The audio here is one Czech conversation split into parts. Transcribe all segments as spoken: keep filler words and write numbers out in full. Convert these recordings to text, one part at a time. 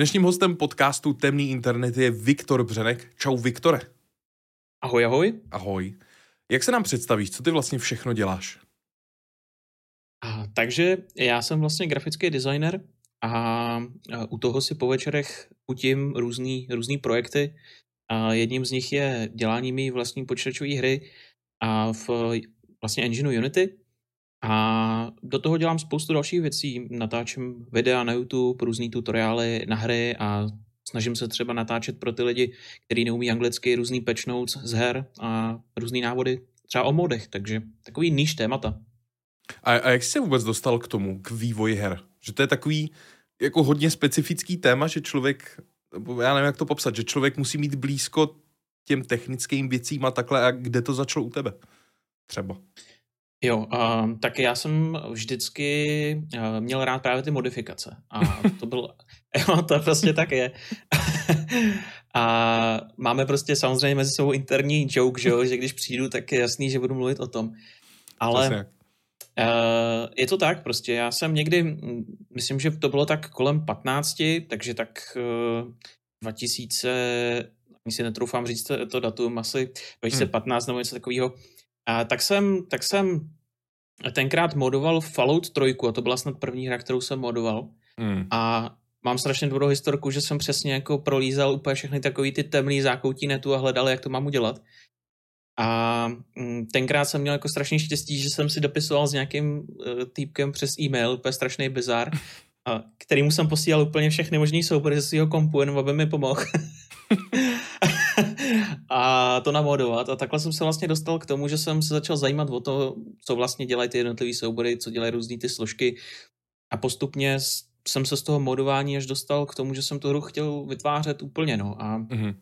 Dnešním hostem podcastu Temný internet je Viktor Břenek. Čau, Viktore. Ahoj, ahoj. Ahoj. Jak se nám představíš, co ty vlastně všechno děláš? A, takže já jsem vlastně grafický designer a, a u toho si po večerech utím různý, různý projekty. A jedním z nich je dělání mý vlastní počítačové hry a v vlastně engineu Unity. A do toho dělám spoustu dalších věcí. Natáčím videa na YouTube, různý tutoriály na hry a snažím se třeba natáčet pro ty lidi, kteří neumí anglicky, různý patch notes z her a různý návody třeba o modech, takže takový níž témata. A, a jak jsi se vůbec dostal k tomu, k vývoji her? Že to je takový jako hodně specifický téma, že člověk, já nevím, jak to popsat, že člověk musí mít blízko těm technickým věcím a takhle, a kde to začalo u tebe? Třeba. Jo, uh, tak já jsem vždycky uh, měl rád právě ty modifikace. A to bylo, jo, to prostě tak je. A máme prostě samozřejmě mezi sebou interní joke, že, jo, že když přijdu, tak je jasný, že budu mluvit o tom. Ale uh, je to tak prostě, já jsem někdy, myslím, že to bylo tak kolem patnácti, takže tak uh, dva tisíce, ani si netroufám říct to, to datum, asi dva tisíce patnáct hmm. nebo něco takového. A tak jsem, tak jsem tenkrát modoval Fallout tři a to byla snad první hra, kterou jsem modoval. Mm. A mám strašně dobrou historku, že jsem přesně jako prolízal úplně všechny takový ty temný zákoutí netu a hledal, jak to mám udělat. A tenkrát jsem měl jako strašně štěstí, že jsem si dopisoval s nějakým uh, týpkem přes e-mail, úplně strašný bizar, a kterýmu jsem posílal úplně všechny možný soubory ze svého kompu, jenom aby mi pomohl. A to namodovat. A takhle jsem se vlastně dostal k tomu, že jsem se začal zajímat o to, co vlastně dělají ty jednotlivý soubory, co dělají různý ty složky. A postupně jsem se z toho modování až dostal k tomu, že jsem tu hru chtěl vytvářet úplně. No. A mm-hmm.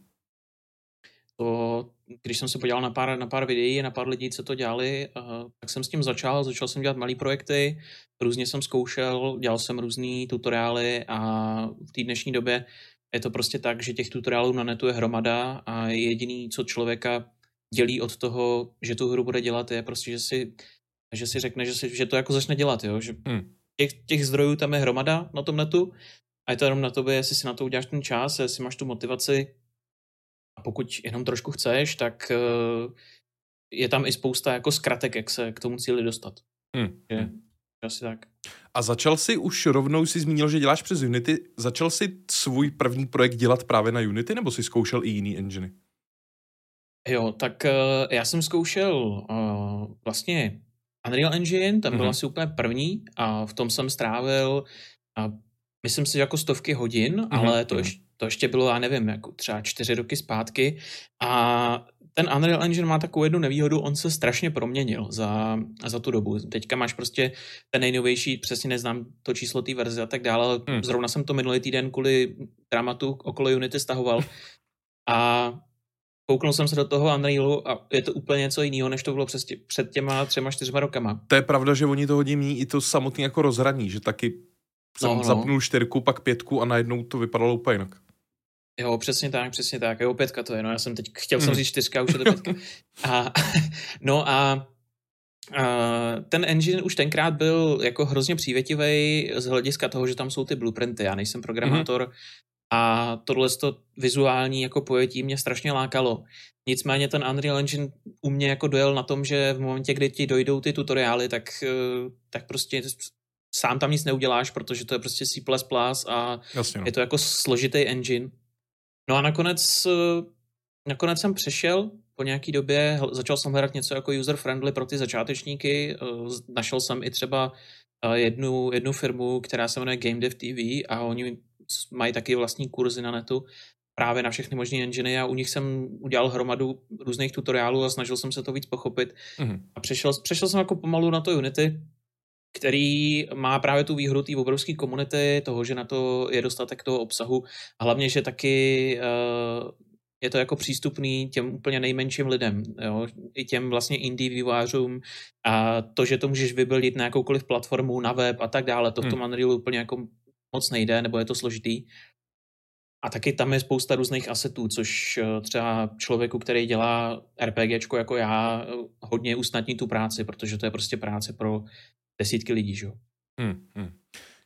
to, když jsem se podíval na pár, na pár videí, na pár lidí, co to dělali, tak jsem s tím začal. Začal jsem dělat malý projekty, různě jsem zkoušel, dělal jsem různý tutoriály a v té dnešní době je to prostě tak, že těch tutoriálů na netu je hromada a jediný, co člověka dělí od toho, že tu hru bude dělat, je prostě, že si, že si řekne, že, si, že to jako začne dělat, jo? Že hmm. těch, těch zdrojů tam je hromada na tom netu a je to jenom na tobě, jestli si na to uděláš ten čas, jestli máš tu motivaci a pokud jenom trošku chceš, tak je tam i spousta jako zkratek, jak se k tomu cíli dostat. Hmm. Je, asi tak. A začal jsi už rovnou, si zmínil, že děláš přes Unity, začal jsi svůj první projekt dělat právě na Unity, nebo jsi zkoušel i jiný engine? Jo, tak uh, já jsem zkoušel uh, vlastně Unreal Engine, ten byl mm-hmm. asi úplně první a v tom jsem strávil, uh, myslím si, jako stovky hodin, mm-hmm. ale to, ješ, to ještě bylo, já nevím, jako třeba čtyři roky zpátky a ten Unreal Engine má takovou jednu nevýhodu, on se strašně proměnil za, za tu dobu. Teďka máš prostě ten nejnovější, přesně neznám to číslo té verze a tak dále, ale hmm. zrovna jsem to minulý týden kvůli dramatu okolo Unity stahoval a kouknul jsem se do toho Unrealu a je to úplně něco jiného, než to bylo přes tě, před těma třema, čtyřma rokama. To je pravda, že oni to hodně mění i to samotný jako rozhraní, že taky jsem no, no. zapnul čtyřku, pak pětku a najednou to vypadalo úplně jinak. Jo, přesně tak, přesně tak. Jo, pětka to je, no já jsem teď chtěl mm. jsem říct čtyřka, už je to pětka. A, no a, a ten engine už tenkrát byl jako hrozně přívětivý z hlediska toho, že tam jsou ty blueprinty. Já nejsem programátor mm. a tohle to vizuální jako pojetí mě strašně lákalo. Nicméně ten Unreal Engine u mě jako dojel na tom, že v momentě, kdy ti dojdou ty tutoriály, tak, tak prostě sám tam nic neuděláš, protože to je prostě C plus plus a Jasně, no. je to jako složitý engine. No a nakonec, nakonec jsem přešel po nějaký době, začal jsem hledat něco jako user-friendly pro ty začátečníky, našel jsem i třeba jednu, jednu firmu, která se jmenuje GameDev T V a oni mají taky vlastní kurzy na netu právě na všechny možné enginy a u nich jsem udělal hromadu různých tutoriálů a snažil jsem se to víc pochopit mm-hmm. a přešel, přešel jsem jako pomalu na to Unity, který má právě tu výhodu té obrovské komunity, toho, že na to je dostatek toho obsahu a hlavně, že taky uh, je to jako přístupný těm úplně nejmenším lidem, jo? I těm vlastně indie vývojářům a to, že to můžeš vybuildit na jakoukoliv platformu, na web a tak dále, to v tom Unrealu úplně jako moc nejde, nebo je to složitý. A taky tam je spousta různých asetů, což třeba člověku, který dělá RPGčko jako já, hodně usnadní tu práci, protože to je prostě práce pro desítky lidí, že jo. Hmm, hmm.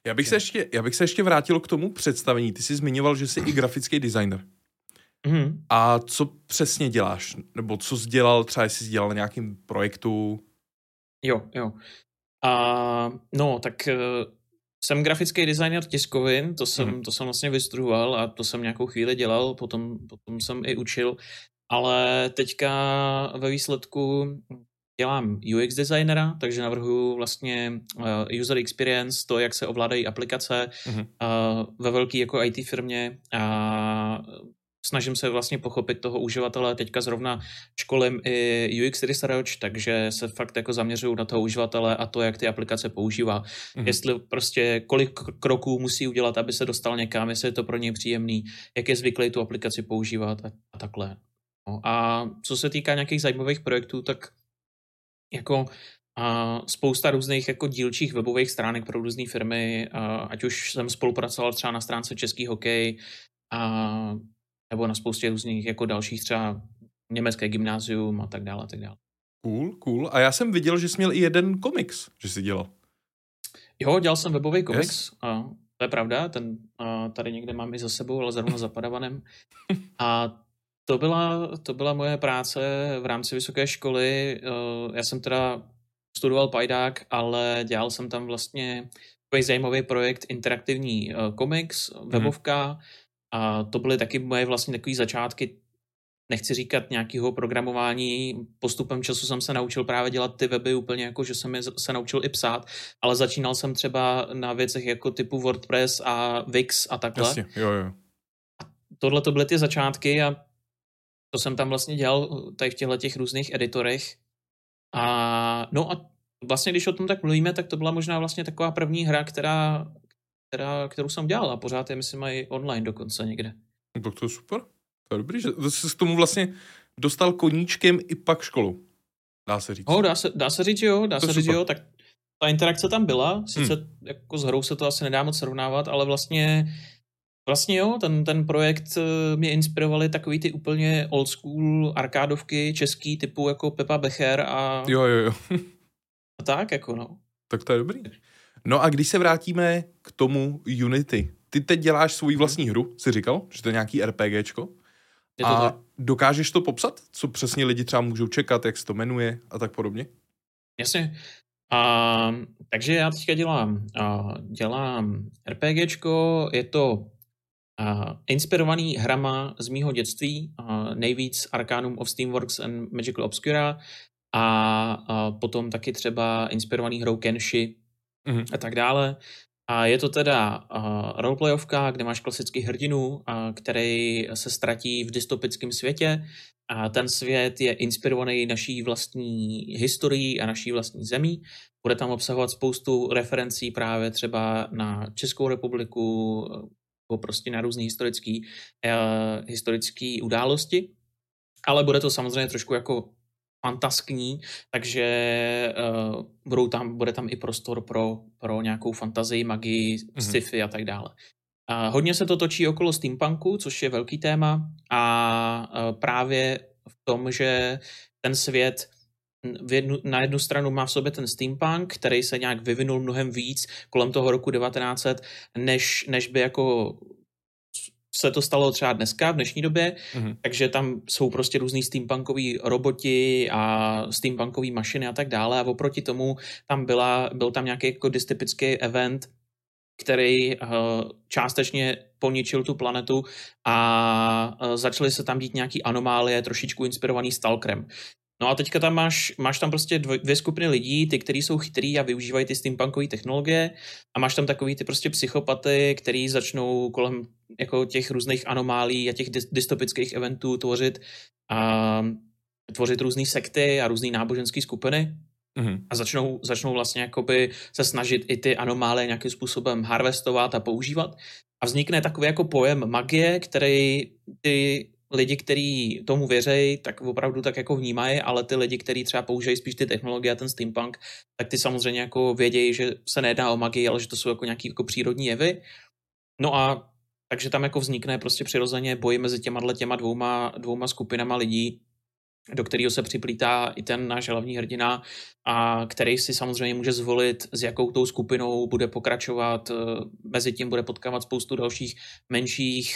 Já bych, se ještě, já bych se ještě vrátil k tomu představení. Ty jsi zmiňoval, že jsi i grafický designer. Mm. A co přesně děláš? Nebo co jsi dělal, třeba jsi dělal na nějakým projektu? Jo, jo. A, no, tak uh, jsem grafický designer tiskovin, to jsem, mm. to jsem vlastně vystudoval a to jsem nějakou chvíli dělal, potom, potom jsem i učil, ale teďka ve výsledku dělám U X designera, takže navrhuji vlastně uh, user experience, to, jak se ovládají aplikace mm. uh, ve velké jako í té firmě a snažím se vlastně pochopit toho uživatele. Teďka zrovna školím i U X research, takže se fakt jako zaměřuju na toho uživatele a to, jak ty aplikace používá. Mm. Jestli prostě kolik kroků musí udělat, aby se dostal někam, jestli je to pro něj příjemný, jak je zvyklý tu aplikaci používat a, a takhle. No, a co se týká nějakých zajímavých projektů, tak jako a spousta různých jako dílčích webových stránek pro různé firmy, a ať už jsem spolupracoval třeba na stránce Český hokej a nebo na spoustě různých jako dalších třeba německé gymnázium a tak dále a tak dále. Cool, cool. A já jsem viděl, že jsi měl i jeden komiks, že jsi dělal. Jo, dělal jsem webový komiks. Yes. A to je pravda, ten a tady někde mám i za sebou, ale zrovna za padavanem. A to byla, to byla moje práce v rámci vysoké školy. Já jsem teda studoval Pajdák, ale dělal jsem tam vlastně takový zajímavý projekt interaktivní komiks, webovka. Mm. A to byly taky moje vlastně takové začátky, nechci říkat nějakého programování, postupem času jsem se naučil právě dělat ty weby úplně jako, že jsem je se naučil i psát, ale začínal jsem třeba na věcech jako typu WordPress a Wix a takhle. Jasně, jo, jo. A tohle to byly ty začátky a to jsem tam vlastně dělal tady v těchto těch různých editorech. A no a vlastně, když o tom tak mluvíme, tak to byla možná vlastně taková první hra, která Která, kterou jsem dělal a pořád je, myslím, i online dokonce někde. No, tak to je super. To je dobrý, že jsi k tomu vlastně dostal koníčkem i pak školu. Dá se říct. Oh, dá, se, dá se říct, jo. Dá to se říct, jo. Tak ta interakce tam byla. Sice hmm. jako s hrou se to asi nedá moc srovnávat, ale vlastně vlastně jo, ten, ten projekt mě inspirovaly takový ty úplně old school arkádovky český typu jako Pepa Becher a jo, jo, jo. a tak jako no. Tak to je dobrý. No a když se vrátíme k tomu Unity, ty teď děláš svoji vlastní hru, jsi říkal, že to je nějaký RPGčko. Je to a tak. Dokážeš to popsat? Co přesně lidi třeba můžou čekat, jak se to jmenuje a tak podobně? Jasně. A, takže já teďka dělám, a, dělám RPGčko, je to a, inspirovaný hrama z mýho dětství, a, nejvíc Arcanum of Steamworks and Magical Obscura a, a potom taky třeba inspirovaný hrou Kenshi mm-hmm. a tak dále. A je to teda uh, roleplayovka, kde máš klasický hrdinu, uh, který se ztratí v dystopickém světě. A ten svět je inspirovaný naší vlastní historií a naší vlastní zemí. Bude tam obsahovat spoustu referencí právě třeba na Českou republiku, nebo prostě na různé historické uh, historické události. Ale bude to samozřejmě trošku jako fantaskní, takže uh, budou tam, bude tam i prostor pro, pro nějakou fantazii, magii, mm-hmm. sci-fi a tak dále. Uh, hodně se to točí okolo steampunku, což je velký téma a uh, právě v tom, že ten svět v jednu, na jednu stranu má v sobě ten steampunk, který se nějak vyvinul mnohem víc kolem toho roku devatenáct set, než, než by jako se to stalo třeba dneska, v dnešní době, mm-hmm. takže tam jsou prostě různý steampunkový roboti a steampunkový mašiny a tak dále a oproti tomu tam byla, byl tam nějaký jako dystopický event, který uh, částečně poničil tu planetu a uh, začaly se tam dít nějaký anomálie, trošičku inspirovaný Stalkerem. No a teďka tam máš, máš tam prostě dvě, dvě skupiny lidí, ty, kteří jsou chytrý a využívají ty steampunkové technologie a máš tam takový ty prostě psychopaty, který začnou kolem jako těch různých anomálí a těch dystopických eventů tvořit a tvořit různý sekty a různý náboženské skupiny mm-hmm. a začnou, začnou vlastně jakoby se snažit i ty anomálie nějakým způsobem harvestovat a používat a vznikne takový jako pojem magie, který ty lidi, kteří tomu věří, tak opravdu tak jako vnímají, ale ty lidi, kteří třeba používají spíš ty technologie a ten steampunk, tak ty samozřejmě jako vědějí, že se nejedná o magii, ale že to jsou jako nějaký jako přírodní jevy. No a takže tam jako vznikne prostě přirozeně boj mezi těma těma dvouma, dvouma skupinama lidí do kterého se připlítá i ten náš hlavní hrdina, a který si samozřejmě může zvolit, s jakou tou skupinou bude pokračovat. Mezi tím bude potkávat spoustu dalších menších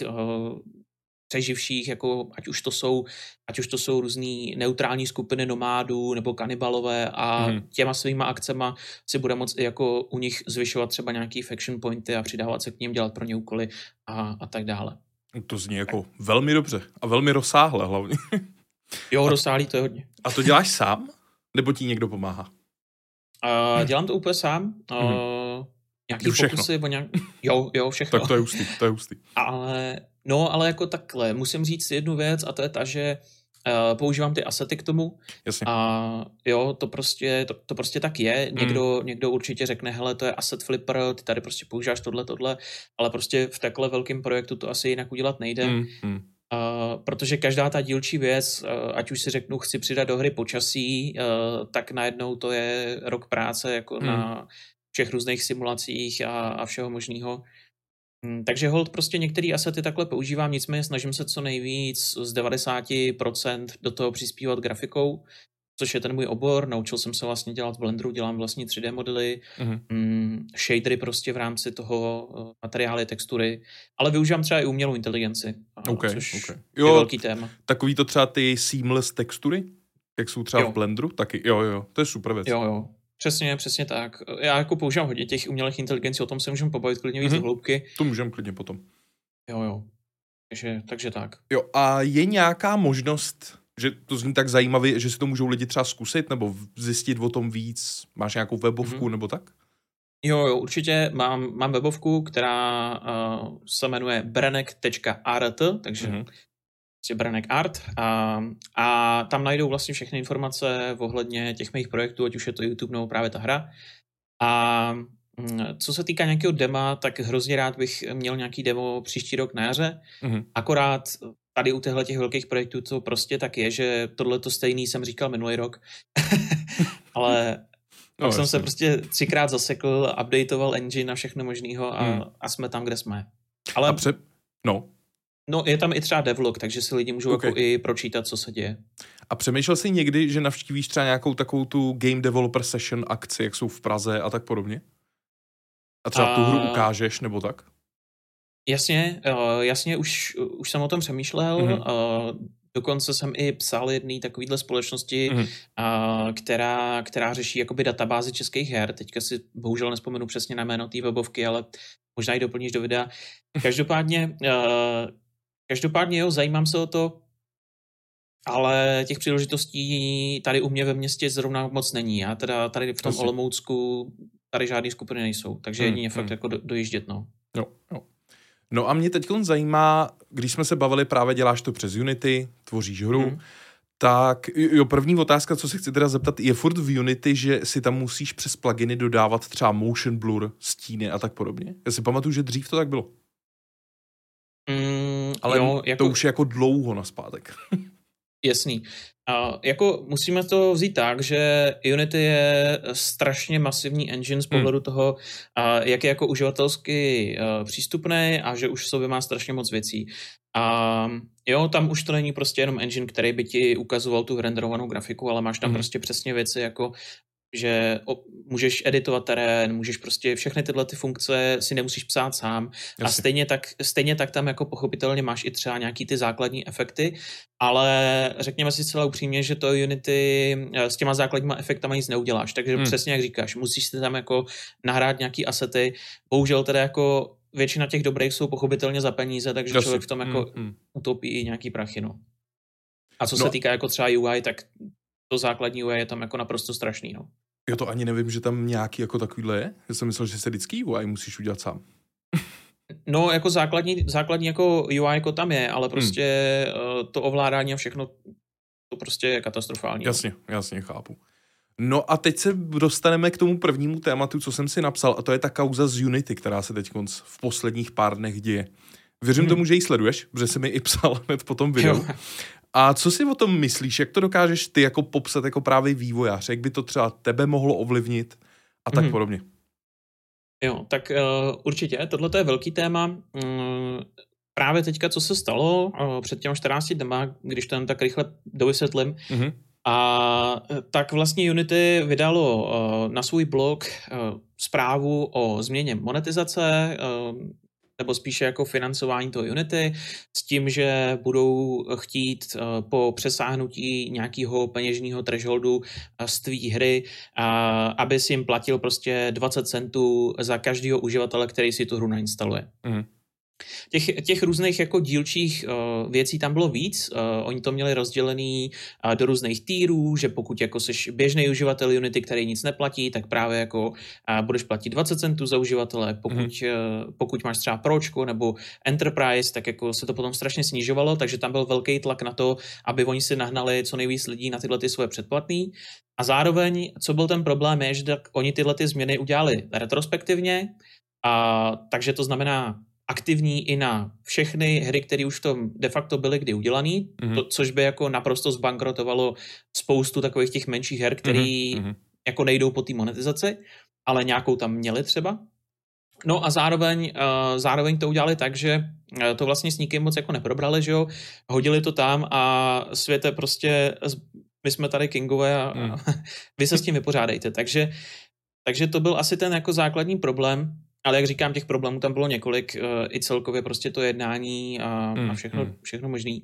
přeživších, jako ať už to jsou, ať už to jsou různý neutrální skupiny nomádů nebo kanibalové, a mm. těma svýma akcema si bude moct i jako u nich zvyšovat třeba nějaký faction pointy a přidávat se k ním, dělat pro ně úkoly a, a tak dále. To zní jako tak. Velmi dobře a velmi rozsáhle hlavně. Jo, rozsáhlý to je hodně. A to děláš sám? Nebo ti někdo pomáhá? Uh, dělám to úplně sám. Uh, mm. Nějaký pokusy, nebo nějak... Jo, jo, všechno. Tak to je hustý, to je hustý. Ale, no, ale jako takhle, musím říct jednu věc, a to je ta, že uh, používám ty asety k tomu. Jasně. A jo, to prostě, to, to prostě tak je. Někdo, mm. někdo určitě řekne, hele, to je asset flipper, ty tady prostě používáš tohle, tohle, ale prostě v takhle velkém projektu to asi jinak udělat nejde. Mm. Uh, protože každá ta dílčí věc, uh, ať už si řeknu, chci přidat do hry počasí, uh, tak najednou to je rok práce jako mm. na všech různých simulacích a, a všeho možného. Takže hold prostě některé asety takhle používám, nicméně snažím se co nejvíc z devadesát procent do toho přispívat grafikou, což je ten můj obor. Naučil jsem se vlastně dělat v Blenderu, dělám vlastní tři dé modely, mm-hmm. mm, shadery prostě v rámci toho, materiály, textury, ale využívám třeba i umělou inteligenci, okay, což okay. je jo, velký téma. Takový to třeba ty seamless textury, jak jsou třeba jo. v Blenderu, taky jo, jo, to je super věc. Jo, jo. Přesně, přesně tak. Já jako používám hodně těch umělých inteligencí, o tom se můžeme pobavit klidně víc mm-hmm. do hloubky. To můžeme klidně potom. Jo, jo. Takže, takže tak. Jo, a je nějaká možnost, že to zní tak zajímavě, že si to můžou lidi třeba zkusit, nebo zjistit o tom víc? Máš nějakou webovku, mm-hmm. nebo tak? Jo, jo, určitě mám, mám webovku, která uh, se jmenuje branek tečka art, takže mm-hmm. Branek Art, a, a tam najdou vlastně všechny informace ohledně těch mých projektů, ať už je to YouTube nebo právě ta hra. A co se týká nějakého dema, tak hrozně rád bych měl nějaký demo příští rok na jaře. Mm-hmm. Akorát tady u těchto těch velkých projektů to prostě tak je, že tohleto stejný jsem říkal minulý rok. Ale no, jsem se prostě třikrát zasekl, updateoval engine a všechno možného a, mm. a jsme tam, kde jsme. Ale... A pře... No. No, je tam i třeba devlog, takže si lidi můžou okay. jako i pročítat, co se děje. A přemýšlel jsi někdy, že navštívíš třeba nějakou takovou tu Game Developer Session akci, jak jsou v Praze a tak podobně? A třeba a... tu hru ukážeš, nebo tak? Jasně, uh, jasně, už, už jsem o tom přemýšlel. Mm-hmm. Uh, dokonce jsem i psal jedné takovýhle společnosti, mm-hmm. uh, která, která řeší jakoby databázi českých her. Teďka si bohužel nespomenu přesně na jméno té webovky, ale možná ji doplníš do videa. Každopádně... Uh, Každopádně jo, zajímám se o to, ale těch příležitostí tady u mě ve městě zrovna moc není. Já teda tady v tom Asi. Olomoucku tady žádný skupiny nejsou, takže hmm, jedině hmm. fakt jako do, dojíždět, no. Jo, jo. No a mě teď zajímá, když jsme se bavili, právě děláš to přes Unity, tvoříš hru, hmm. tak jo, první otázka, co se chci teda zeptat, je furt v Unity, že si tam musíš přes pluginy dodávat třeba motion blur, stíny a tak podobně? Já si pamatuju, že dřív to tak bylo. Mm, Ale jo, jako, to už je jako dlouho naspátek. Jasný. A jako musíme to vzít tak, že Unity je strašně masivní engine z pohledu hmm. toho, a jak je jako uživatelsky přístupný a že už v sobě má strašně moc věcí. A jo, tam už to není prostě jenom engine, který by ti ukazoval tu renderovanou grafiku, ale máš tam hmm. prostě přesně věci jako že o, můžeš editovat terén, můžeš prostě všechny tyhle ty funkce si nemusíš psát sám. Jasně. A stejně tak, stejně tak tam jako pochopitelně máš i třeba nějaký ty základní efekty, ale řekněme si zcela upřímně, že to Unity s těma základníma efektama nic neuděláš, takže hmm. přesně jak říkáš, musíš si tam jako nahrát nějaký asety, bohužel teda jako většina těch dobrých jsou pochopitelně za peníze, takže Jasně. člověk v tom jako hmm. utopí i nějaký prachy, no. A co no. se týká jako třeba U I, tak to základní U I je tam jako naprosto strašný, no. Já to ani nevím, že tam nějaký jako takovýhle je. Já jsem myslel, že se vždycky U I musíš udělat sám. No, jako základní, základní jako U I jako tam je, ale prostě hmm. to ovládání a všechno, to prostě je katastrofální. Jasně, jasně, chápu. No a teď se dostaneme k tomu prvnímu tématu, co jsem si napsal, a to je ta kauza z Unity, která se teď v posledních pár dnech děje. Věřím hmm. tomu, že ji sleduješ, protože jsi mi i psal hned po tom videu. Jo. A co si o tom myslíš? Jak to dokážeš ty jako popsat jako právě vývojář? Jak by to třeba tebe mohlo ovlivnit a tak mm. podobně? Jo, tak uh, určitě. Tohle je velký téma. Um, právě teďka, co se stalo uh, před těmi čtrnácti dnama, když to jen tak rychle dovysvětlím, mm-hmm. a tak vlastně Unity vydalo uh, na svůj blog uh, zprávu o změně monetizace, uh, nebo spíše jako financování toho Unity, s tím, že budou chtít uh, po přesáhnutí nějakého peněžního thresholdu uh, z tvý hry, uh, aby si jim platil prostě dvacet centů za každého uživatele, který si tu hru nainstaluje. Mm. Těch, těch různých jako dílčích uh, věcí tam bylo víc. Uh, oni to měli rozdělený uh, do různých týrů, že pokud jako jsi běžný uživatel Unity, který nic neplatí, tak právě jako uh, budeš platit dvacet centů za uživatele. Pokud, mm. uh, pokud máš třeba Pročko nebo Enterprise, tak jako se to potom strašně snižovalo, takže tam byl velký tlak na to, aby oni si nahnali co nejvíc lidí na tyhle ty svoje předplatný. A zároveň, co byl ten problém, je, že tak oni tyhle ty změny udělali retrospektivně, a, takže to znamená aktivní i na všechny hry, které už v tom de facto byly kdy udělaný, mm-hmm. to, což by jako naprosto zbankrotovalo spoustu takových těch menších her, které mm-hmm. jako nejdou po té monetizaci, ale nějakou tam měli třeba. No a zároveň, uh, zároveň to udělali tak, že to vlastně s nikým moc jako neprobrali, že jo, hodili to tam a světe prostě, my jsme tady kingové a, mm. a vy se s tím vypořádejte. Takže, takže to byl asi ten jako základní problém. Ale jak říkám, těch problémů tam bylo několik, uh, i celkově prostě to jednání a, mm, a všechno, mm. všechno možný.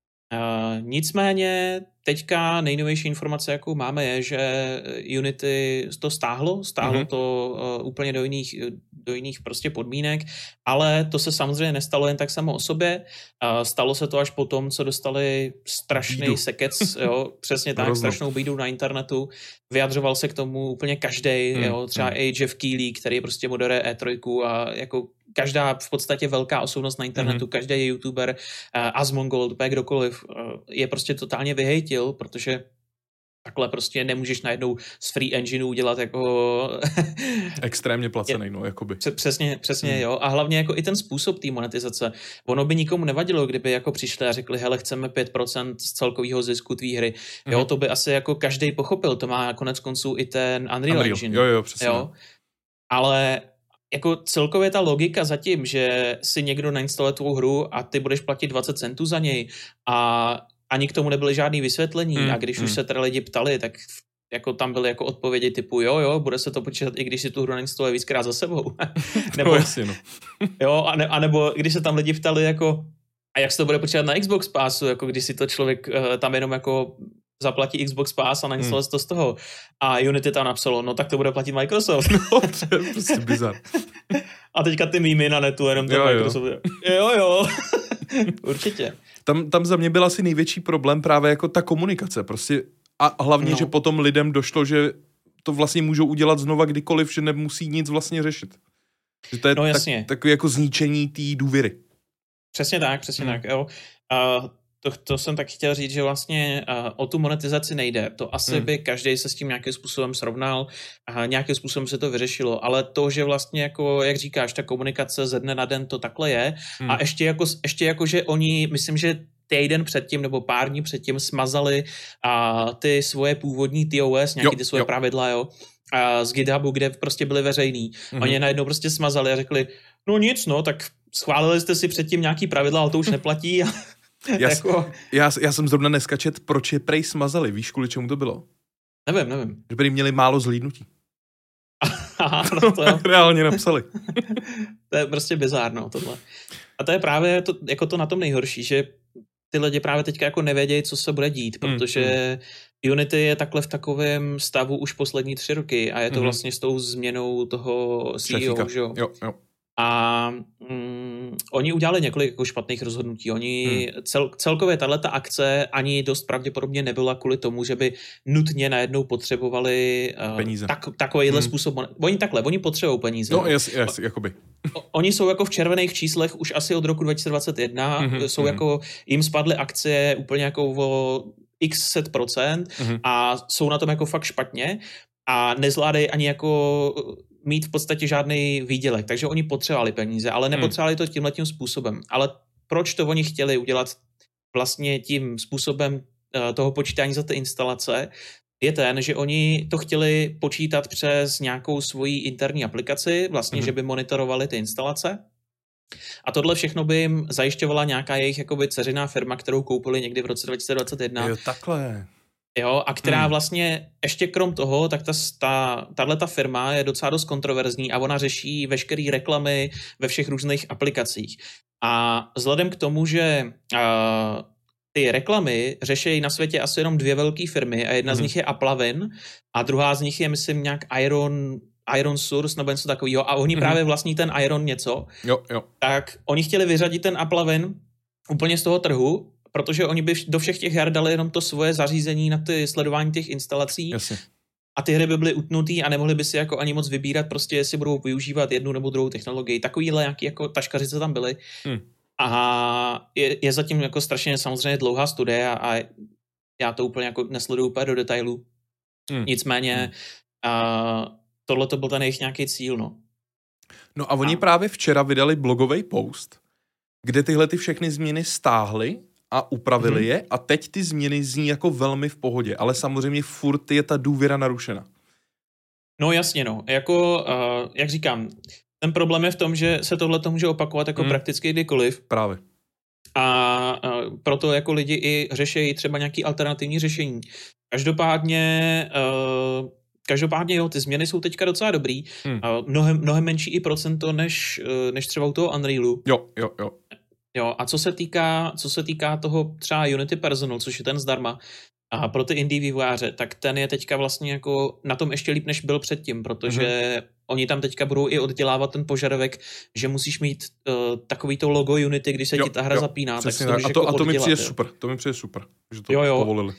Uh, nicméně teďka nejnovější informace, jakou máme, je, že Unity to stáhlo, stáhlo mm-hmm. to uh, úplně do jiných, do jiných prostě podmínek, ale to se samozřejmě nestalo jen tak samo o sobě. Uh, stalo se to až po tom, co dostali strašný sekec, jo, přesně tak, Rozno. strašnou bídu na internetu. Vyjadřoval se k tomu úplně každej, mm, jo, třeba mm. i Jeff Keighley, který prostě moderuje E tři a jako každá v podstatě velká osobnost na internetu, mm-hmm. každý youtuber, uh, Asmongold, kdokoliv, uh, je prostě totálně vyhejtil, protože takhle prostě nemůžeš najednou z free engineu udělat jako... Extrémně placený, no, jakoby. Přesně, přesně, hmm. jo. A hlavně jako i ten způsob té monetizace. Ono by nikomu nevadilo, kdyby jako přišli a řekli, hele, chceme pět procent z celkového zisku tvý hry. Jo, hmm. to by asi jako každý pochopil. To má konec konců i ten Unreal, Unreal. Engine. Jo, jo, přesně. Jo. Ale jako celkově ta logika za tím, že si někdo nainstaluje tvou hru a ty budeš platit dvacet centů za něj a ani k tomu nebyly žádný vysvětlení hmm, a když hmm. už se teda lidi ptali, tak jako tam byly jako odpovědi typu jo, jo, bude se to počítat, i když si tu hru nainstaluje víckrát za sebou. nebo, jasně, no. jo, a, ne, a nebo když se tam lidi ptali jako a jak se to bude počítat na Xbox Passu, jako když si to člověk uh, tam jenom jako zaplatí Xbox Pass a nainstaluje hmm. to z toho. A Unity tam napsalo, no tak to bude platit Microsoft. No, to je prostě bizar. A teďka ty mýmy na netu, jenom ten jo, Microsoft. Jo, jo. jo. Určitě. Tam, tam za mě byl asi největší problém právě jako ta komunikace. Prostě a hlavně, no. že potom lidem došlo, že to vlastně můžou udělat znova kdykoliv, že nemusí nic vlastně řešit. Že to je no, jasně. tak, takové jako zničení té důvěry. Přesně tak, přesně hmm. tak, jo. Uh, To, to jsem tak chtěl říct, že vlastně uh, o tu monetizaci nejde. To asi hmm. by každý se s tím nějakým způsobem srovnal a nějakým způsobem se to vyřešilo. Ale to, že vlastně jako, jak říkáš, ta komunikace ze dne na den to takhle je hmm. a ještě jako, ještě jako, že oni, myslím, že týden předtím nebo pár dní předtím smazali uh, ty svoje původní T O S, nějaký jo, ty svoje jo. pravidla, jo, uh, z GitHubu, kde prostě byly veřejný. Hmm. Oni je najednou prostě smazali a řekli, no nic, no, tak schválili jste si předtím nějaký pravidla, ale to už neplatí. Já, jako... já, já jsem zrovna dneska čet, proč je prej smazali. Víš, kvůli čemu to bylo? Nevím, nevím. Že prý měli málo zhlídnutí. Aha, no to jo. Reálně napsali. To je prostě bizárno tohle. A to je právě to, jako to na tom nejhorší, že ty lidi právě teďka jako nevědějí, co se bude dít, protože mm, Unity je takhle v takovém stavu už poslední tři roky a je to mm. vlastně s tou změnou toho C E O, že jo? Jo, jo. A mm, oni udělali několik jako špatných rozhodnutí. Oni hmm. cel, celkově tato akce ani dost pravděpodobně nebyla kvůli tomu, že by nutně najednou potřebovali uh, tak, takovýhle hmm. způsob. Oni takhle, oni potřebují peníze. No, jas, jas, jakoby. O, oni jsou jako v červených číslech už asi od roku dva tisíce dvacet jedna. Hmm. Jsou hmm. jako, jim spadly akcie úplně jako o x set procent hmm. a jsou na tom jako fakt špatně a nezvládají ani jako mít v podstatě žádný výdělek. Takže oni potřebovali peníze, ale nepotřebovali to tímhletím způsobem. Ale proč to oni chtěli udělat vlastně tím způsobem uh, toho počítání za ty instalace, je ten, že oni to chtěli počítat přes nějakou svoji interní aplikaci, vlastně, mm. že by monitorovali ty instalace. A tohle všechno by jim zajišťovala nějaká jejich jakoby dceřiná firma, kterou koupili někdy v roce dva tisíce dvacet jedna. Jo, takhle. Jo, a která Hmm. vlastně ještě krom toho, tak ta, ta, tahleta firma je docela dost kontroverzní a ona řeší veškeré reklamy ve všech různých aplikacích. A vzhledem k tomu, že uh, ty reklamy řeší na světě asi jenom dvě velké firmy a jedna Mhm. z nich je Applavin a druhá z nich je, myslím, nějak Iron, Iron Source nebo něco takového a oni Mhm. právě vlastní ten Iron něco, Jo, jo. tak oni chtěli vyřadit ten Applavin úplně z toho trhu, protože oni by do všech těch her dali jenom to svoje zařízení na ty sledování těch instalací Jasně. a ty hry by byly utnutý a nemohli by si jako ani moc vybírat, prostě jestli budou využívat jednu nebo druhou technologii. Takovýhle nějaký jako taškařice tam byly. Hmm. A je, je zatím jako strašně samozřejmě dlouhá studie a, a já to úplně jako nesleduju úplně do detailů. Hmm. Nicméně Hmm. a tohle to byl ten jejich nějaký cíl, no. No a oni A- právě včera vydali blogový post, kde tyhle ty všechny změny stáhly a upravili Mhm. je a teď ty změny zní jako velmi v pohodě, ale samozřejmě furt je ta důvěra narušena. No jasně, no. Jako, uh, jak říkám, ten problém je v tom, že se tohle to může opakovat jako Hmm. prakticky kdykoliv Právě. a uh, proto jako lidi i řeší třeba nějaký alternativní řešení. Každopádně uh, každopádně jo, ty změny jsou teďka docela dobrý. Hmm. Uh, mnohem, mnohem menší i procento než, uh, než třeba u toho Unrealu. Jo, jo, jo. Jo, a co se týká, co se týká toho třeba Unity Personal, což je ten zdarma, a pro ty indie vývojáře, tak ten je teďka vlastně jako na tom ještě líp, než byl předtím, protože mm-hmm. oni tam teďka budou i oddělávat ten požadavek, že musíš mít uh, takový to logo Unity, když se Jo, ti ta hra jo, zapíná, tak Přesně to tak. můžeš A to, jako a to mi oddělat, přijde jo. super. To mi přijde super, že to Jo, jo. povolili.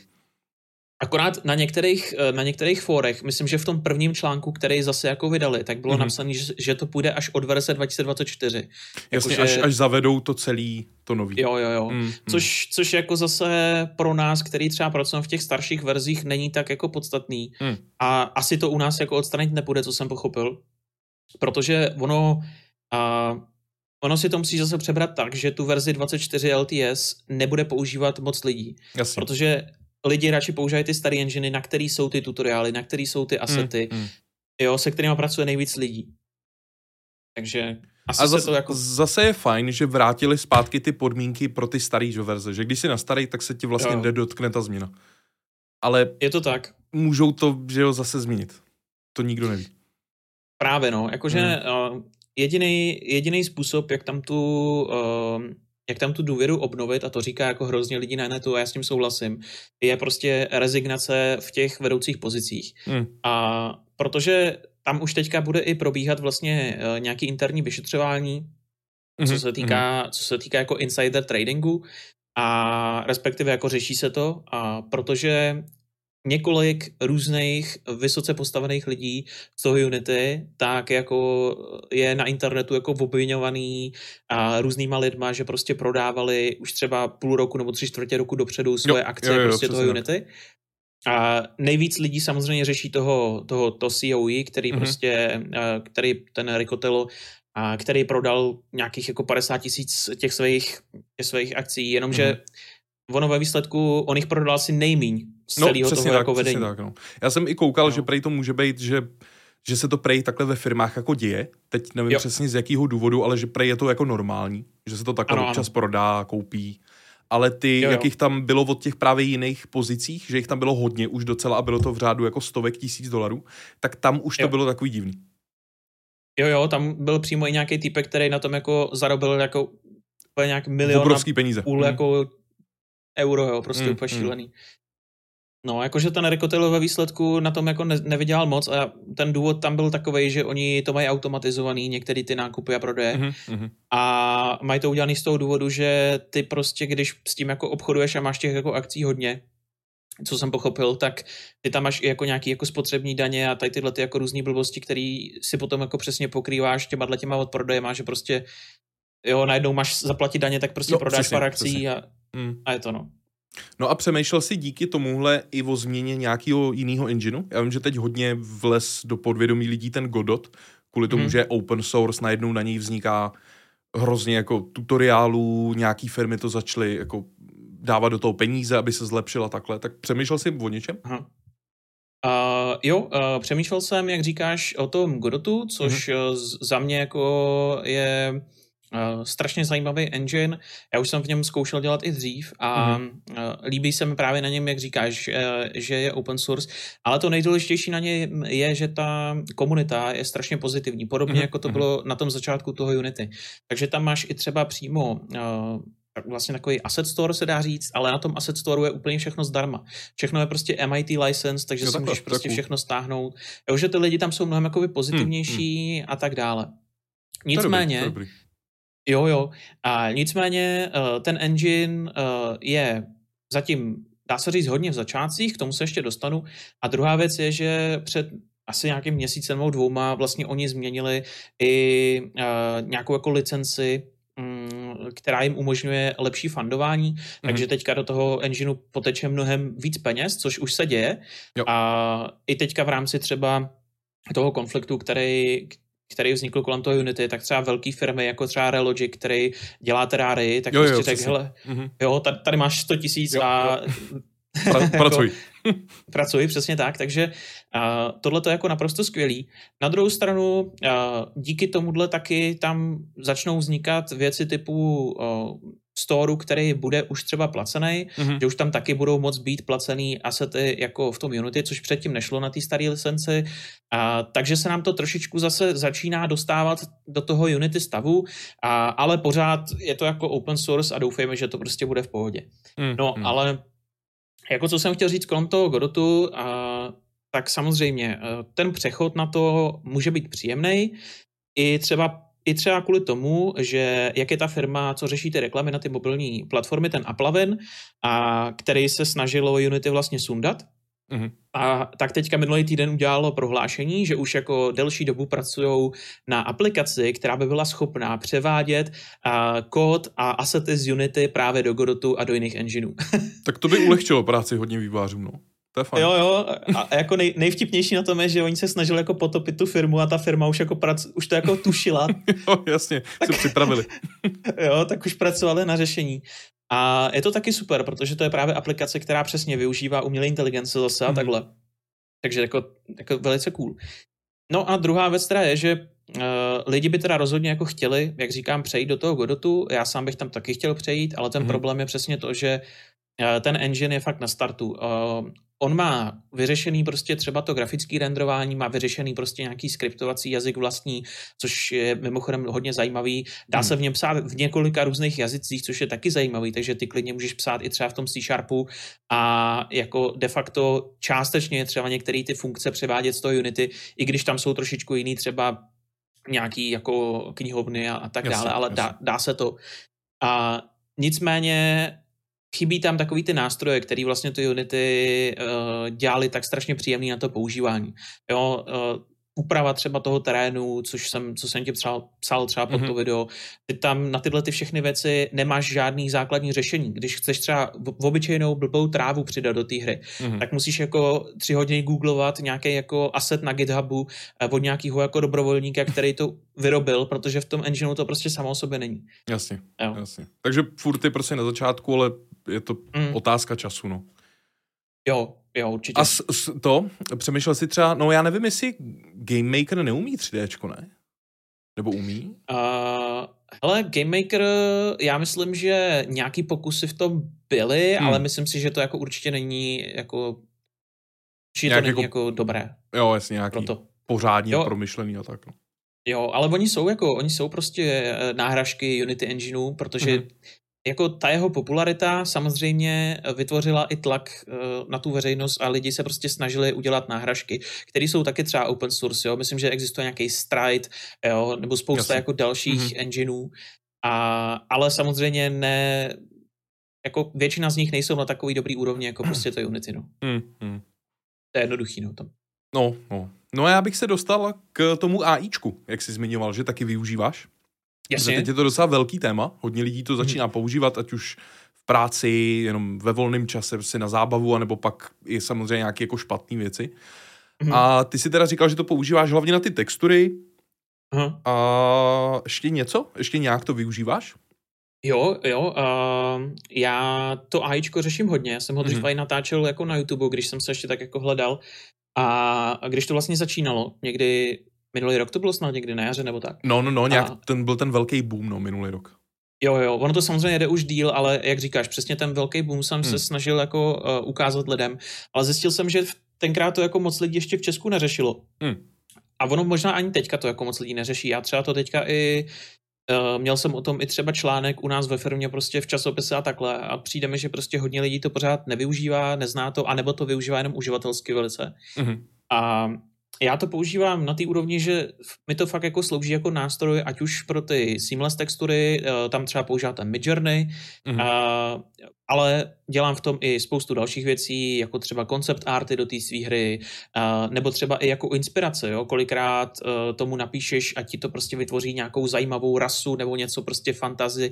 Akorát na některých, na některých fórech, myslím, že v tom prvním článku, který zase jako vydali, tak bylo mm-hmm. napsané, že, že to půjde až od verze dva tisíce dvacet čtyři. Jasně, jako, až, že... až zavedou to celý, to nový. Jo, jo, jo. Mm, Což, což jako zase pro nás, který třeba pracujeme v těch starších verzích, není tak jako podstatný. Mm. A asi to u nás jako odstranit nepůjde, co jsem pochopil. Protože ono, a, ono si to musí zase přebrat tak, že tu verzi dvacet čtyři L T S nebude používat moc lidí. Jasně. Protože lidi radši používají ty staré enginy, na který jsou ty tutoriály, na který jsou ty asety, Mm, mm. jo, se kterými pracuje nejvíc lidí. Takže asi A se zase, to jako... zase je fajn, že vrátili zpátky ty podmínky pro ty starý verze, že když jsi na starý, tak se ti vlastně Jo. nedotkne ta změna. Ale Je to tak. můžou to, že jo, zase změnit. To nikdo neví. Právě no, jakože Hmm. uh, jediný, jediný způsob, jak tam tu uh, jak tam tu důvěru obnovit, a to říká jako hrozně lidí na netu a já s tím souhlasím, je prostě rezignace v těch vedoucích pozicích. Hmm. A protože tam už teďka bude i probíhat vlastně uh, nějaký interní vyšetřování, co se týká, co se týká jako insider tradingu a respektive jako řeší se to, a protože několik různých vysoce postavených lidí z toho Unity, tak jako je na internetu jako obviňovaný a různýma lidma, že prostě prodávali už třeba půl roku nebo tři čtvrtě roku dopředu svoje Jo, akcie jo, jo, prostě toho přesně Unity. A nejvíc lidí samozřejmě řeší toho, toho to C O E, který Mhm. prostě, který ten Ricotello, a který prodal nějakých jako padesát tisíc těch svých, těch svých akcí, jenomže Mhm. ono ve výsledku, on jich prodal asi nejmíň z No, celého přesně toho tak, jako přesně vedení. tak, no. Já jsem i koukal, No. že prej to může být, že, že se to prej takhle ve firmách jako děje. Teď nevím Jo. přesně z jakého důvodu, ale že prej je to jako normální, že se to takhle Ano, občas ano. prodá, koupí. Ale ty, Jo, jo. jak jich tam bylo od těch právě jiných pozicích, že jich tam bylo hodně už docela a bylo to v řádu jako stovek tisíc dolarů, tak tam už to Jo. bylo takový divný. Jo, jo, tam byl přímo i nějaký týpek, který na tom jako zarobil jako úplně nějak milion Obrovský peníze. půl Mhm. jako euro, jo, prostě Mm, úplně mm. šílený. No, jakože ten Ricotello ve výsledku na tom jako ne, nevydělal moc a ten důvod tam byl takovej, že oni to mají automatizovaný, některé ty nákupy a prodeje Mhm, mhm. a mají to udělaný z toho důvodu, že ty prostě, když s tím jako obchoduješ a máš těch jako akcí hodně, co jsem pochopil, tak ty tam máš i jako nějaký jako spotřební daně a tady tyhle ty jako různý blbosti, který si potom jako přesně pokrýváš těma těma od prodejem, že prostě jo, najednou máš zaplatit daně, tak prostě No, prodáš přesně, pár akcí přesně. a, Mm. a je to no. No a přemýšlel jsi díky tomuhle i o změně nějakého jiného engineu? Já vím, že teď hodně vlez do podvědomí lidí ten Godot, kvůli tomu, Mhm. že je open source, najednou na něj vzniká hrozně jako tutoriálů, nějaký firmy to začaly jako dávat do toho peníze, aby se zlepšila takhle. Tak přemýšlel jsi o něčem? Aha. Uh, jo, uh, přemýšlel jsem, jak říkáš, o tom Godotu, což mm-hmm. za mě jako je uh, strašně zajímavý engine. Já už jsem v něm zkoušel dělat i dřív a mm. uh, líbí se mi právě na něm, jak říkáš, uh, že je open source, ale to nejdůležitější na něm je, že ta komunita je strašně pozitivní, podobně mm. jako to bylo na tom začátku toho Unity. Takže tam máš i třeba přímo uh, tak vlastně takový asset store se dá říct, ale na tom asset storeu je úplně všechno zdarma. Všechno je prostě M I T license, takže jo, si můžeš prostě takovou. všechno stáhnout. Jo, že ty lidi tam jsou mnohem jakoby pozitivnější hmm, hmm. a tak dále. Nicméně, to je dobrý, to je dobrý. jo, jo, a nicméně ten engine je zatím, dá se říct, hodně v začátcích, k tomu se ještě dostanu. A druhá věc je, že před asi nějakým měsícem nebo dvouma vlastně oni změnili i nějakou jako licenci, která jim umožňuje lepší fundování, mm-hmm. takže teďka do toho engineu poteče mnohem víc peněz, což už se děje. Jo. A i teďka v rámci třeba toho konfliktu, který, který vznikl kolem toho Unity, tak třeba velké firmy, jako třeba Relogic, který dělá Terrarii, tak jo, prostě řekl, hele, mm-hmm. jo, tady, tady máš sto tisíc a... Pra, pracuj. jako, pracuj, přesně tak, takže uh, tohle to je jako naprosto skvělý. Na druhou stranu, uh, díky tomuhle taky tam začnou vznikat věci typu uh, storeu, který bude už třeba placený, mm-hmm. že už tam taky budou moc být placený asety jako v tom Unity, což předtím nešlo na té staré licenci. Uh, takže se nám to trošičku zase začíná dostávat do toho Unity stavu, uh, ale pořád je to jako open source a doufejme, že to prostě bude v pohodě. Mm-hmm. No, ale jako co jsem chtěl říct kolem toho Godotu, uh, tak samozřejmě uh, ten přechod na to může být příjemný. I třeba, I třeba kvůli tomu, že jak je ta firma, co řeší ty reklamy na ty mobilní platformy, ten Applavin, a který se snažilo Unity vlastně sundat. Mm-hmm. A tak teďka minulý týden udělalo prohlášení, že už jako delší dobu pracujou na aplikaci, která by byla schopná převádět uh, kód a asety z Unity právě do Godotu a do jiných engineů. Tak to by ulehčilo práci hodně vývojářům, no. To je fajn. Jo, jo, a jako nej, nejvtipnější na tom je, že oni se snažili jako potopit tu firmu a ta firma už jako prac, už to jako tušila. Jo, jasně, tak, se připravili. Jo, tak už pracovali na řešení. A je to taky super, protože to je právě aplikace, která přesně využívá umělé inteligence zase a mm. takhle. Takže jako, jako velice cool. No a druhá věc teda je, že uh, lidi by teda rozhodně jako chtěli, jak říkám, přejít do toho Godotu. Já sám bych tam taky chtěl přejít, ale ten mm. problém je přesně to, že uh, ten engine je fakt na startu. Uh, on má vyřešený prostě třeba to grafické renderování, má vyřešený prostě nějaký skriptovací jazyk vlastní, což je mimochodem hodně zajímavý. Dá hmm. se v něm psát v několika různých jazycích, což je taky zajímavý, takže ty klidně můžeš psát i třeba v tom C Sharpu a jako de facto částečně třeba některé ty funkce převádět z toho Unity, i když tam jsou trošičku jiný třeba nějaký jako knihovny a, a tak jasně, dále, ale dá, dá se to. A nicméně chybí tam takový ty nástroje, který vlastně ty Unity uh, dělali tak strašně příjemný na to používání. Jo, uh, úprava třeba toho terénu, což jsem, co jsem ti psal, psal třeba pod mm-hmm. to video. Ty tam na tyhle ty všechny věci nemáš žádný základní řešení. Když chceš třeba v obyčejnou blbou trávu přidat do té hry, mm-hmm. tak musíš jako tři hodiny googlovat nějaký jako asset na GitHubu od nějakého jako dobrovolníka, který to vyrobil, protože v tom engineu to prostě samo o sobě není. Jasně, jo. jasně. Takže furt je prostě na začátku, ale je to mm. otázka času, no. Jo, jo, určitě. A s, s to, přemýšlel jsi třeba, no já nevím, jestli Game Maker neumí tři déčko, ne? Nebo umí? Uh, hele, Game Maker, já myslím, že nějaký pokusy v tom byly, hmm. ale myslím si, že to jako určitě není jako, že to není jako, jako dobré. Jo, jasně, nějaký proto. Pořádně jo. promyšlený a tak. No. Jo, ale oni jsou jako, oni jsou prostě náhražky Unity Engineu, protože hmm. jako ta jeho popularita samozřejmě vytvořila i tlak uh, na tu veřejnost a lidi se prostě snažili udělat náhražky, které jsou taky třeba open source, jo. Myslím, že existuje nějaký Stride, jo, nebo spousta Jasně. jako dalších mm-hmm. engineů, a, ale samozřejmě ne, jako většina z nich nejsou na takový dobrý úrovni, jako prostě to Unity, no. Mm-hmm. To je jednoduchý, no, tam. No, no. No a já bych se dostal k tomu AIčku, jak jsi zmiňoval, že taky využíváš. Jasně. Teď je to docela velký téma, hodně lidí to začíná hmm. používat, ať už v práci, jenom ve volném čase, prostě na zábavu, anebo pak i samozřejmě nějaké jako špatné věci. Hmm. A ty si teda říkal, že to používáš hlavně na ty textury. Hmm. A ještě něco? Ještě nějak to využíváš? Jo, jo, uh, já to AIčko řeším hodně, já jsem ho dřív hmm. natáčel jako na YouTube, když jsem se ještě tak jako hledal. A když to vlastně začínalo, někdy minulý rok to bylo snad někdy na jaře nebo tak. No, no, no, nějak A... ten byl ten velký boom, no, minulý rok. Jo, jo, ono to samozřejmě jede už díl, ale jak říkáš, přesně ten velký boom jsem hmm. se snažil jako uh, ukázat lidem, ale zjistil jsem, že tenkrát to jako moc lidí ještě v Česku neřešilo. Hmm. A ono možná ani teďka to jako moc lidí neřeší. Já třeba to teďka i Uh, měl jsem o tom i třeba článek u nás ve firmě prostě v časopise a takhle a přijde mi, že prostě hodně lidí to pořád nevyužívá, nezná to, anebo to využívá jenom uživatelsky velice. Mm-hmm. A já to používám na té úrovni, že mi to fakt jako slouží jako nástroj, ať už pro ty seamless textury, uh, tam třeba používám ten Midjourney, mm-hmm. uh, ale dělám v tom i spoustu dalších věcí, jako třeba concept arty do té své hry, uh, nebo třeba i jako inspirace, jo? Kolikrát uh, tomu napíšeš a ti to prostě vytvoří nějakou zajímavou rasu nebo něco prostě fantasy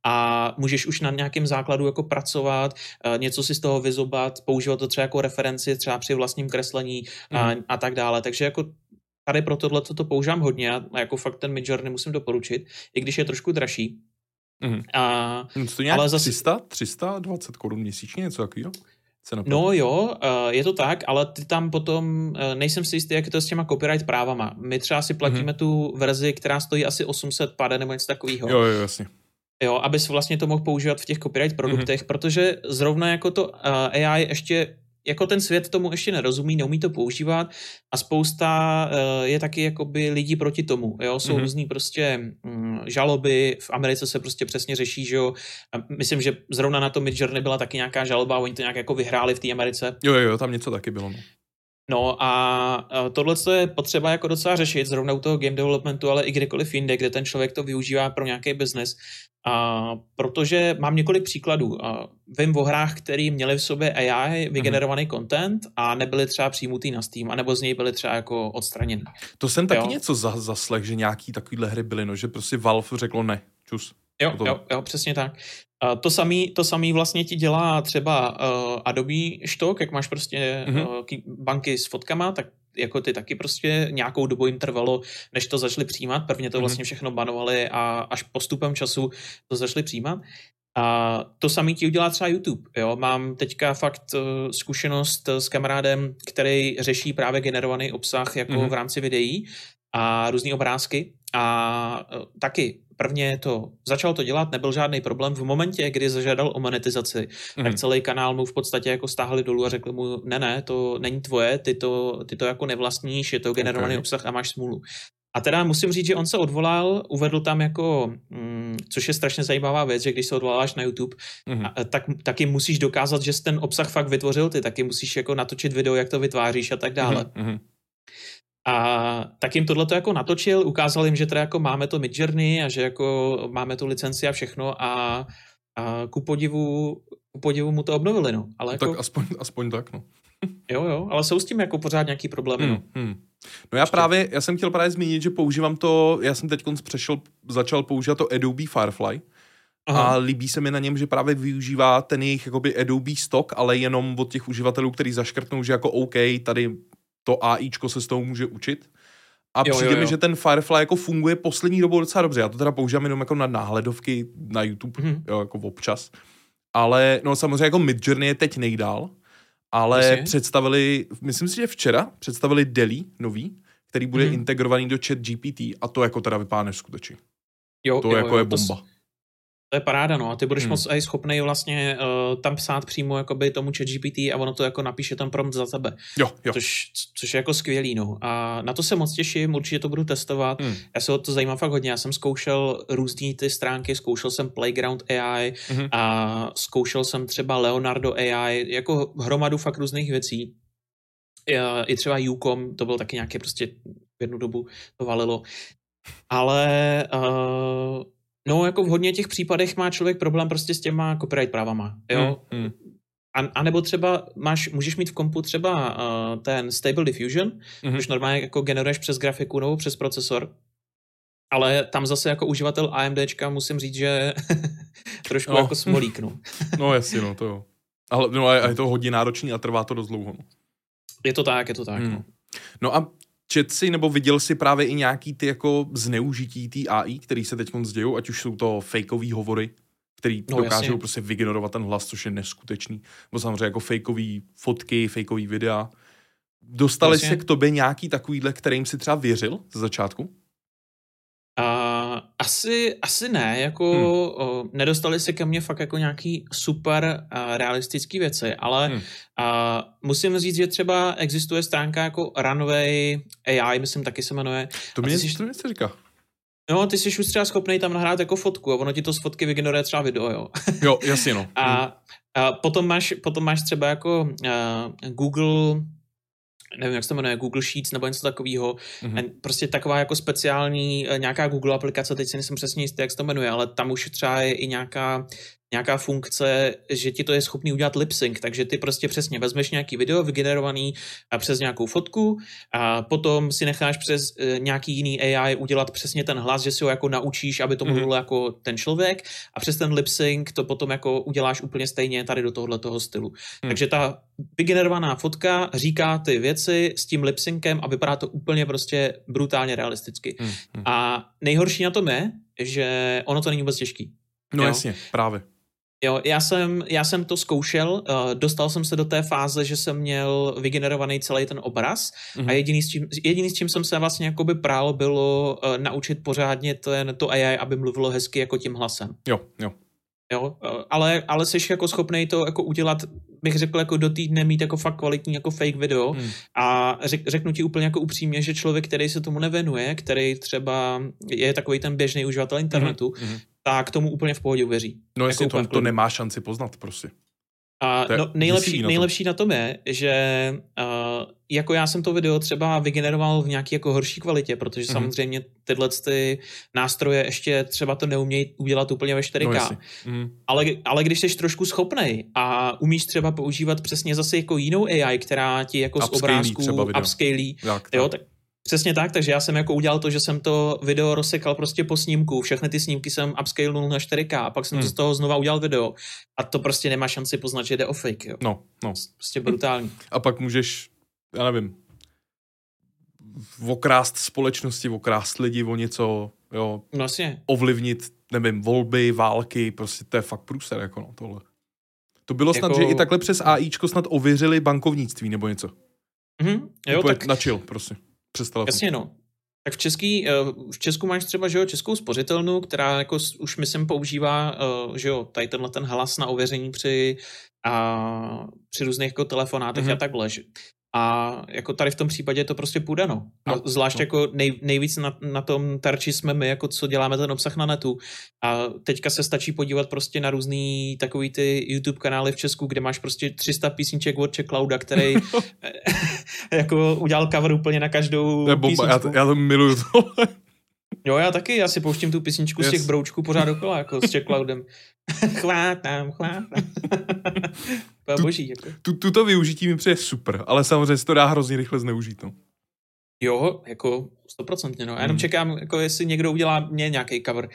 a můžeš už na nějakém základu jako pracovat, uh, něco si z toho vyzobat, používat to třeba jako referenci, třeba při vlastním kreslení mm. a, a tak dále, takže jako tady pro tohle to používám hodně a jako fakt ten Midjourney musím doporučit, i když je trošku dražší. Mm. A, no to nějak ale zase... tři sta, tři sta dvacet korun měsíčně, něco takového? No jo, je to tak, ale ty tam potom, nejsem si jistý, jak je to s těma copyright právama. My třeba si platíme mm-hmm. tu verzi, která stojí asi osm set pade nebo něco takového. Jo, jo, jasně. Jo, abys vlastně to mohl používat v těch copyright produktech, mm-hmm. protože zrovna jako to A I ještě jako ten svět tomu ještě nerozumí, neumí to používat a spousta uh, je taky jakoby lidí proti tomu, jo, jsou mm-hmm. různý prostě um, žaloby, v Americe se prostě přesně řeší, že jo, a myslím, že zrovna na to Midjourney byla taky nějaká žaloba, oni to nějak jako vyhráli v té Americe. Jo, jo, tam něco taky bylo, no. No a tohle je potřeba jako docela řešit, zrovna u toho game developmentu, ale i kdekoliv jinde, kde ten člověk to využívá pro nějaký biznes. A protože mám několik příkladů. A vím o hrách, který měli v sobě A I vygenerovaný mm-hmm. content a nebyli třeba přijmutý na Steam, anebo z něj byli třeba jako odstraněni. To jsem taky jo? něco za, zaslech, že nějaký takovýhle hry byly, no, že prostě Valve řeklo ne, čus. Jo, jo, jo, přesně tak. Uh, to samý, to samý vlastně ti dělá třeba uh, Adobe Stock, jak máš prostě mm-hmm. uh, banky s fotkama, tak jako ty taky prostě nějakou dobu jim trvalo, než to začali přijímat. Prvně to mm-hmm. vlastně všechno banovali a až postupem času to začali přijímat. A to samý ti udělá třeba YouTube. Jo? Mám teďka fakt uh, zkušenost s kamarádem, který řeší právě generovaný obsah jako mm-hmm. v rámci videí a různý obrázky a uh, taky prvně to, začal to dělat, nebyl žádný problém. V momentě, kdy zažádal o monetizaci, mm. tak celý kanál mu v podstatě jako stáhli dolů a řekli mu, ne, ne, to není tvoje, ty to, ty to jako nevlastníš, je to generovaný okay. obsah a máš smůlu. A teda musím říct, že on se odvolal, uvedl tam jako, mm, což je strašně zajímavá věc, že když se odvoláváš na YouTube, mm. a, tak taky musíš dokázat, že jsi ten obsah fakt vytvořil, ty taky musíš jako natočit video, jak to vytváříš a tak dále. Mm. A tak jim tohleto jako natočil, ukázal jim, že teda jako máme to Midjourney a že jako máme tu licenci a všechno a, a ku podivu, ku podivu mu to obnovili, no. Ale jako, tak aspoň, aspoň tak, no. Jo, jo, ale jsou s tím jako pořád nějaký problémy, hmm, no. Hmm. No já Ještě. právě, já jsem chtěl právě zmínit, že používám to, já jsem teď přešel, začal používat to Adobe Firefly. Aha. A líbí se mi na něm, že právě využívá ten jejich jakoby Adobe stock, ale jenom od těch uživatelů, kteří zaškrtnou, že jako OK, tady to AIčko se s tou může učit. A jo, přijde jo, jo. mi, že ten Firefly jako funguje poslední dobou docela dobře. Já to teda používám jenom jako na náhledovky na YouTube, mm. jo, jako občas. Ale no samozřejmě jako Midjourney je teď nejdál, ale Myslím? představili, myslím si, že včera představili DALL-E nový, který bude mm. integrovaný do ChatGPT a to jako teda vypadá neskutečně. Jo, to jo, jako jo, je bomba. To... To je paráda, no. A ty budeš hmm. moc aj schopnej vlastně uh, tam psát přímo jakoby tomu ChatGPT a ono to jako napíše ten prompt za tebe. Jo, jo. Což, což je jako skvělý, no. A na to se moc těším, určitě to budu testovat. Hmm. Já se o to zajímám fakt hodně. Já jsem zkoušel různý ty stránky, zkoušel jsem Playground A I hmm. a zkoušel jsem třeba Leonardo A I, jako hromadu fakt různých věcí. I třeba YouCom, to byl taky nějaké prostě v jednu dobu to valilo. Ale... Uh, No, jako v hodně těch případech má člověk problém prostě s těma copyright právama, jo. Hmm, hmm. A, a nebo třeba máš, můžeš mít v kompu třeba uh, ten Stable Diffusion, hmm. což normálně jako generuješ přes grafiku nebo přes procesor, ale tam zase jako uživatel AMDčka musím říct, že trošku no. jako smolík, no. No jasně, no to jo. Ale no, a je to hodně náročný a trvá to dost dlouho. No. Je to tak, je to tak, hmm. no. No a čet si nebo viděl si právě i nějaký ty jako zneužití té A I, který se teď dějou, ať už jsou to fakeový hovory, který no, dokážou jasně. prostě vygenerovat ten hlas, což je neskutečný. Nebo samozřejmě jako fakeový fotky, fakeový videa. Dostali Vlastně? se k tobě nějaký takovýhle, kterým si třeba věřil ze začátku? Uh, asi, asi ne, jako hmm. uh, nedostali se ke mně fakt jako nějaký super uh, realistický věci, ale hmm. uh, musím říct, že třeba existuje stránka jako Runway A I, myslím taky se jmenuje. To mě, jsi, to mě se říká. No, ty jsi už třeba schopnej tam nahrát jako fotku a ono ti to z fotky vygeneruje třeba video, jo. Jo, jasně no. a, a potom, máš, potom máš třeba jako uh, Google, nevím, jak se to jmenuje, Google Sheets nebo něco takového. Mm-hmm. Prostě taková jako speciální nějaká Google aplikace, teď si nejsem přesně jistý, jak se to jmenuje, ale tam už třeba je i nějaká, nějaká funkce, že ti to je schopný udělat lip sync, takže ty prostě přesně vezmeš nějaký video vygenerovaný a přes nějakou fotku a potom si necháš přes nějaký jiný A I udělat přesně ten hlas, že si ho jako naučíš, aby to mluvil mm-hmm. jako ten člověk a přes ten lip sync to potom jako uděláš úplně stejně tady do tohohletoho stylu. Mm. Takže ta vygenerovaná fotka říká ty věci s tím lip syncem a vypadá to úplně prostě brutálně realisticky. Mm. Mm. A nejhorší na tom je, že ono to není vůbec těžký. No jo? Jasně, právě. Jo, já jsem, já jsem to zkoušel, uh, dostal jsem se do té fáze, že jsem měl vygenerovaný celý ten obraz mm-hmm. a jediný s, čím, jediný, s čím jsem se vlastně jakoby prál, bylo uh, naučit pořádně ten, to A I, aby mluvilo hezky jako tím hlasem. Jo, jo. Jo, uh, ale, ale jsi jako schopnej to jako udělat, bych řekl, jako do týdne mít jako fakt kvalitní jako fake video hmm. a řek, řeknu ti úplně jako upřímně, že člověk, který se tomu nevěnuje, který třeba je takový ten běžný uživatel internetu, hmm. tak tomu úplně v pohodě uvěří. No jestli jako to, to nemá šanci poznat prostě. A no, nejlepší, na nejlepší na tom je, že uh, jako já jsem to video třeba vygeneroval v nějaký jako horší kvalitě, protože mm-hmm. samozřejmě tyhle ty nástroje ještě třeba to neumějí udělat úplně ve čtyři ká. No, mm. ale, ale když jsi trošku schopnej a umíš třeba používat přesně zase jako jinou A I, která ti jako z obrázků upscalí, jo, tak přesně tak, takže já jsem jako udělal to, že jsem to video rozsekal prostě po snímku, všechny ty snímky jsem upscalnul na čtyři ká a pak jsem hmm. to z toho znova udělal video a to prostě nemá šanci poznat, že jde o fake, jo. No, no. Prostě brutální. A pak můžeš, já nevím, okrást společnosti, okrást lidi o něco, jo. No jasně. Ovlivnit, nevím, volby, války, prostě to je fakt průser, jako no, tohle. To bylo snad, jako... že i takhle přes AIčko snad ověřili bankovnictví nebo něco. Mhm, jo, úplně tak... na chill, prostě. Jasně, no. Tak v, český, v Česku máš třeba, že jo, českou spořitelnu, která jako už myslím používá, že jo, tady tenhle ten hlas na ověření při, a, při různých jako telefonátech mm-hmm. a takhle. A jako tady v tom případě to prostě půjde, no. A no, zvlášť no. jako nej, nejvíc na, na tom terči jsme my, jako co děláme ten obsah na netu. A teďka se stačí podívat prostě na různý takový ty YouTube kanály v Česku, kde máš prostě tři sta písniček od Czech Clouda, který jako udělal cover úplně na každou Nebo, písničku. Já to, já to miluju tohle. Jo, já taky, já si pouštím tu písničku yes. z těch broučků pořád dokola, jako s Czech Cloudem. chvátám, chvátám. To je boží. Jako. Tu, tuto využití mi přijde super, ale samozřejmě se to dá hrozně rychle zneužít. No. Jo, jako stoprocentně, no. Já jenom mm. čekám, jako jestli někdo udělá mě nějaký cover.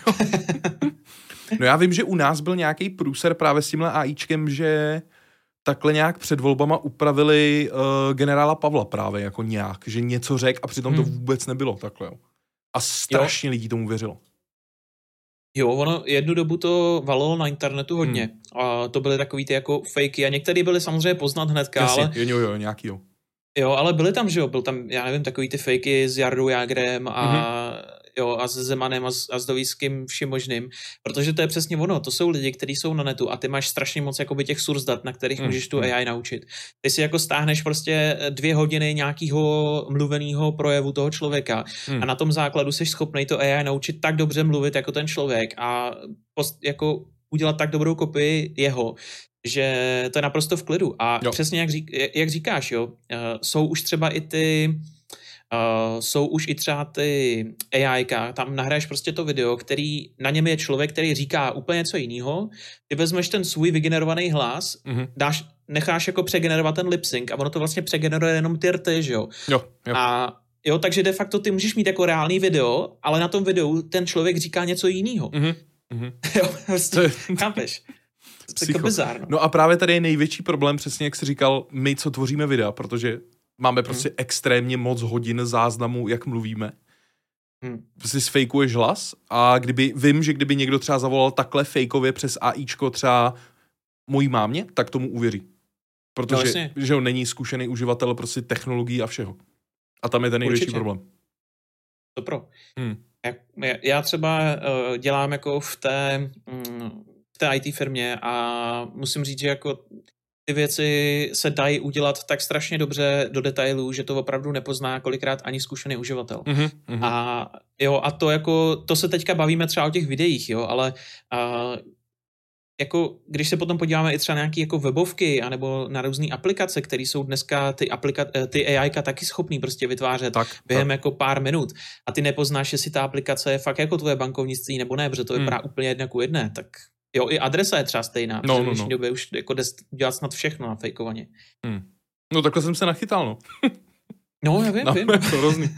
No já vím, že u nás byl nějaký průser právě s tímhle AIčkem, že takhle nějak před volbama upravili uh, generála Pavla právě jako nějak, že něco řek a přitom mm. to vůbec nebylo takhle. Jo. A strašně jo. lidí tomu věřilo. Jo, ono jednu dobu to valilo na internetu hodně. Hmm. A to byly takový ty jako fakey a některý byly samozřejmě poznat hnedka, Jasně, ale... jo, jo, nějaký jo. Jo, ale byly tam, že jo, byl tam, já nevím, takový ty fakey s Jardou Jágrem a, mm-hmm. jo, a s Zemanem a s, a s Dovíským vším možným, protože to je přesně ono, to jsou lidi, kteří jsou na netu a ty máš strašně moc jakoby těch source dat, na kterých mm. můžeš tu A I naučit. Ty si jako stáhneš prostě dvě hodiny nějakého mluveného projevu toho člověka mm. a na tom základu jsi schopnej to A I naučit tak dobře mluvit jako ten člověk a post, jako udělat tak dobrou kopii jeho, že to je naprosto v klidu. A jo. přesně jak, řík, jak říkáš, jo, uh, jsou už třeba i ty Uh, jsou už i třeba ty A I ka, tam nahraješ prostě to video, který na něm je člověk, který říká úplně něco jiného, ty vezmeš ten svůj vygenerovaný hlas, mm-hmm. dáš, necháš jako přegenerovat ten lip sync a ono to vlastně přegeneruje jenom ty rty, že jo? Jo, jo. A jo, takže de facto ty můžeš mít jako reálný video, ale na tom videu ten člověk říká něco jiného. Mm-hmm. Jo, prostě, chápeš? To je bizár, no a právě tady je největší problém, přesně jak jsi říkal, my, co tvoříme videa, protože máme prostě hmm. extrémně moc hodin záznamu, jak mluvíme. Hmm. Prostě sfejkuješ hlas a kdyby, vím, že kdyby někdo třeba zavolal takhle fejkově přes AIčko třeba mojí mámě, tak tomu uvěří. Protože no, že on není zkušený uživatel prostě technologií a všeho. A tam je ten největší problém. To pro. Hmm. Já třeba uh, dělám jako v té, um, v té í té firmě a musím říct, že jako ty věci se dají udělat tak strašně dobře do detailů, že to opravdu nepozná kolikrát ani zkušený uživatel. Mm-hmm. A jo, a to jako, to se teďka bavíme třeba o těch videích, jo, ale uh, jako, když se potom podíváme i třeba na nějaké jako webovky anebo na různé aplikace, které jsou dneska ty, aplika- ty á í ka taky schopný prostě vytvářet tak, během tak. jako pár minut a ty nepoznáš, jestli ta aplikace je fakt jako tvoje bankovnictví nebo ne, protože to vypadá hmm. úplně jedna ku jedné, tak jo, i adresa je třeba stejná, no, protože v dnešní no, no. době už jako jde dělat snad všechno na fejkovaně. Hmm. No takhle jsem se nachytal, no. No, já vím, no, vím. To hrozný.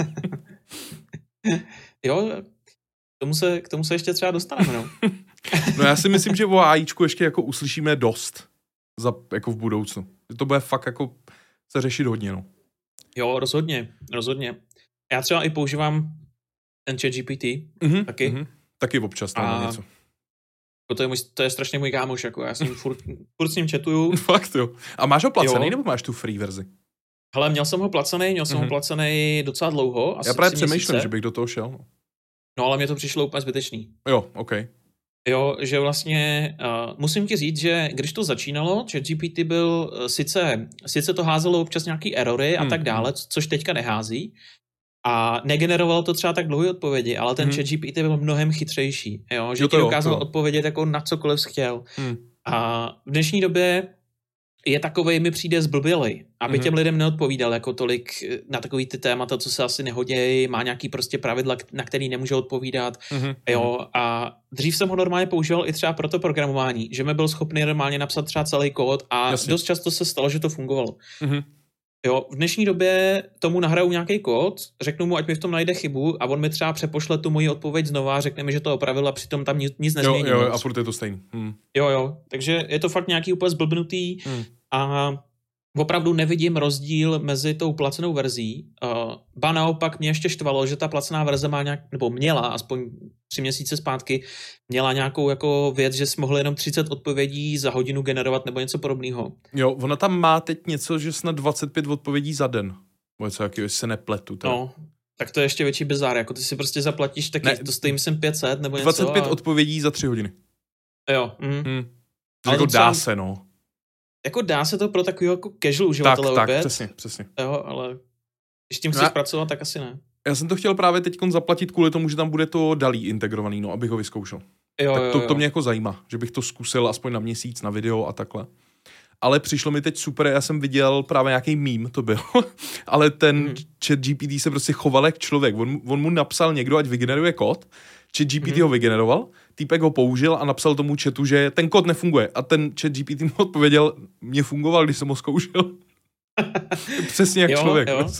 Jo, k tomu, se, k tomu se ještě třeba dostaneme, no. No já si myslím, že o AIčku ještě jako uslyšíme dost za, jako v budoucnu. Že to bude fakt jako se řešit hodně, no. Jo, rozhodně, rozhodně. Já třeba i používám ten ChatGPT, mm-hmm, taky. Mm-hmm. Taky občas tam něco. To je, můj, to je strašně můj kámoš, jako já s ním furt, furt s ním chatuju. Fakt jo. A máš ho placený, jo. Nebo máš tu free verzi? Hele, měl jsem ho placený, měl jsem mm-hmm. ho placený docela dlouho. Asi já právě přemýšlím, že bych do toho šel. No. no ale mě to přišlo úplně zbytečný. Jo, ok. Jo, že vlastně uh, musím ti říct, že když to začínalo, že G P T byl uh, sice, sice to házelo občas nějaký erory a hmm. tak dále, což teďka nehází a negenerovalo to třeba tak dlouhé odpovědi, ale ten hmm. chat G P T byl mnohem chytřejší, jo, že jo, ti dokázal jo, odpovědět jako na cokoliv chtěl. Hmm. A v dnešní době je takovej, mi přijde zblbělej, aby mm-hmm. těm lidem neodpovídal jako tolik na takový ty témata, co se asi nehodějí, má nějaký prostě pravidla, na který nemůže odpovídat, mm-hmm. jo, a dřív jsem ho normálně používal i třeba pro to programování, že mi byl schopný normálně napsat třeba celý kód a Jasně. dost často se stalo, že to fungovalo. Mm-hmm. Jo, v dnešní době tomu nahraju nějaký kód, řeknu mu, ať mi v tom najde chybu a on mi třeba přepošle tu moji odpověď znova a řekne mi, že to opravil a přitom tam nic, nic nezmění. Jo, jo, a furt je to stejný. Hmm. Jo, jo, takže je to fakt nějaký úplně zblbnutý hmm. a opravdu nevidím rozdíl mezi tou placenou verzí. Uh, ba naopak mě ještě štvalo, že ta placená verze má nějak, nebo měla, aspoň tři měsíce zpátky, měla nějakou jako věc, že jsi mohl jenom třicet odpovědí za hodinu generovat nebo něco podobného. Jo, ona tam má teď něco, že snad dvacet pět odpovědí za den. Nebo co, jaký, se nepletu. Tak. No, tak to je ještě větší bizár, jako ty si prostě zaplatíš, tak ne, to stojí myslím pět set nebo něco. dvacet pět a... odpovědí za tři hodiny. Jo. Mm. Hmm. Ale jako dá se, no. Jako dá se to pro takového jako casual uživatele tak, opět. Tak, přesně, přesně. Jo, ale když tím chceš no, pracovat, tak asi ne. Já jsem to chtěl právě teď zaplatit kvůli tomu, že tam bude to dalí integrovaný, no, abych ho vyzkoušel. Jo, tak to, jo, jo. to mě jako zajímá, že bych to zkusil aspoň na měsíc, na video a takhle. Ale přišlo mi teď super, já jsem viděl právě nějaký meme, to byl, ale ten hmm. chat G P T se prostě choval jak člověk. On, on mu napsal někdo, ať vygeneruje kód, chat G P T hmm. ho vygeneroval, týpek ho použil a napsal tomu chatu, že ten kód nefunguje. A ten chat G P T mu odpověděl, mě fungoval, když jsem ho zkoušel. Přesně jak jo, člověk. Jo.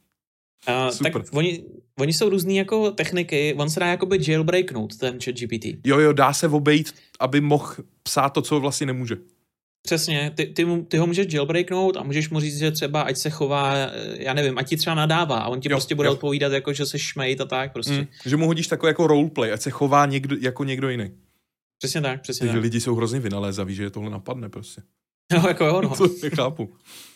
Uh, super. Tak oni, oni jsou různý jako techniky, on se dá jakoby jailbreaknout, ten chat G P T. Jo, jo, dá se obejít, aby mohl psát to, co vlastně nemůže. Přesně, ty, ty, mu, ty ho můžeš jailbreaknout a můžeš mu říct, že třeba ať se chová, já nevím, ať ti třeba nadává a on ti jo, prostě bude jo. odpovídat jako, že jsi šmejt a tak prostě. Mm, že mu hodíš takový jako roleplay, ať se chová někdo, jako někdo jiný. Přesně tak, přesně Teď tak. lidi jsou hrozně vynalézaví, že je tohle napadne prostě. No, jako jo, no. To nechápu.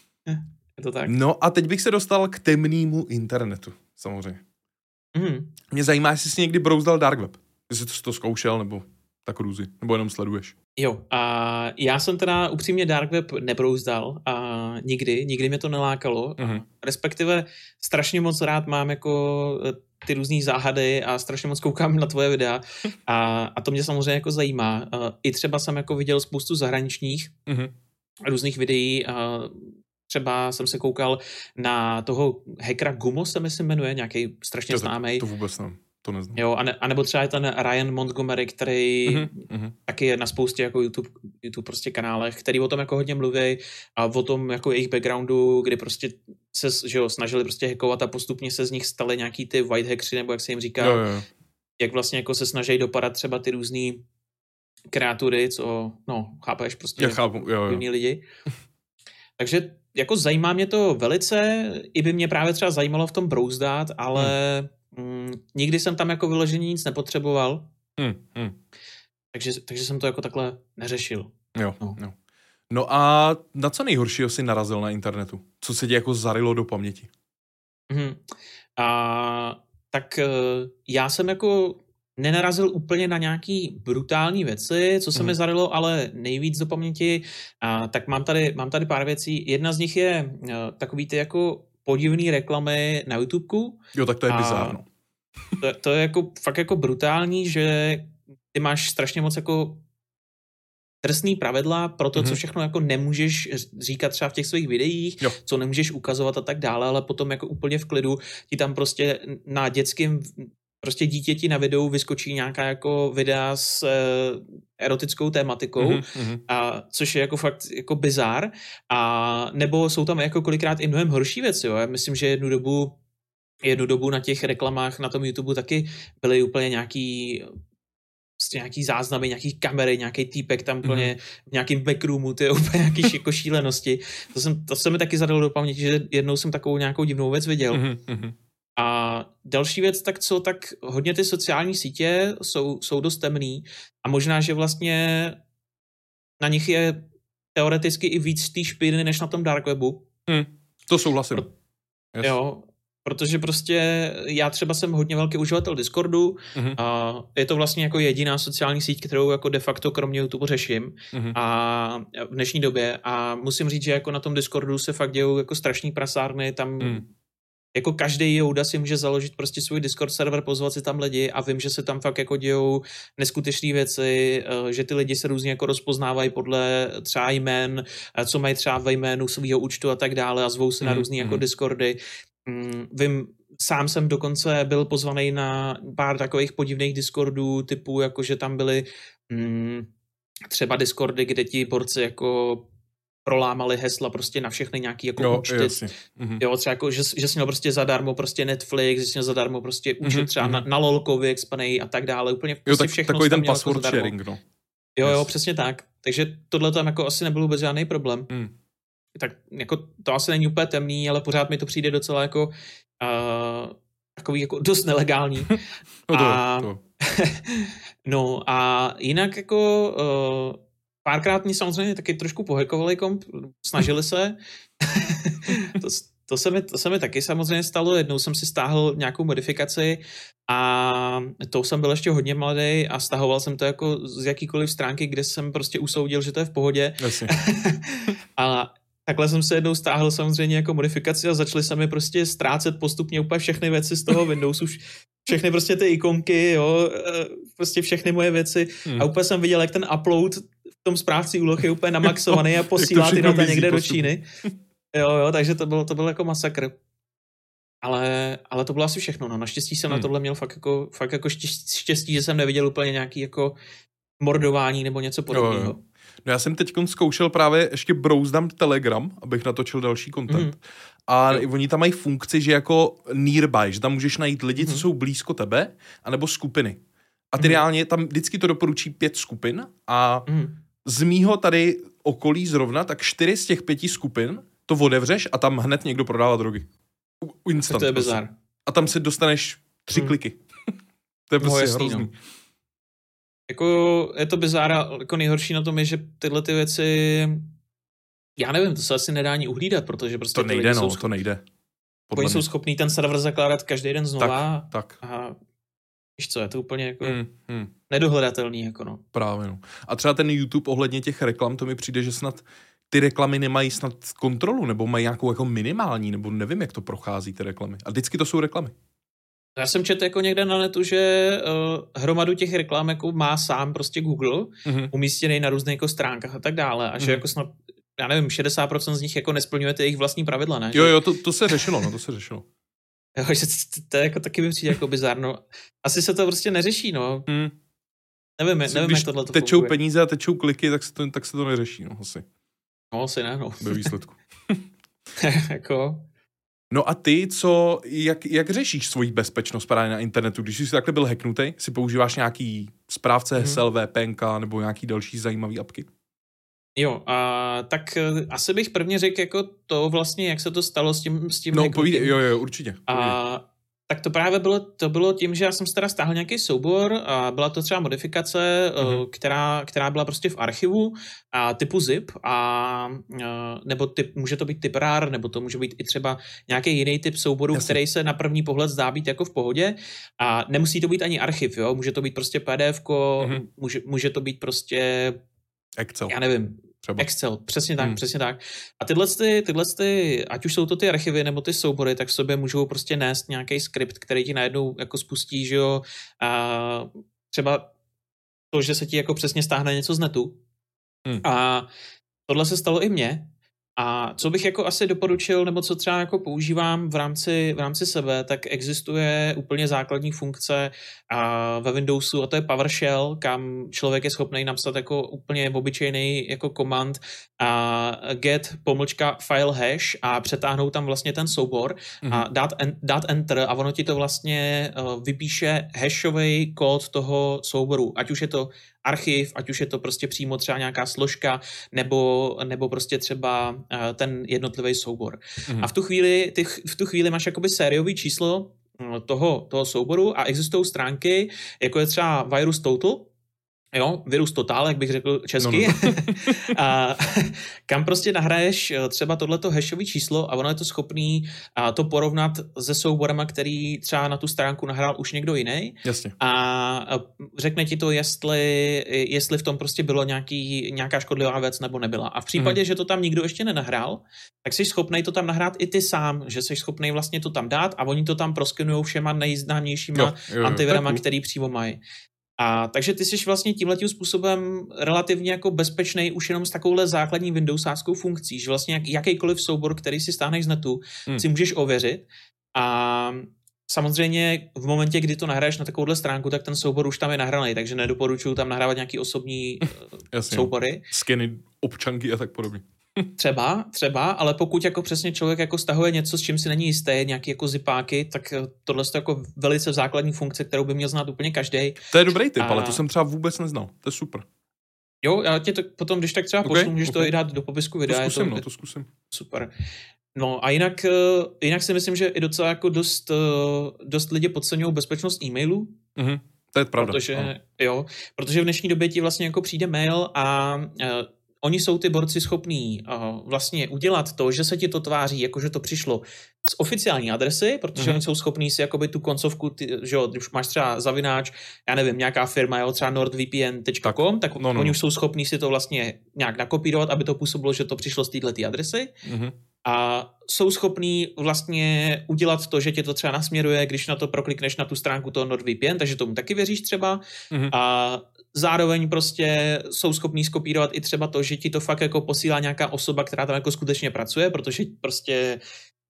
Je to tak. No a teď bych se dostal k temnému internetu, samozřejmě. Mm. Mě zajímá, jestli jsi někdy brouzdal dark web. Jestli jsi to zkoušel, nebo tak růzy, nebo jenom sleduješ. Jo, a já jsem teda upřímně dark web nebrouzdal a nikdy, nikdy mě to nelákalo. Mm-hmm. Respektive strašně moc rád mám jako ty různý záhady a strašně moc koukám na tvoje videa a, a to mě samozřejmě jako zajímá. I třeba jsem jako viděl spoustu zahraničních mm-hmm. různých videí a třeba jsem se koukal na toho hackera Gumo, se myslím jmenuje, nějaký strašně známý. To, to vůbec ne, to neznám. Jo, a, ne, a nebo třeba je ten Ryan Montgomery, který mm-hmm. taky je na spoustě jako YouTube, YouTube prostě kanálech, který o tom jako hodně mluví a o tom jako jejich backgroundu, kdy prostě se, že jo, snažili prostě hackovat a postupně se z nich staly nějaký ty white hackři, nebo jak se jim říká, jo, jo. jak vlastně jako se snaží dopadat třeba ty různý kreatury, co, no, chápeš, prostě Já chápu, jo, jo. jiní lidi. Takže jako zajímá mě to velice, i by mě právě třeba zajímalo v tom brouzdat, ale hmm. mm, nikdy jsem tam jako vyloženě nic nepotřeboval, hmm. Hmm. Takže, takže jsem to jako takhle neřešil. Jo, no. jo. No a na co nejhoršího jsi narazil na internetu? Co se ti jako zarylo do paměti? Mhm. A, tak já jsem jako nenarazil úplně na nějaký brutální věci, co se mm. mi zarylo, ale nejvíc do paměti, a, tak mám tady, mám tady pár věcí. Jedna z nich je a, takový ty jako podivný reklamy na YouTubeku. Jo, tak to je bizárno. To, to je jako fakt jako brutální, že ty máš strašně moc jako drsný pravidla pro to, mm-hmm. co všechno jako nemůžeš říkat třeba v těch svých videích, jo. co nemůžeš ukazovat a tak dále, ale potom jako úplně v klidu ti tam prostě na dětském prostě dítěti na videu vyskočí nějaká jako videa s e, erotickou tématikou, mm-hmm. a, což je jako fakt jako bizár, a nebo jsou tam jako kolikrát i mnohem horší věci, jo. Já myslím, že jednu dobu jednu dobu na těch reklamách na tom YouTube taky byly úplně nějaký prostě nějaký záznamy, nějaký kamery, nějaký týpek tam úplně mm-hmm. v nějakým backroomu, ty úplně nějaký jako šílenosti. To, jsem, to se mi taky zadalo do paměti, že jednou jsem takovou nějakou divnou věc viděl. Mm-hmm. A další věc, tak co, tak hodně ty sociální sítě jsou, jsou dost temný a možná, že vlastně na nich je teoreticky i víc té špiny, než na tom dark webu. Mm, to souhlasím. Pro, yes. Jo, protože prostě já třeba jsem hodně velký uživatel Discordu mm-hmm. a je to vlastně jako jediná sociální síť, kterou jako de facto kromě YouTube řeším mm-hmm. a v dnešní době a musím říct, že jako na tom Discordu se fakt dějou jako strašný prasárny, tam mm. jako každý jouda si může založit prostě svůj Discord server, pozvat si tam lidi a vím, že se tam fakt jako dějou neskutečné věci, že ty lidi se různě jako rozpoznávají podle třeba jmén, co mají třeba ve jménu svýho účtu a tak dále a zvou se mm. na různý mm. jako Discordy. Mm, vím, sám jsem dokonce byl pozvaný na pár takových podivných Discordů typu, jako že tam byly mm, třeba Discordy, kde ti borci jako prolámali hesla prostě na všechny nějaký jako jo, účty. Mm-hmm. Jo, třeba jako, že, že jsi měl prostě zadarmo prostě Netflix, že jsi měl zadarmo prostě účet mm-hmm. třeba na, na LOLkovi, Xpanej a tak dále. Úplně prostě jo, tak, všechno. Takový ten password jako sharing, no. Jo, jo, yes. přesně tak. Takže tohle tam jako asi nebyl vůbec žádný problém. Mm. Tak jako to asi není úplně temný, ale pořád mi to přijde docela jako uh, takový jako dost nelegální. no to, a, to. no a jinak jako uh, párkrát mě samozřejmě taky trošku pohekovali komp, snažili se. to, to, se mi, to se mi taky samozřejmě stalo. Jednou jsem si stáhl nějakou modifikaci a to jsem byl ještě hodně mladý a stahoval jsem to jako z jakýkoliv stránky, kde jsem prostě usoudil, že to je v pohodě. a takhle jsem se jednou stáhl samozřejmě jako modifikaci a začaly se mi prostě ztrácet postupně úplně všechny věci z toho Windowsu, všechny prostě ty ikonky, jo, prostě všechny moje věci hmm. a úplně jsem viděl, jak ten upload v tom správci úloh je úplně namaxovaný a posílá ty data někde do Číny. Jo, jo, takže to bylo, to bylo jako masakr. Ale, ale to bylo asi všechno, no. Naštěstí jsem hmm. na tohle měl fakt jako, fakt jako štěstí, že jsem neviděl úplně nějaký jako mordování nebo něco podobného. Jo, jo. No já jsem teď zkoušel právě ještě brouzdám Telegram, abych natočil další content. Mm. A jo. oni tam mají funkci, že jako nearby, že tam můžeš najít lidi, mm. co jsou blízko tebe, anebo skupiny. A ty mm. reálně tam vždycky to doporučí pět skupin a mm. z mýho tady okolí zrovna, tak čtyři z těch pěti skupin to otevřeš a tam hned někdo prodává drogy. Instant. To je bizár. A tam si dostaneš tři mm. kliky. To je prostě no, jasný, hrozný. No. Jako je to bizára, jako nejhorší na tom je, že tyhle ty věci, já nevím, to se asi nedá ani uhlídat, protože prostě to nejde, no, schop... to nejde. Oni jsou schopní ten server zakládat každý den znova. Tak, tak. A víš co, je to úplně jako mm, mm. nedohledatelný, jako no. Právě, no. A třeba ten YouTube ohledně těch reklam, to mi přijde, že snad ty reklamy nemají snad kontrolu, nebo mají nějakou jako minimální, nebo nevím, jak to prochází ty reklamy. A vždycky to jsou reklamy. Já jsem četl jako někde na netu, že uh, hromadu těch reklam jako má sám prostě Google, mm-hmm. umístěný na různých jako stránkách a tak dále. A že mm-hmm. jako snad, já nevím, šedesát procent z nich jako nesplňuje ty jejich vlastní pravidla, ne? Jo, jo, to, to se řešilo, no, to se řešilo. Jo, že to, to je jako taky mi přijde jako bizárno. Asi se to prostě neřeší, no. Mm. Nevím, nevím, jak tohle to tečou funguje. Peníze a tečou kliky, tak se to, tak se to neřeší, no, asi. No, asi ne, no. Ve výsledku. jako... No a ty, co, jak, jak řešíš svoji bezpečnost právě na internetu? Když jsi takhle byl hacknutý, si používáš nějaký správce mm-hmm. hesel, V P N K nebo nějaký další zajímavý apky? Jo, a tak asi bych prvně řekl jako to vlastně, jak se to stalo s tím, s tím No, povídej, jo, jo, určitě. A Tak to právě bylo, to bylo tím, že já jsem si teda stáhl nějaký soubor a byla to třeba modifikace, mm-hmm. která, která byla prostě v archivu a typu zip a nebo typ, může to být typ rar, nebo to může být i třeba nějaký jiný typ souboru, Jasně. který se na první pohled zdá být jako v pohodě a nemusí to být ani archiv, jo, může to být prostě PDFko, mm-hmm. může, může to být prostě Excel. Já nevím, Třeba. Excel, přesně tak, hmm. přesně tak. A tyhle, ty, tyhle ty, ať už jsou to ty archivy nebo ty soubory, tak v sobě můžou prostě nést nějaký skript, který ti najednou jako spustí, že jo, a třeba to, že se ti jako přesně stáhne něco z netu. Hmm. A tohle se stalo i mně. A co bych jako asi doporučil, nebo co třeba jako používám v rámci, v rámci sebe, tak existuje úplně základní funkce a ve Windowsu a to je PowerShell, kam člověk je schopný napsat jako úplně obyčejný jako command a get pomlčka file hash a přetáhnout tam vlastně ten soubor mm-hmm. a dát, en, dát enter a ono ti to vlastně uh, vypíše hashový kód toho souboru, ať už je to archiv, ať už je to prostě přímo třeba nějaká složka, nebo, nebo prostě třeba uh, ten jednotlivý soubor. Mm. A v tu chvíli, ty, v tu chvíli máš jakoby sériový číslo toho, toho souboru a existují stránky, jako je třeba Virus Total, jo, virus total, jak bych řekl česky, no, no. a kam prostě nahraješ třeba tohleto hashový číslo a ono je to schopný a to porovnat se souborama, který třeba na tu stránku nahrál už někdo jiný. Jasně. A řekne ti to, jestli, jestli v tom prostě bylo nějaký, nějaká škodlivá věc nebo nebyla. A v případě, mm. že to tam nikdo ještě nenahrál, tak jsi schopnej to tam nahrát i ty sám, že jsi schopnej vlastně to tam dát a oni to tam proskenujou všema nejznámějšíma jo, jo, jo, antivirama, který přímo mají. A takže ty jsi vlastně tímhletím způsobem relativně jako bezpečnej už jenom s takovouhle základní windowsáckou funkcí, že vlastně jak, jakýkoliv soubor, který si stáhneš z netu, hmm. si můžeš ověřit a samozřejmě v momentě, kdy to nahraješ na takovouhle stránku, tak ten soubor už tam je nahraný, takže nedoporučuju tam nahrávat nějaký osobní Jasně, soubory. Skeny, občanky a tak podobně. Třeba, třeba, ale pokud jako přesně člověk jako stahuje něco, s čím si není jistý, nějaký jako zipáky, tak tohle je jako velice základní funkce, kterou by měl znát úplně každý. To je dobrý tip, a... ale to jsem třeba vůbec neznal. To je super. Jo, já tě to potom, když tak třeba okay, pošlu, můžeš okay. to i dát do popisku videa. To zkusím, je to, no, to zkusím. Super. No a jinak, jinak si myslím, že i docela jako dost, dost lidi podceňují bezpečnost e-mailů. Mhm, to je pravda. Protože, no. jo, protože v dnešní době ti vlastně jako přijde mail a oni jsou ty borci schopní uh, vlastně udělat to, že se ti to tváří, jakože to přišlo z oficiální adresy, protože mm-hmm. oni jsou schopní si jakoby tu koncovku, ty, že jo, když máš třeba zavináč, já nevím, nějaká firma, jo, třeba nordvpn tečka com, tak, tak no, no. oni už jsou schopní si to vlastně nějak nakopírovat, aby to působilo, že to přišlo z této adresy. Mm-hmm. A jsou schopní vlastně udělat to, že tě to třeba nasměruje, když na to proklikneš na tu stránku toho NordVPN, takže tomu taky věříš třeba. Mm-hmm. A zároveň prostě jsou schopní skopírovat i třeba to, že ti to fakt jako posílá nějaká osoba, která tam jako skutečně pracuje, protože prostě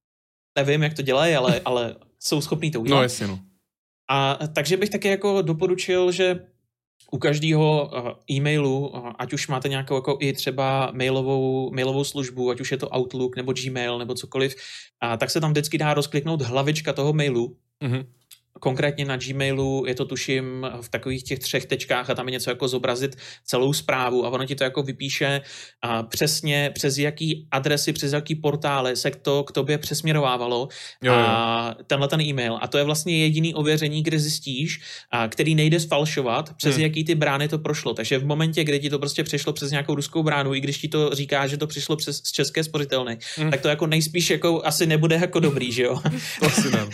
nevím, jak to dělají, ale, ale jsou schopní to udělat. No jasně, no. A takže bych taky jako doporučil, že u každého e-mailu, ať už máte nějakou jako i třeba mailovou, mailovou službu, ať už je to Outlook nebo Gmail nebo cokoliv, a tak se tam vždycky dá rozkliknout hlavička toho mailu. Mm-hmm. Konkrétně na Gmailu je to tuším v takových těch třech tečkách a tam je něco jako zobrazit celou zprávu a ono ti to jako vypíše a přesně přes jaký adresy, přes jaký portály se to k tobě přesměrovávalo jo, a jo. tenhle ten e-mail. A to je vlastně jediný ověření, kde zjistíš, a který nejde sfalšovat, přes hmm. jaký ty brány to prošlo. Takže v momentě, kdy ti to prostě přešlo přes nějakou ruskou bránu, i když ti to říká, že to přišlo přes z české spořitelny, hmm. tak to jako nejspíš jako asi nebude jako dobrý, že jo? To asi ne.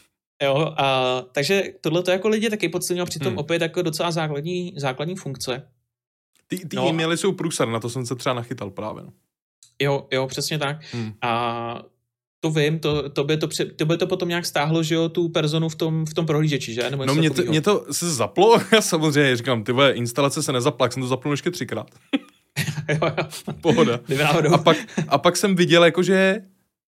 Jo, a, takže tohle to jako lidi taky podceňují a přitom hmm. opět jako docela základní, základní funkce. Ty, ty no, e-maily jsou průser, na to jsem se třeba nachytal právě. No. Jo, jo, přesně tak. Hmm. A to vím, to, to, by to, to by to potom nějak stáhlo, že jo, tu personu v tom, v tom prohlížeči, že? Nebo no mě to, mě to se zaplo, já samozřejmě říkám, ty vole, instalace se nezapla, jak jsem to zapnul ještě třikrát. jo, jo. Pohoda. A pak, a pak jsem viděl, jakože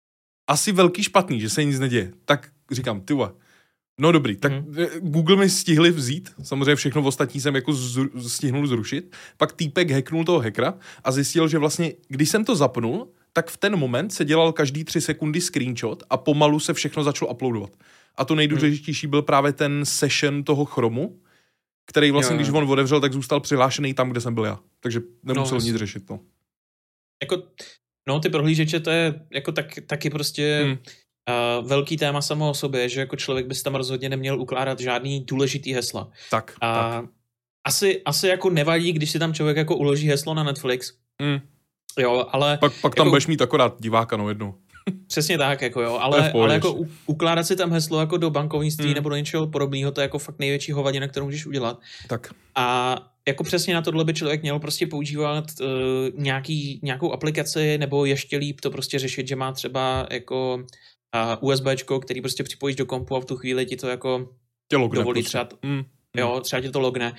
asi velký špatný, že se nic neděje. Tak říkám, ty vole, no dobrý, tak mm. Google mi stihli vzít, samozřejmě všechno v ostatní jsem jako zru, stihnul zrušit, pak týpek hacknul toho hackera a zjistil, že vlastně, když jsem to zapnul, tak v ten moment se dělal každý tři sekundy screenshot a pomalu se všechno začalo uploadovat. A to nejdůležitější byl právě ten session toho Chromu, který vlastně, jo, jo. když on otevřel, tak zůstal přihlášený tam, kde jsem byl já. Takže nemusel no, nic řešit, no. Jako... No, ty prohlížeče, to je jako tak, taky prostě... Hmm. uh, velký téma samo o sobě, že jako člověk by si tam rozhodně neměl ukládat žádný důležitý hesla. Tak, uh, tak. Asi, asi jako nevadí, když si tam člověk jako uloží heslo na Netflix. Mm. Jo, ale... Pak, pak tam jako, budeš mít akorát diváka, no jednou. Přesně tak, jako jo, ale, ale jako u, ukládat si tam heslo jako do bankovnictví mm. nebo do něčeho podobného, to je jako fakt největší hovadina, kterou můžeš udělat. Tak. A jako přesně na tohle by člověk měl prostě používat uh, nějaký, nějakou aplikaci, nebo ještě líp to prostě řešit, že má třeba jako uh, USBčko, který prostě připojíš do kompu a v tu chvíli ti to jako dovolí prostě. třeba, mm. jo, třeba ti to logne.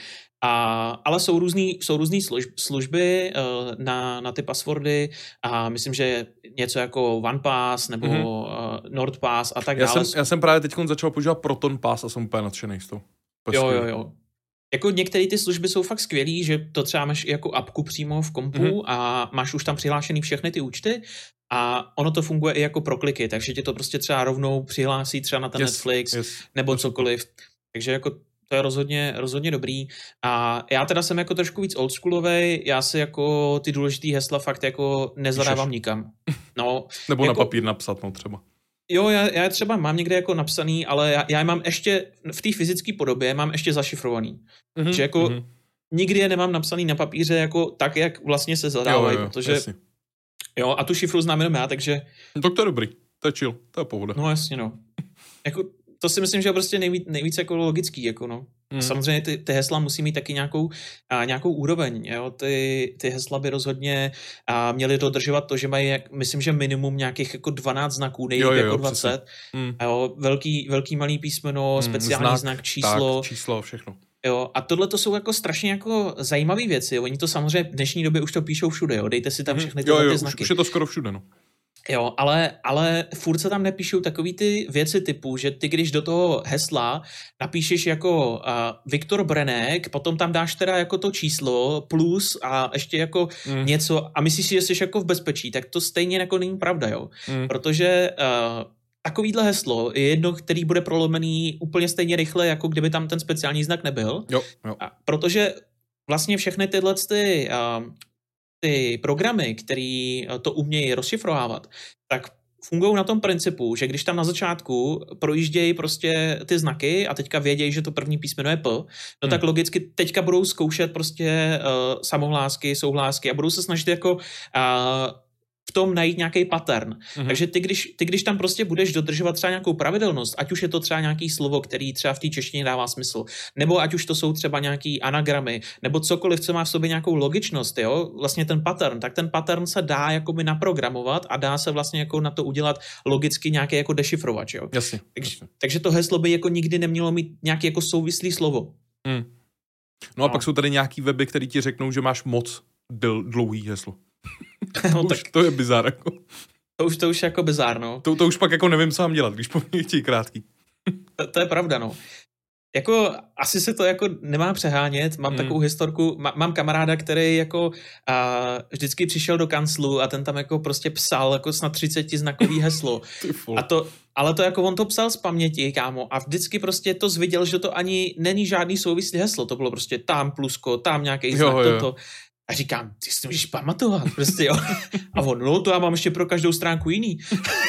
A, ale jsou různý, jsou různý služb, služby uh, na, na ty passwordy a myslím, že něco jako OnePass nebo mm-hmm. uh, NordPass a tak já dále. Jsem, já jsem právě teď začal používat ProtonPass a jsem úplně nadšený z toho. Jo, jo, jo. Jako některé ty služby jsou fakt skvělý, že to třeba máš jako apku přímo v kompu mm-hmm. a máš už tam přihlášený všechny ty účty a ono to funguje i jako pro kliky, takže ti to prostě třeba rovnou přihlásí třeba na ten yes, Netflix yes, nebo yes. cokoliv. Takže jako to je rozhodně, rozhodně dobrý. A já teda jsem jako trošku víc oldschoolovej, já si jako ty důležitý hesla fakt jako nezadávám nikam. No, nebo jako, na papír napsat, no třeba. Jo, já, já třeba mám někde jako napsaný, ale já, já je mám ještě, v té fyzické podobě mám ještě zašifrovaný. Mm-hmm, že jako mm-hmm. nikdy je nemám napsaný na papíře jako tak, jak vlastně se zadávají, jo, jo, protože jasně. Jo, a tu šifru znám jenom já, takže... No, tak to je dobrý, to je chill, to je pohoda. No jasně, no. Jako to si myslím, že je prostě nejvíc, nejvíc jako logický, jako no. Mm. A samozřejmě ty, ty hesla musí mít taky nějakou, a, nějakou úroveň, jo. Ty, ty hesla by rozhodně a, měly dodržovat to, že mají, jak, myslím, že minimum nějakých jako dvanáct znaků, nejvíc jako dvacet. Mm. A jo, velký, velký malý písmeno, mm, speciální znak, znak číslo. Tak, číslo, všechno. Jo, a tohle to jsou jako strašně jako zajímavé věci. Oni to samozřejmě v dnešní době už to píšou všude, jo. Dejte si tam všechny tyhle jo, jo, ty znaky. Už, už je to skoro všude, no. Jo, ale, ale furt se tam nepíšou takový ty věci typu, že ty když do toho hesla napíšeš jako uh, Viktor Brenek, potom tam dáš teda jako to číslo plus a ještě jako mm. něco a myslíš si, že jsi jako v bezpečí, tak to stejně jako není pravda, jo. Mm. Protože uh, takovýhle heslo je jedno, který bude prolomený úplně stejně rychle, jako kdyby tam ten speciální znak nebyl. Jo, jo. A protože vlastně všechny tyhle ty... Uh, ty programy, které to umějí rozšifrovávat, tak fungují na tom principu, že když tam na začátku projíždějí prostě ty znaky a teďka vědějí, že to první písmeno je P, no hmm. tak logicky teďka budou zkoušet prostě uh, samohlásky, souhlásky a budou se snažit jako uh, v tom najít nějaký pattern. Mm-hmm. Takže ty když, ty, když tam prostě budeš dodržovat třeba nějakou pravidelnost, ať už je to třeba nějaký slovo, který třeba v té češtině dává smysl, nebo ať už to jsou třeba nějaký anagramy, nebo cokoliv, co má v sobě nějakou logičnost, jo, vlastně ten pattern, tak ten pattern se dá jakoby naprogramovat a dá se vlastně jako na to udělat logicky nějaký jako dešifrovač, jo. Jasně, takže, jasně. takže to heslo by jako nikdy nemělo mít nějaký jako souvislý slovo. Mm. No a no. pak jsou tady nějaký weby, který ti řeknou, že máš moc dl- dlouhý heslo. to, no, už, tak, to je bizár. Jako. To už, to už jako bizár, no. To, to už pak jako nevím, co mám dělat, když po mě chtějí krátký. to, to je pravda, no. Jako asi se to jako nemá přehánět, mám hmm. takovou historku, má, mám kamaráda, který jako a, vždycky přišel do kanclu a ten tam jako prostě psal jako snad třicetiznakový heslo. a to, ale to jako on to psal z paměti, kámo, a vždycky prostě to zviděl, že to ani není žádný souvislý heslo, to bylo prostě tam plusko, tam nějaký znak, jo, jo. toto. A říkám, ty si to můžeš pamatovat, prostě jo. A on, no to já mám ještě pro každou stránku jiný.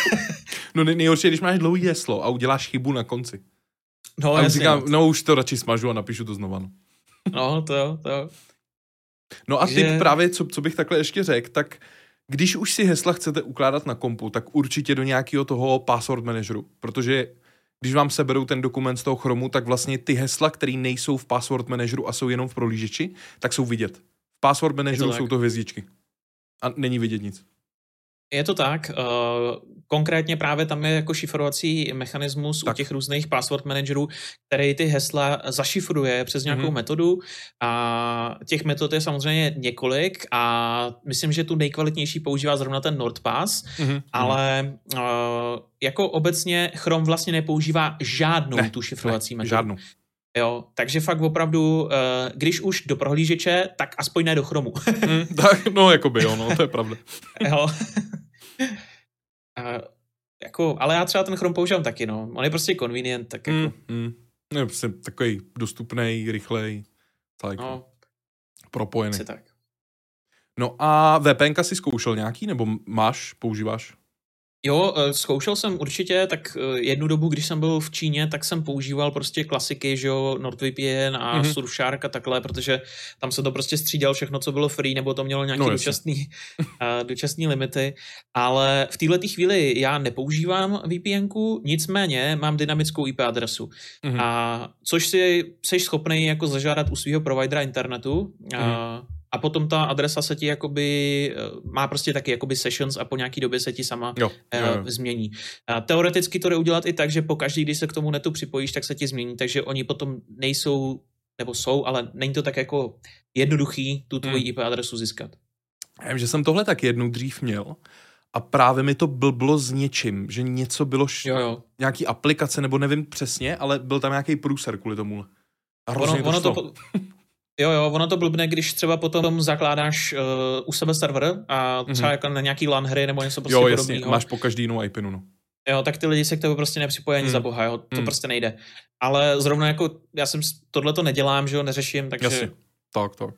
no nejhorší, když máš dlouhý heslo a uděláš chybu na konci. No, a jasně, říkám, no už to radši smažu a napíšu to znova. No, no to jo, to jo. No a ty že... právě, co, co bych takhle ještě řekl, tak když už si hesla chcete ukládat na kompu, tak určitě do nějakého toho password manageru, protože když vám seberou ten dokument z toho Chromu, tak vlastně ty hesla, které nejsou v password manageru a jsou jenom v prohlížeči, tak jsou vidět. V password manageru to jsou to hvězdičky. A není vidět nic. Je to tak. Uh, konkrétně právě tam je jako šifrovací mechanismus tak. u těch různých password managerů, který ty hesla zašifruje přes nějakou mm-hmm. metodu. A těch metod je samozřejmě několik a myslím, že tu nejkvalitnější používá zrovna ten NordPass, mm-hmm. ale uh, jako obecně Chrome vlastně nepoužívá žádnou ne, tu šifrovací ne, metodu. Žádnou. Jo, takže fakt opravdu, uh, když už do prohlížeče, tak aspoň ne do Chromu. mm, tak, no, jakoby jo, no, to je pravda. jo. uh, jako, ale já třeba ten Chrome používám taky, no. On je prostě convenient, tak jako. Mm, mm. Je prostě takový dostupnej, rychlej, tak no, propojený. Tak. No a VPNka si zkoušel nějaký, nebo máš, používáš? Jo, zkoušel jsem určitě, tak jednu dobu, když jsem byl v Číně, tak jsem používal prostě klasiky, že jo, NordVPN a mm-hmm. Surfshark a takhle, protože tam se to prostě střídalo všechno, co bylo free, nebo to mělo nějaký no, dočasný, uh, dočasný limity, ale v této chvíli já nepoužívám VPNku, nicméně mám dynamickou I P adresu, mm-hmm. a což si jsi schopný jako zažádat u svého providera internetu, mm-hmm. uh, a potom ta adresa se ti jakoby, má prostě taky jakoby sessions a po nějaký době se ti sama jo, jo, jo. změní. A teoreticky to jde udělat i tak, že pokaždý, když se k tomu netu připojíš, tak se ti změní, takže oni potom nejsou, nebo jsou, ale není to tak jako jednoduchý tu tvoji hmm. I P adresu získat. Já vím, že jsem tohle tak jednou dřív měl a právě mi to blblo s něčím, že něco bylo, š... jo, jo. nějaký aplikace, nebo nevím přesně, ale byl tam nějaký průser kvůli tomu. A hrozně ono, to, ono to Jo, jo, ono to blbne, když třeba potom zakládáš uh, u sebe server a třeba mm-hmm. jako na nějaký LAN hry nebo něco prostě podobného. Jo, jasně, máš po každý jinou I P, no. Jo, tak ty lidi se k tebe prostě nepřipojí ani mm. za boha, jo, to mm. prostě nejde. Ale zrovna jako, já jsem tohle to nedělám, že jo, neřeším, takže... Jasně, tak, tak.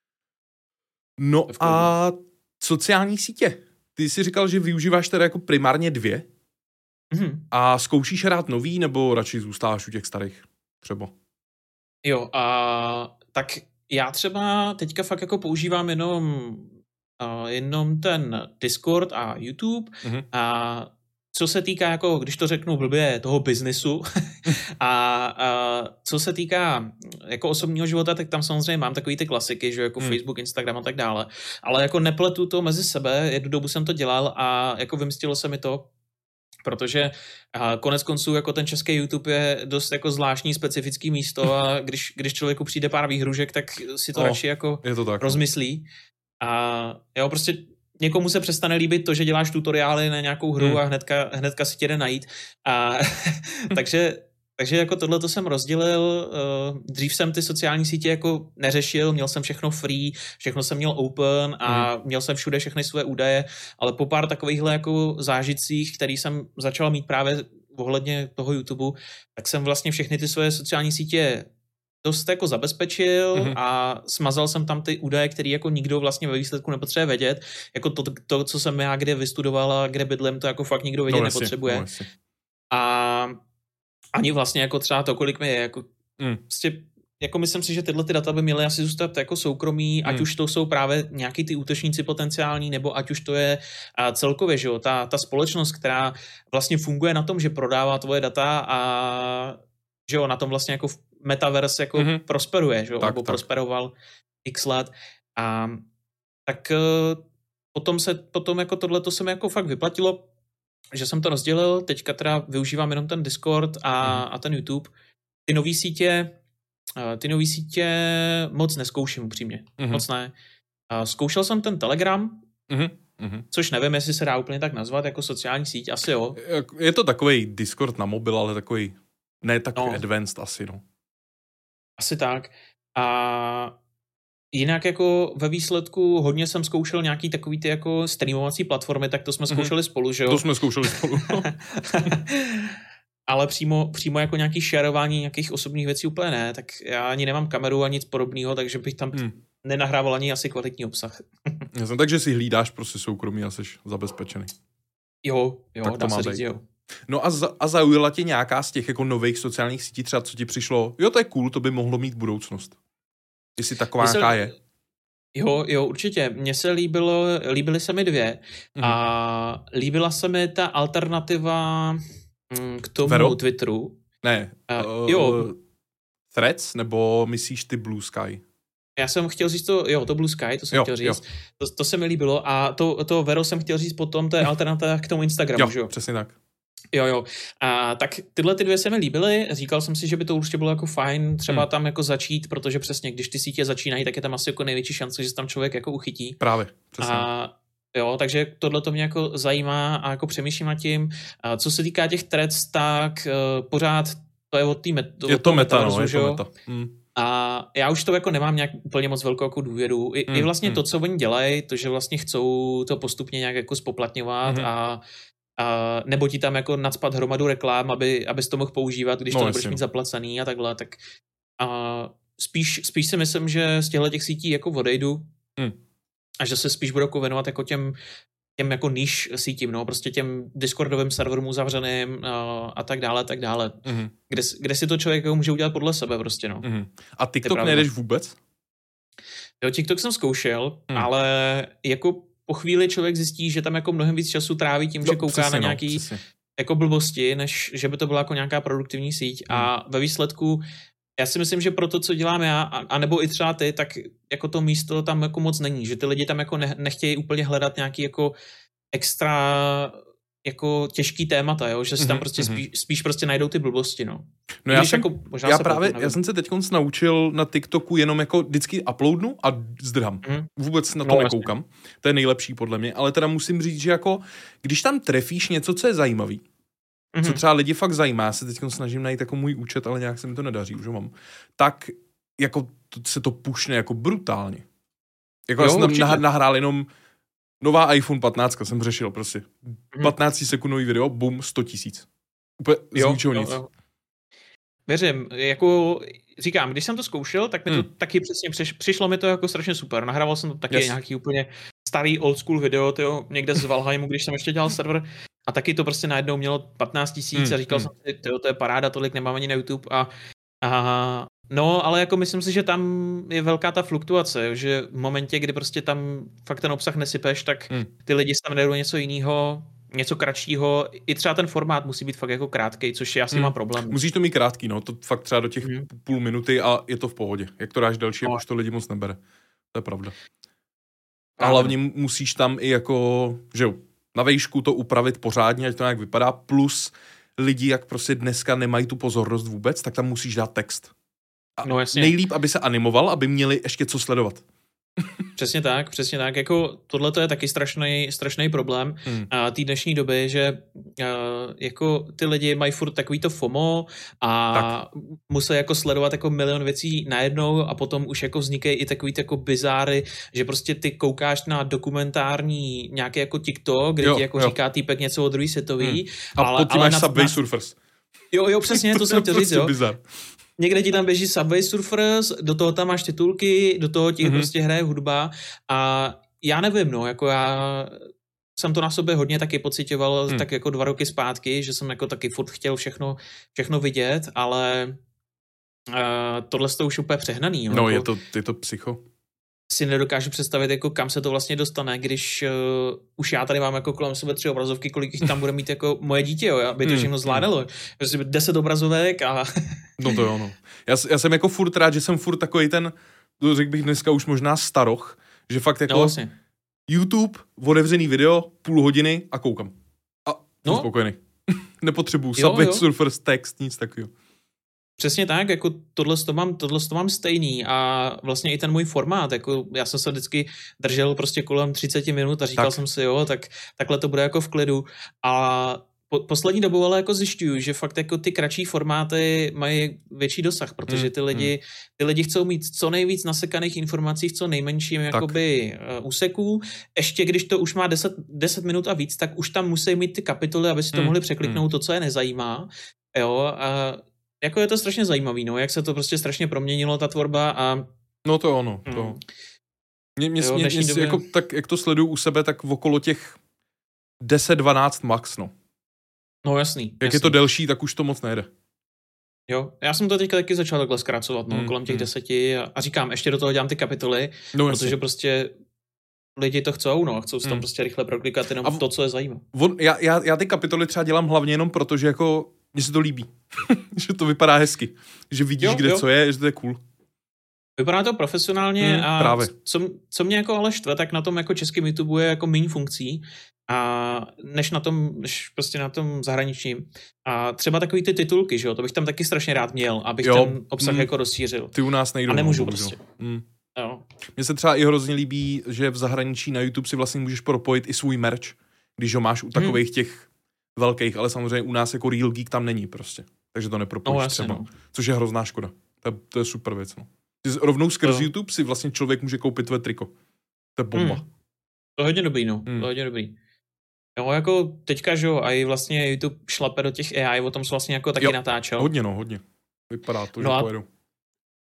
No a sociální sítě. Ty jsi říkal, že využíváš teda jako primárně dvě mm-hmm. a zkoušíš hrát nový, nebo radši zůstáváš u těch starých třeba? Jo, a tak já třeba teďka fakt jako používám jenom, uh, jenom ten Discord a YouTube mm-hmm. a co se týká, jako, když to řeknu blbě, toho biznisu a, a co se týká jako osobního života, tak tam samozřejmě mám takový ty klasiky, že jako mm. Facebook, Instagram a tak dále, ale jako nepletu to mezi sebe, jednu dobu jsem to dělal a jako vymstilo se mi to, protože a konec konců jako ten český YouTube je dost jako zvláštní specifický místo a když, když člověku přijde pár výhružek, tak si to oh, radši jako je to tak, rozmyslí. A jo, prostě někomu se přestane líbit to, že děláš tutoriály na nějakou hru hmm. a hnedka, hnedka si tě jde najít. A takže, takže jako tohle to jsem rozdělil. Dřív jsem ty sociální sítě jako neřešil, měl jsem všechno free, všechno jsem měl open a hmm. měl jsem všude všechny své údaje, ale po pár takovýchhle jako zážitcích, který jsem začal mít právě ohledně toho YouTube, tak jsem vlastně všechny ty své sociální sítě dost jako zabezpečil mm-hmm. a smazal jsem tam ty údaje, které jako nikdo vlastně ve výsledku nepotřebuje vědět. Jako to, to, co jsem já kde vystudoval a kde bydlím, to jako fakt nikdo vědět no, nepotřebuje. No, a ani vlastně jako třeba to, kolik mi je. Jako, mm. prostě, jako myslím si, že tyhle ty data by měly asi zůstat jako soukromí, mm. ať už to jsou právě nějaký ty útočníci potenciální, nebo ať už to je a celkově, že jo, ta, ta společnost, která vlastně funguje na tom, že prodává tvoje data a že jo, na tom vlastně jako metaverse jako mm-hmm. prosperuje, že jo, nebo tak. prosperoval x let. A tak uh, potom se, potom jako tohleto se mi jako fakt vyplatilo, že jsem to rozdělil, teďka teda využívám jenom ten Discord a, mm. a ten YouTube. Ty nový sítě, uh, ty nový sítě moc neskouším upřímně, mm-hmm. moc ne. Uh, zkoušel jsem ten Telegram, mm-hmm. což nevím, jestli se dá úplně tak nazvat, jako sociální síť, asi jo. Je to takový Discord na mobil, ale takový ne tak no. advanced asi, no. Asi tak. A jinak jako ve výsledku hodně jsem zkoušel nějaký takový ty jako streamovací platformy, tak to jsme zkoušeli mm-hmm. spolu, že jo? To jsme zkoušeli spolu, no. Ale přímo, přímo jako nějaký shareování nějakých osobních věcí úplně ne, tak já ani nemám kameru a nic podobného, takže bych tam mm. nenahrával ani asi kvalitní obsah. Jasně, takže si hlídáš prostě soukromí a jsi zabezpečený. Jo, jo, tak dá se říct, jo. No a, za, a zaujala tě nějaká z těch jako nových sociálních sítí třeba, co ti přišlo? Jo, to je cool, to by mohlo mít budoucnost. Jestli taková Mysl... nějaká je. Jo, jo, určitě. Mně se líbilo, líbily se mi dvě. Mm. A líbila se mi ta alternativa mm, k tomu Vero? Twitteru. Ne. Uh, jo. Threads, nebo myslíš ty Blue Sky? Já jsem chtěl říct to, jo, to Blue Sky, to jsem jo, chtěl říct. To, to se mi líbilo. A to, to Vero jsem chtěl říct potom, to je alternativa k tomu Instagramu, jo, že jo? Přesně tak. Jo, jo. A tak tyhle ty dvě se mi líbily. Říkal jsem si, že by to určitě bylo jako fajn třeba hmm. tam jako začít, protože přesně, když ty sítě začínají, tak je tam asi jako největší šance, že se tam člověk jako uchytí. Právě, přesně. A jo, takže tohle to mě jako zajímá a jako přemýšlím nad tím. A co se týká těch threads, tak uh, pořád to je od té met- Je to meta, no, je to meta. Hmm. A já už to jako nemám nějak úplně moc velkou jako důvěru. I, hmm. i vlastně hmm. to, co oni dělají, to, že vlastně chcou to postupně nějak jako spoplatňovat hmm. a a nebo ti tam jako nacpat hromadu reklám, aby, abys to mohl používat, když no, to nebudeš mít zaplacený a takhle, tak a spíš, spíš si myslím, že z těchto těch sítí jako odejdu hmm. a že se spíš budu věnovat jako těm těm jako níž sítím, no, prostě těm Discordovým serverům uzavřeným uh, a tak dále, tak dále. Mm-hmm. Kde, kde si to člověk jako může udělat podle sebe prostě, no. Mm-hmm. A TikTok nejdeš vůbec? Jo, TikTok jsem zkoušel, mm. ale jako po chvíli člověk zjistí, že tam jako mnohem víc času tráví tím, no, že kouká přesně, na nějaký no, jako blbosti, než že by to byla jako nějaká produktivní síť. Mm. A ve výsledku já si myslím, že pro to, co dělám já, a nebo i třeba ty, tak jako to místo tam jako moc není, že ty lidi tam jako ne, nechtějí úplně hledat nějaký jako extra jako těžký témata, jo? Že si tam prostě spíš, spíš prostě najdou ty blbosti, no. No já, jsem, jako, já právě, já jsem se teď naučil na TikToku jenom jako vždycky uploadnu a zdrhám. Mm. Vůbec na to no, nekoukám. Vlastně. To je nejlepší podle mě, ale teda musím říct, že jako, když tam trefíš něco, co je zajímavý, mm-hmm. co třeba lidi fakt zajímá, já se teď snažím najít jako můj účet, ale nějak se mi to nedaří, už ho mám, tak jako to, se to pušne jako brutálně. Jako jo, já jsem tam nahrál jenom nová iPhone patnáct, jsem řešil prostě. Mm-hmm. patnáctisekundový video, bum, sto tisíc. Úplně z ničeho nic. Jo. Věřím, jako říkám, když jsem to zkoušel, tak mi to hmm. taky přesně přiš, přišlo mi to jako strašně super. Nahrával jsem to taky yes. nějaký úplně starý old school video, tyjo, někde z Valheimu, když jsem ještě dělal server, a taky to prostě najednou mělo patnáct tisíc hmm. a říkal hmm. jsem si, tyjo, to je paráda, tolik nemám ani na YouTube a, a no, ale jako myslím si, že tam je velká ta fluktuace, že v momentě, kdy prostě tam fakt ten obsah nesypeš, tak hmm. ty lidi se tam najdou něco jiného, něco kratšího, i třeba ten formát musí být fakt jako krátkej, což já s tím hmm. mám problém. Musíš to mít krátký, no, to fakt třeba do těch hmm. půl minuty a je to v pohodě. Jak to dáš delší, no. už to lidi moc nebere. To je pravda. A hlavně musíš tam i jako, že jo, na vejšku to upravit pořádně, ať to nějak vypadá, plus lidi, jak prostě dneska nemají tu pozornost vůbec, tak tam musíš dát text. A no, nejlíp, aby se animoval, aby měli ještě co sledovat. Přesně tak, přesně tak. Jako tohle to je taky strašný, strašný problém hmm. a té dnešní doby, že uh, jako ty lidi mají furt takový to FOMO a tak. musí jako sledovat jako milion věcí najednou a potom už jako vznikají i takový jako bizáry, že prostě ty koukáš na dokumentární nějaký jako TikTok, kde jo, ti jako jo. říká týpek něco o druhý světový. Hmm. A ale, pod tím máš Subway na... Surfers. Jo, jo, přesně, to, to jsem chtěl říct, jo. Bizar. Někde ti tam běží Subway Surfers, do toho tam máš titulky, do toho ti mm-hmm. prostě hraje hudba a já nevím, no, jako já jsem to na sobě hodně taky pocitoval mm. tak jako dva roky zpátky, že jsem jako taky furt chtěl všechno, všechno vidět, ale uh, tohle je to už úplně přehnaný. Jo, no, jako, je to, je to psycho. Si nedokážu představit, jako kam se to vlastně dostane, když uh, už já tady mám jako kolem sebe tři obrazovky, kolik jich tam bude mít jako moje dítě, jo, aby to všechno zvládalo. Prostě deset obrazovek a... No to jo, no. Já, já jsem jako furt rád, že jsem furt takový ten, řekl bych dneska už možná staroch, že fakt jako no, vlastně. YouTube, otevřený video, půl hodiny a koukám. A jsem no. spokojený. Nepotřebuju Subway Surfers, text, nic takového. Přesně tak, jako tohle to mám, tohle to mám stejný a vlastně i ten můj formát, jako já jsem se vždycky držel prostě kolem třicet minut a říkal tak. jsem si, jo, tak takhle to bude jako v klidu a po, poslední dobou ale jako zjišťuju, že fakt jako ty kratší formáty mají větší dosah, protože ty lidi, ty lidi chcou mít co nejvíc nasekaných informací v co nejmenším tak. jakoby uh, úseku, ještě když to už má deset, deset minut a víc, tak už tam musí mít ty kapitoly, aby si to hmm. mohli překliknout hmm. to, co je nezajímá, jo, a jako je to strašně zajímavý, no, jak se to prostě strašně proměnilo, ta tvorba a... No to ono, to... Mm. Mě, mě, jo, mě, mě době... jako, tak jak to sleduju u sebe, tak v okolo těch deset dvanáct max, no. No jasný. Jak jasný. je to delší, tak už to moc nejde. Jo, já jsem to teďka taky začal takhle zkracovat, no, mm, kolem těch mm. deseti a, a říkám, ještě do toho dělám ty kapitoly, no, protože jasný. prostě lidi to chcou, no, chcou se tam mm. prostě rychle proklikat jenom v to, co je zajímá. On, já, já, já ty kapitoly třeba dělám hlavně jenom proto, že jako mně se to líbí. Že to vypadá hezky. Že vidíš, jo, kde jo. co je, že to je cool. Vypadá to profesionálně hmm, a právě. Co, co mě jako ale štve, tak na tom jako českém YouTube je jako méně funkcí a než na tom, než prostě na tom zahraničním. A třeba takový ty titulky, že jo, to bych tam taky strašně rád měl, abych jo, ten obsah mm, jako rozšířil. Ty u nás nejdou. A nemůžu no, prostě. Mm. Jo. Mně se třeba i hrozně líbí, že v zahraničí na YouTube si vlastně můžeš propojit i svůj merch, když ho máš u takových hmm. těch velkých, ale samozřejmě u nás jako Real Geek tam není prostě. Takže to nepropojíš no, třeba. No. Což je hrozná škoda. To je, to je super věc, no. Rovnou skrz no. YouTube si vlastně člověk může koupit tvé triko. To je bomba. Hmm. To je hodně dobrý, no. Hmm. To je hodně dobrý. Jo, jako teďka, že jo, a i vlastně YouTube šlape do těch A I, o tom se vlastně jako taky jo, natáčel. hodně, no, hodně. Vypadá to, no že a, pojedu.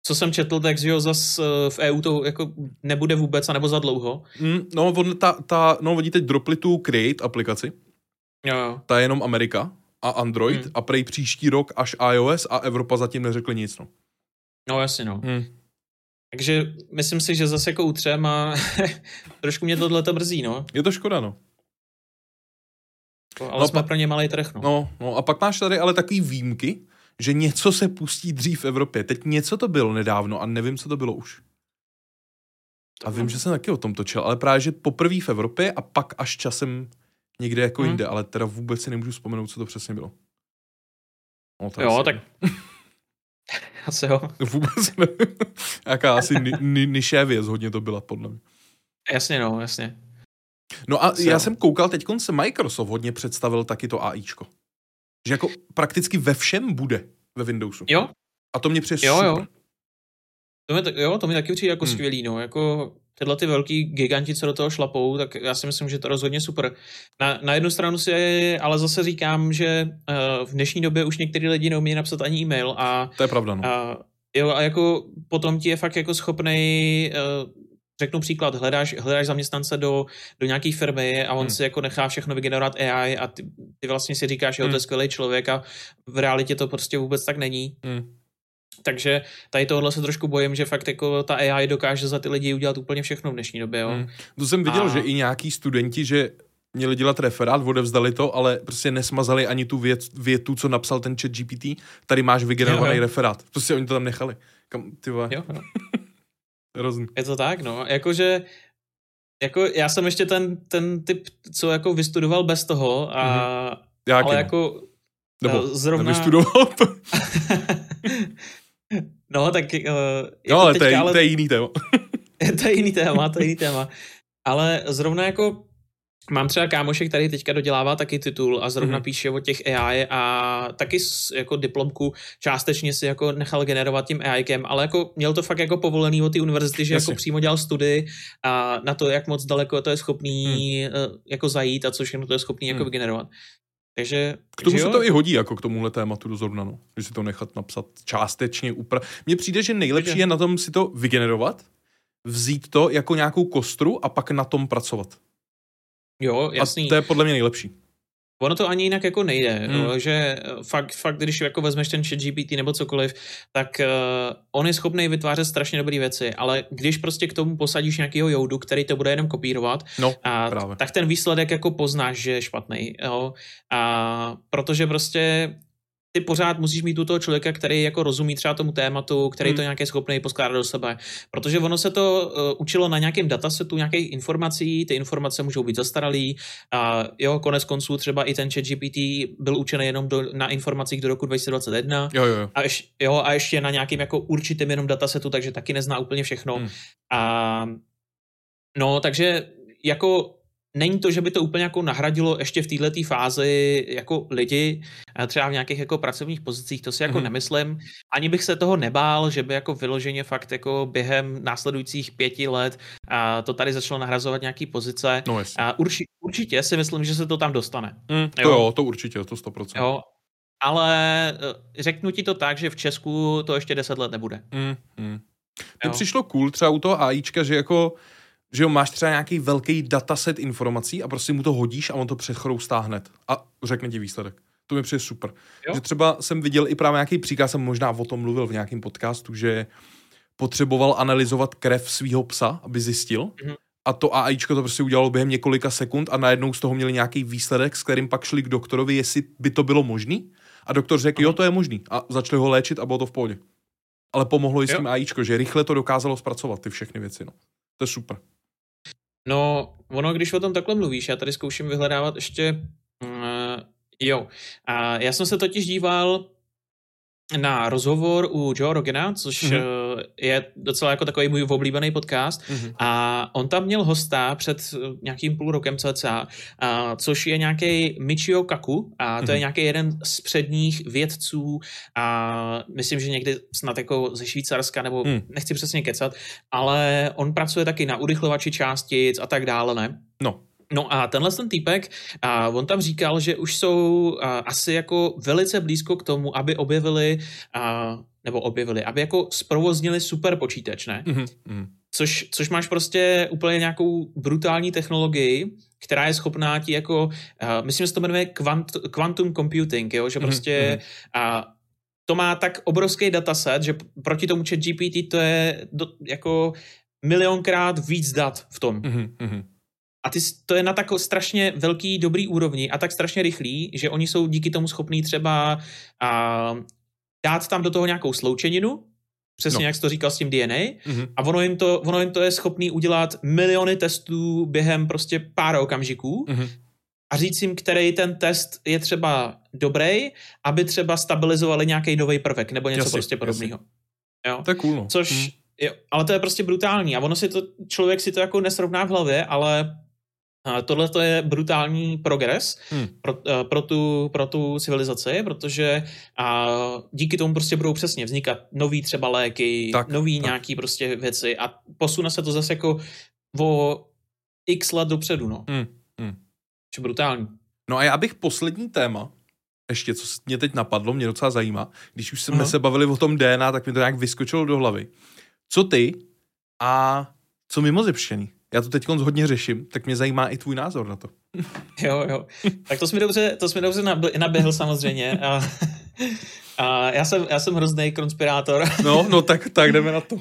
co jsem četl, tak že jo, zas v E U to jako nebude vůbec, anebo za dlouho. Mm, no, on, ta, ta, no, oni teď dropli tu Create aplikaci. Jo, jo. Ta je jenom Amerika a Android hmm. a prej příští rok až iOS a Evropa zatím neřekli nic, no. No, jasně, no. Hmm. Takže myslím si, že zase jako utřem a trošku mě tohleto mrzí, no. Je to škoda, no. To, ale no, jsme pa... pro ně malý trh, no. no. No a pak máš tady ale takový výjimky, že něco se pustí dřív v Evropě. Teď něco to bylo nedávno a nevím, co to bylo už. A vím, že jsem taky o tom točil, ale právě, že poprvé v Evropě a pak až časem někde jako hmm. jinde, ale teda vůbec si nemůžu vzpomenout, co to přesně bylo. No, jo, asi... tak... asi jo. Vůbec nevím. Jaká asi ni- ni- nižší věc hodně to byla, podle mě. Jasně, no, jasně. No a asi já jo. jsem koukal, teďkon se Microsoft hodně představil taky to AIčko. Že jako prakticky ve všem bude ve Windowsu. Jo. A to mě přijde jo, super. Jo. To mi, jo, to mi taky přijde jako hmm. skvělý, no, jako tyhle ty velký giganti, co do toho šlapou, tak já si myslím, že to rozhodně super. Na, na jednu stranu si ale zase říkám, že uh, v dnešní době už některý lidi neumí napsat ani e-mail a... To je pravda, no. A, jo, a jako potom ti je fakt jako schopnej, uh, řeknu příklad, hledáš, hledáš zaměstnance do, do nějaký firmy a on hmm. si jako nechá všechno vygenerovat A I a ty, ty vlastně si říkáš, že hmm. to je skvělý člověk a v realitě to prostě vůbec tak není. Hmm. Takže tady tohle se trošku bojím, že fakt jako ta A I dokáže za ty lidi udělat úplně všechno v dnešní době, jo. Hmm. To jsem viděl, a... že i nějaký studenti, že měli dělat referát, odevzdali to, ale prostě nesmazali ani tu věc, větu, co napsal ten chat G P T. Tady máš vygenerovaný jo, jo. referát. Prostě oni to tam nechali. Kam, ty vole. Jo, jo. Hrozný. Je to tak, no. Jakože jako já jsem ještě ten, ten typ, co jako vystudoval bez toho a mm-hmm. Jaký, ale no. jako Nebo zrovna... nevystudoval to. No, tak... Uh, no, ale, teďka, to je, ale to je jiný téma. to je jiný téma, to je jiný téma. Ale zrovna jako mám třeba kámošek, který teďka dodělává taky titul a zrovna mm-hmm. píše o těch A I a taky jako diplomku částečně si jako nechal generovat tím AIkem, ale jako měl to fakt jako povolený od té univerzity, že Jasně. jako přímo dělal studii a na to, jak moc daleko to je schopný mm. jako zajít a co všechno to je schopný mm. jako vygenerovat. Takže, k tomu takže se jo? to i hodí, jako k tomuhle tématu dozorna, no. Když si to nechat napsat částečně upra... Mně přijde, že nejlepší takže... je na tom si to vygenerovat, vzít to jako nějakou kostru a pak na tom pracovat. Jo, jasný. A to je podle mě nejlepší. Ono to ani jinak jako nejde, hmm. jo, že fakt, fakt, když jako vezmeš ten chat G P T nebo cokoliv, tak uh, on je schopný vytvářet strašně dobré věci, ale když prostě k tomu posadíš nějakýho joudu, který to bude jenom kopírovat, no, a, tak ten výsledek jako poznáš, že je špatný. Jo? A protože prostě ty pořád musíš mít tu toho člověka, který jako rozumí třeba tomu tématu, který hmm. to nějaký schopný poskládat do sebe. Protože ono se to uh, učilo na nějakém datasetu nějakých informací, ty informace můžou být zastaralý a jo, konec konců třeba i ten chat G P T byl učený jenom do, na informacích do roku dva tisíce dvacet jedna jo, jo. A, ješ, jo, a ještě na nějakým jako určitým jenom datasetu, takže taky nezná úplně všechno. Hmm. A no, takže jako není to, že by to úplně jako nahradilo ještě v této fázi jako lidi, třeba v nějakých jako pracovních pozicích, to si jako mm-hmm. nemyslím. Ani bych se toho nebál, že by jako vyloženě fakt jako během následujících pěti let a to tady začalo nahrazovat nějaký pozice. No a urči, určitě si myslím, že se to tam dostane. Mm, to jo? jo, to určitě, to sto procent. Jo, ale řeknu ti to tak, že v Česku to ještě deset let nebude. Mm, mm. Mně přišlo cool třeba u toho AIčka, že jako že jo, máš třeba nějaký velký dataset informací a prostě mu to hodíš a on to přechroustá hned a řekne ti výsledek. To mi přijde super. Jo? Že třeba jsem viděl i právě nějaký příkaz, jsem možná o tom mluvil v nějakém podcastu, že potřeboval analyzovat krev svýho psa, aby zjistil. Mm-hmm. A to AIčko to prostě udělalo během několika sekund a najednou z toho měli nějaký výsledek, s kterým pak šli k doktorovi, jestli by to bylo možný. A doktor řekl, jo, to je možný. A začali ho léčit a bylo to v pohodě. Ale pomohlo i s tím AIčko, že rychle to dokázalo zpracovat, ty všechny věci. No. To je super. No, ono, když o tom takhle mluvíš, já tady zkouším vyhledávat ještě, uh, jo, a já jsem se totiž díval na rozhovor u Joe Rogana, což mm-hmm. uh, je docela jako takový můj oblíbený podcast mm-hmm. a on tam měl hosta před nějakým půl rokem cca, uh, což je nějaký Michio Kaku a to mm-hmm. je nějaký jeden z předních vědců a myslím, že někdy snad jako ze Švýcarska, nebo mm. nechci přesně kecat, ale on pracuje taky na urychlovači částic a tak dále, ne? No. No a tenhle ten týpek, a on tam říkal, že už jsou a, asi jako velice blízko k tomu, aby objevili a, nebo objevili, aby jako zprovoznili super počítač, ne? Mm-hmm. Což, což máš prostě úplně nějakou brutální technologii, která je schopná ti jako, uh, myslím, že se to jmenuje kvant, quantum computing, jo? Že prostě mm-hmm. uh, to má tak obrovský dataset, že proti tomu ChatGPT to je do, jako milionkrát víc dat v tom. Mm-hmm. A ty, to je na tak strašně velký, dobrý úrovni a tak strašně rychlý, že oni jsou díky tomu schopní třeba uh, dát tam do toho nějakou sloučeninu, přesně no. jak jsi to říkal s tím D N A, mm-hmm. a ono jim, to, ono jim to je schopný udělat miliony testů během prostě pár okamžiků mm-hmm. a říct jim, který ten test je třeba dobrý, aby třeba stabilizovali nějaký nový prvek nebo něco jasně, prostě podobného. Jo? To je cool. No. Což, mm. jo, ale to je prostě brutální a ono si to, člověk si to jako nesrovná v hlavě, ale tohle to je brutální progres hmm. pro, pro, tu, pro tu civilizaci, protože a, díky tomu prostě budou přesně vznikat nový třeba léky, tak, nový tak. nějaký prostě věci a posune se to zase jako o x let dopředu, no. Hmm. Hmm. Čo brutální. No a já bych poslední téma, ještě co mě teď napadlo, mě docela zajímá, když už jsme uh-huh. se bavili o tom D N A, tak mi to nějak vyskočilo do hlavy. Co ty a co mimozemšťané? Já to teď hodně řeším, tak mě zajímá i tvůj názor na to. Jo, jo. Tak to jsi mi dobře, to jsi mi dobře naběhl samozřejmě. A, a já jsem, já jsem hrozný konspirátor. No, no tak, tak jdeme na to.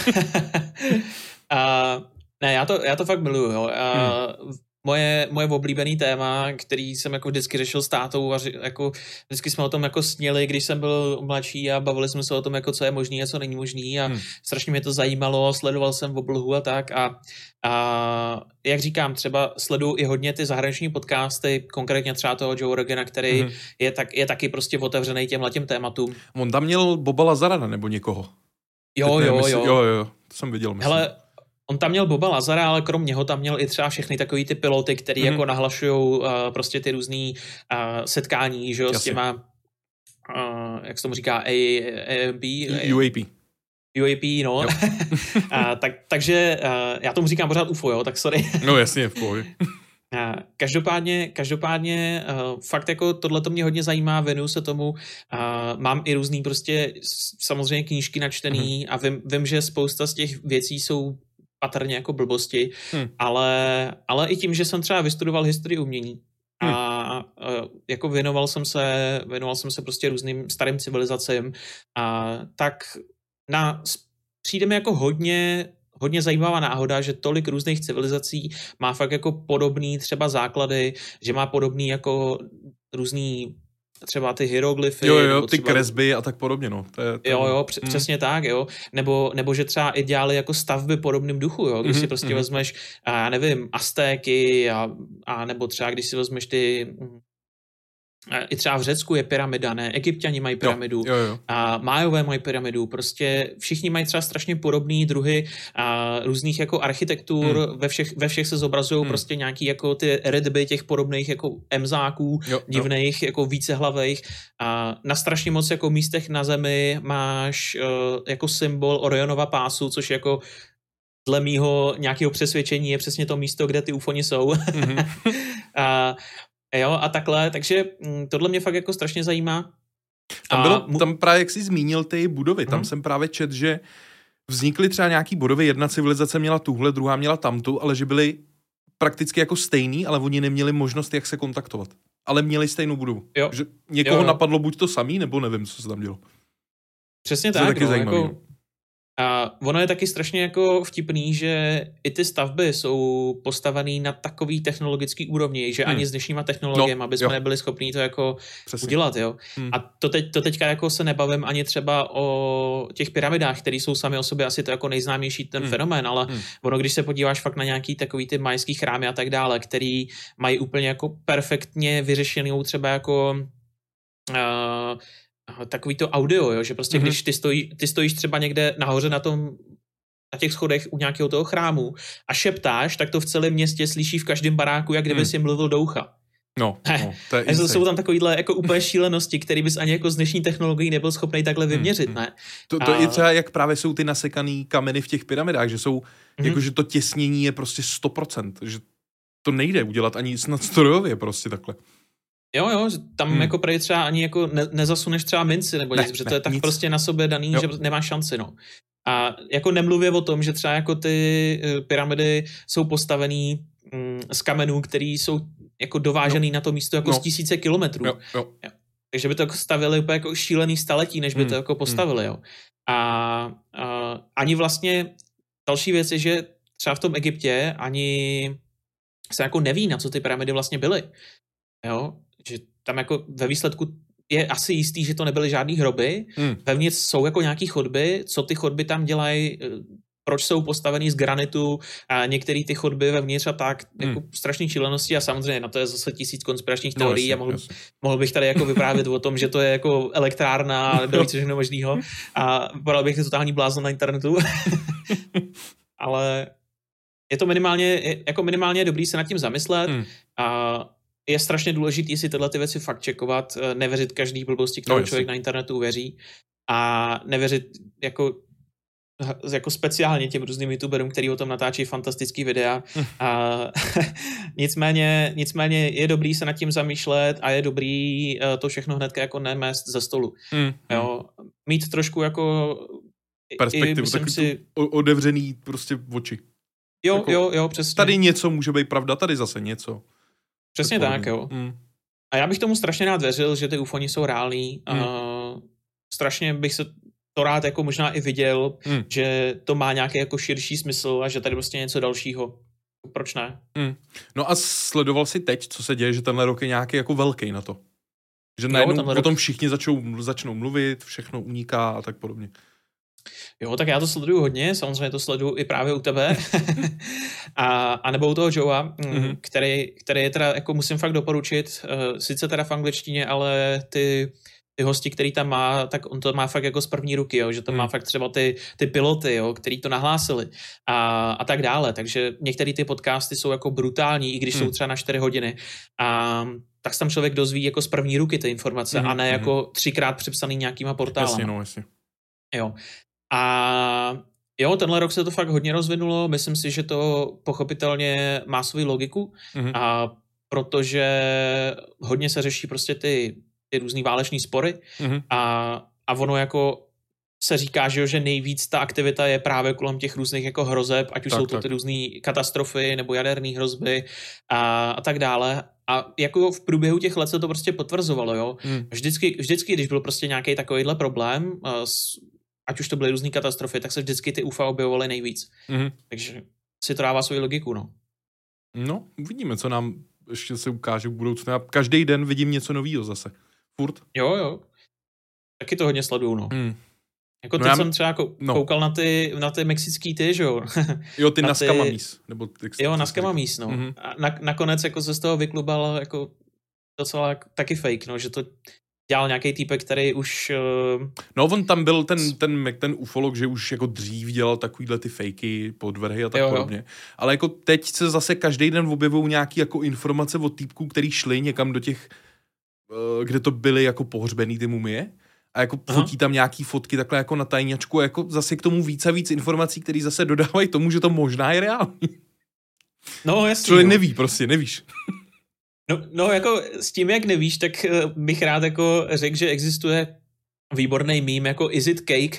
A, ne, já to, já to fakt miluju, jo. A, hmm. Moje, moje oblíbený téma, který jsem jako vždycky řešil s tátou a jako vždycky jsme o tom jako sněli, když jsem byl mladší a bavili jsme se o tom, jako co je možný a co není možný a hmm. strašně mě to zajímalo, sledoval jsem v oblohu a tak a, a jak říkám, třeba sleduju i hodně ty zahraniční podcasty, konkrétně třeba toho Joe Rogana, který hmm. je, tak, je taky prostě otevřený těmhletěm tématům. On tam měl Boba Lazara nebo někoho? Jo, jo, myslím, jo. Jo, jo, to jsem viděl, myslím. Hele, on tam měl Boba Lazara, ale krom něho tam měl i třeba všechny takový ty piloty, který mm-hmm. jako nahlašujou uh, prostě ty různý uh, setkání, že jo, s těma, uh, jak se tomu říká, A A B? U A P. U A P, no. uh, tak, takže uh, já tomu říkám pořád U F O, jo, tak sorry. No jasně, v pohodě. Uh, každopádně, každopádně uh, fakt jako tohleto mě hodně zajímá, věnuju se tomu, uh, mám i různý prostě samozřejmě knížky načtený mm-hmm. a vím, vím, že spousta z těch věcí jsou patrně jako blbosti, hmm. ale, ale i tím, že jsem třeba vystudoval historii umění hmm. a uh, jako věnoval jsem se, věnoval jsem se prostě různým starým civilizacím a tak na, přijde mi jako hodně hodně zajímavá náhoda, že tolik různých civilizací má fakt jako podobný třeba základy, že má podobný jako různý třeba ty hieroglyfy. Jo, jo, ty třeba kresby a tak podobně, no. To je, to... Jo, jo, př- hmm. přesně tak, jo. Nebo, nebo že třeba i dělali jako stavby podobným duchu, jo. Když mm-hmm. si prostě mm-hmm. vezmeš, já nevím, Aztéky a, a nebo třeba když si vezmeš ty... I třeba v Řecku je pyramida, ne? Egypťani mají pyramidu, jo, jo, jo. A Májové mají pyramidu, prostě všichni mají třeba strašně podobný druhy a různých jako architektur, hmm. ve všech, ve všech se zobrazují hmm. prostě nějaký jako ty redby těch podobných jako emzáků, jo, divných, jo. jako vícehlavejch a na strašně moc jako místech na zemi máš uh, jako symbol Orionova pásu, což jako dle mýho nějakého přesvědčení je přesně to místo, kde ty ufoni jsou. Mm-hmm. a Jo, a takhle, takže tohle mě fakt jako strašně zajímá. Tam, bylo, mu... tam právě, jak jsi zmínil ty budovy, tam hmm. jsem právě čet, že vznikly třeba nějaký budovy, jedna civilizace měla tuhle, druhá měla tamtu, ale že byly prakticky jako stejný, ale oni neměli možnost, jak se kontaktovat. Ale měli stejnou budovu. Jo. Že někoho jo, jo. napadlo buď to samý, nebo nevím, co se tam dělo. Přesně to tak, no, jako... A ono je taky strašně jako vtipný, že i ty stavby jsou postavený na takový technologický úrovni, že hmm. ani s dnešníma technologiemi, no, aby jsme jo. nebyli schopní to jako Přesně. udělat, jo. Hmm. A to, teď, to teďka jako se nebavím ani třeba o těch pyramidách, které jsou sami o sobě asi to jako nejznámější ten hmm. fenomén, ale hmm. ono, když se podíváš fakt na nějaký takový ty majský chrámy a tak dále, který mají úplně jako perfektně vyřešenou třeba jako... Uh, takový to audio, jo, že prostě mm-hmm. když ty, stojí, ty stojíš třeba někde nahoře na tom na těch schodech u nějakého toho chrámu a šeptáš, tak to v celém městě slyší v každém baráku, jak kdyby mm. si mluvil do ucha. No, no to je to jsou tam takovýhle jako úplně šílenosti, který bys ani jako z dnešní technologií nebyl schopný takhle vyměřit, mm. ne? To, to a... je třeba, jak právě jsou ty nasekaný kameny v těch pyramidách, že jsou, mm. jako že to těsnění je prostě sto procent, že to nejde udělat ani snad strojově prostě takhle. Jo, jo, tam hmm. jako prej třeba ani jako ne, nezasuneš třeba minci nebo nic, ne, protože ne, to je tak nic. prostě na sobě daný, jo. Že nemáš šanci, no. A jako nemluvě o tom, že třeba jako ty pyramidy jsou postavený mm, z kamenů, který jsou jako dovážený no. na to místo jako no. z tisíce kilometrů. Jo, jo. Jo. Takže by to jako stavili úplně jako šílený staletí, než by hmm. to jako postavili, jo. A, a ani vlastně další věc je, že třeba v tom Egyptě ani se jako neví, na co ty pyramidy vlastně byly. Jo, že tam jako ve výsledku je asi jistý, že to nebyly žádný hroby. Hmm. Vevnitř jsou jako nějaký chodby, co ty chodby tam dělají, proč jsou postavený z granitu a některé ty chodby vevnitř a tak, hmm. jako strašný šílenosti a samozřejmě na to je zase tisíc konspiračních no, teorií jasně, a mohl, jasně. mohl bych tady jako vyprávět o tom, že to je jako elektrárna a do víc všechno možného a vypadal bych totální blázon na internetu. Ale je to minimálně, jako minimálně dobrý se nad tím zamyslet hmm. a je strašně důležitý si tyhle ty věci fakt čekovat, nevěřit každý blbosti, kterou no, člověk na internetu uvěří a nevěřit jako, jako speciálně těm různým youtuberům, který o tom natáčí fantastický videa. Hmm. A nicméně, nicméně je dobrý se nad tím zamýšlet a je dobrý to všechno hnedka jako nemést ze stolu. Hmm. Jo, mít trošku jako perspektivu, taky si... otevřený prostě oči. Jo, jako, jo, jo, přesně. Tady něco může být pravda, tady zase něco. Přesně tak, tak jo. Mm. A já bych tomu strašně rád věřil, že ty ufoni jsou reální. Mm. Uh, strašně bych se to rád jako možná i viděl, mm. že to má nějaký jako širší smysl a že tady prostě něco dalšího. Proč ne? Mm. No a sledoval jsi teď, co se děje, že tenhle rok je nějaký jako velký na to? Že najednou o tom všichni začnou, začnou mluvit, všechno uniká a tak podobně. Jo, tak já to sleduju hodně, samozřejmě to sleduju i právě u tebe. a, a nebo u toho Joea, mm-hmm. který, který je teda, jako musím fakt doporučit, uh, sice teda v angličtině, ale ty, ty hosti, který tam má, tak on to má fakt jako z první ruky, jo, že to mm. má fakt třeba ty, ty piloty, jo, který to nahlásili a, a tak dále, takže některé ty podcasty jsou jako brutální, i když mm. jsou třeba na čtyři hodiny a tak se tam člověk dozví jako z první ruky ty informace mm. a ne mm. jako třikrát přepsaný nějakýma portálama. Jasně, no, jasně. Jo. A jo, tenhle rok se to fakt hodně rozvinulo, myslím si, že to pochopitelně má svou logiku, mm-hmm. a protože hodně se řeší prostě ty, ty různý váleční spory mm-hmm. a, a ono jako se říká, že, že nejvíc ta aktivita je právě kolem těch různých jako hrozeb, ať už tak, jsou to tak. ty různý katastrofy nebo jaderné hrozby a, a tak dále. A jako v průběhu těch let se to prostě potvrzovalo, jo. Mm. Vždycky, vždycky, když byl prostě nějaký takovýhle problém s ať už to byly různý katastrofy, tak se vždycky ty U F O objevovaly nejvíc. Mm-hmm. Takže si to dává svoji logiku, no. No, uvidíme, co nám ještě se ukáže v budoucnu. Já každý den vidím něco novýho zase. Furt. Jo, jo. Taky to hodně sleduju, no. Mm. Jako no teď já... jsem třeba kou- no. koukal na ty, na ty mexický ty, že jo. Jo, ty na Naskamamis. Nebo ty, jo, Naskamamis, no. Mm-hmm. A na, nakonec jako se z toho vyklubal jako docela taky fake, no, že to dělal nějaký týpek, který už... Uh... No, on tam byl ten, ten, ten ufolog, že už jako dřív dělal takovýhle ty fejky, podvrhy a tak jo, podobně. Jo. Ale jako teď se zase každý den objevují nějaký jako informace od týpků, který šli někam do těch, uh, kde to byly jako pohřbený ty mumie. A jako Aha. fotí tam nějaký fotky takhle jako na tajňačku a jako zase k tomu víc a víc informací, které zase dodávají tomu, že to možná je reálný. No, jasně. Člověk neví, prostě nevíš. No, no, jako s tím, jak nevíš, tak bych rád jako řekl, že existuje výborný meme jako Is it cake?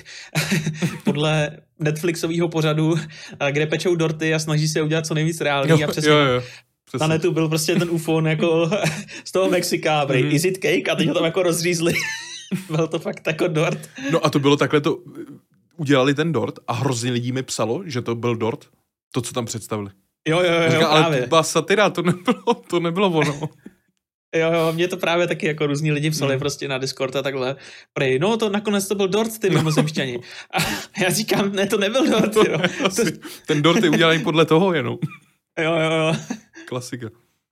Podle Netflixového pořadu, kde pečou dorty a snaží se udělat co nejvíc reálný. Jo, a přesně, jo, jo, přesně na netu byl prostě ten ufon jako z toho Mexika, mm-hmm. Is it cake? A teď ho tam jako rozřízli. Byl to fakt jako dort. No a to bylo takhle, to udělali ten dort a hrozně lidí mi psalo, že to byl dort, to, co tam představili. Jo, jo, jo, říká, ale právě. To byla satira, to nebylo, to nebylo ono. Jo, jo, mě to právě taky jako různí lidi psali hmm. prostě na Discord a takhle. Prej, no to nakonec to byl dort, ty mimozemšťani. A já říkám, ne, to nebyl dort, to, jo. Asi, ten dort je udělaný podle toho jenom. Jo, jo, jo. Klasika.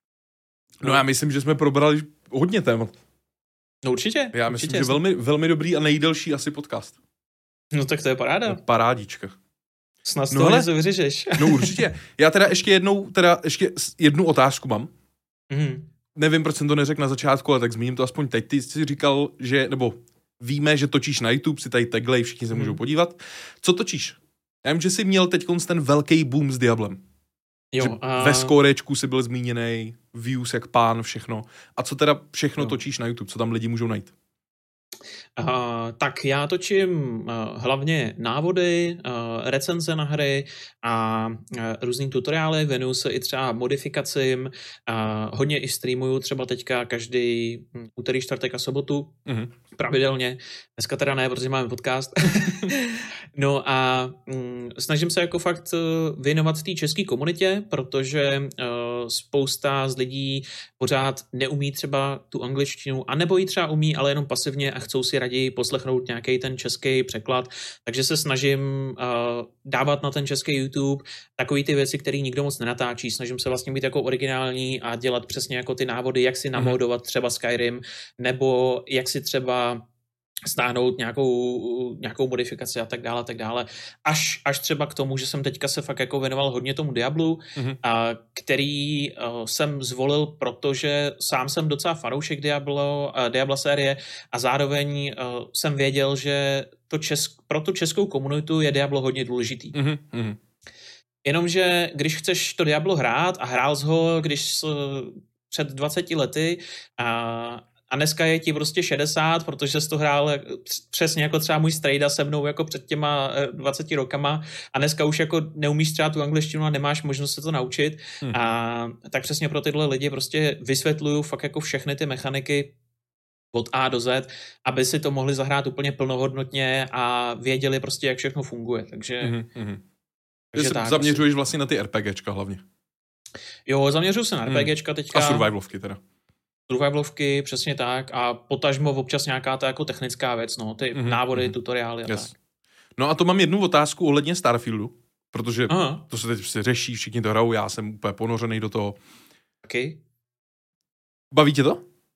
No já myslím, že jsme probrali hodně témat. No určitě. Já určitě myslím, že velmi, velmi dobrý a nejdelší asi podcast. No tak to je paráda. Parádička. Snad no, toho něco vyřešeš. No určitě. Já teda ještě jednou, teda ještě jednu otázku mám. Mm. Nevím, proč jsem to neřekl na začátku, ale tak zmíním to aspoň teď. Ty jsi říkal, že, nebo víme, že točíš na YouTube, si tady taglej, všichni se mm. můžou podívat. Co točíš? Já vím, že jsi měl teď ten velký boom s Diablem. Jo. A... Ve Skorečku jsi byl zmíněnej, views jak pán, všechno. A co teda všechno no. točíš na YouTube, co tam lidi můžou najít? Uh, tak já točím uh, hlavně návody, uh, recenze na hry a uh, různý tutoriály, věnuju se i třeba modifikacím, uh, hodně i streamuju třeba teďka každý úterý, čtvrtek a sobotu mm-hmm. pravidelně. Dneska teda ne, protože máme podcast. No a um, snažím se jako fakt uh, věnovat té české komunitě, protože uh, spousta z lidí pořád neumí třeba tu angličtinu, anebo ji třeba umí, ale jenom pasivně a chcou si raději poslechnout nějaký ten český překlad, takže se snažím uh, dávat na ten český YouTube takový ty věci, které nikdo moc nenatáčí. Snažím se vlastně být jako originální a dělat přesně jako ty návody, jak si namodovat třeba Skyrim, nebo jak si třeba stáhnout nějakou, nějakou modifikaci a tak dále, tak dále. Až, až třeba k tomu, že jsem teďka se fakt jako věnoval hodně tomu Diablu, mm-hmm. a který uh, jsem zvolil, protože sám jsem docela fanoušek Diablo, uh, Diabla série a zároveň uh, jsem věděl, že to česk, pro tu českou komunitu je Diablo hodně důležitý. Mm-hmm. Jenomže když chceš to Diablo hrát a hrál jsi ho, když uh, před dvaceti lety a uh, A dneska je ti prostě šedesát, protože jsi to hrál přesně jako třeba můj strejda se mnou jako před těma dvaceti rokama a dneska už jako neumíš třeba tu angličtinu a nemáš možnost se to naučit. Hmm. A tak přesně pro tyhle lidi prostě vysvětluju fakt jako všechny ty mechaniky od A do Z, aby si to mohli zahrát úplně plnohodnotně a věděli prostě, jak všechno funguje. Takže... Hmm. takže tak, zaměřuješ vlastně na ty RPGčka hlavně. Jo, zaměřuju se na RPGčka teďka. A survivalovky teda. Survivalovky, přesně tak, a potažmo občas nějaká ta jako technická věc, no, ty mm-hmm. návody, tutoriály a yes. tak. No a to mám jednu otázku ohledně Starfieldu, protože Aha. to se teď prostě řeší, všichni to hrajou, já jsem úplně ponořený do toho. Okay. Baví tě to?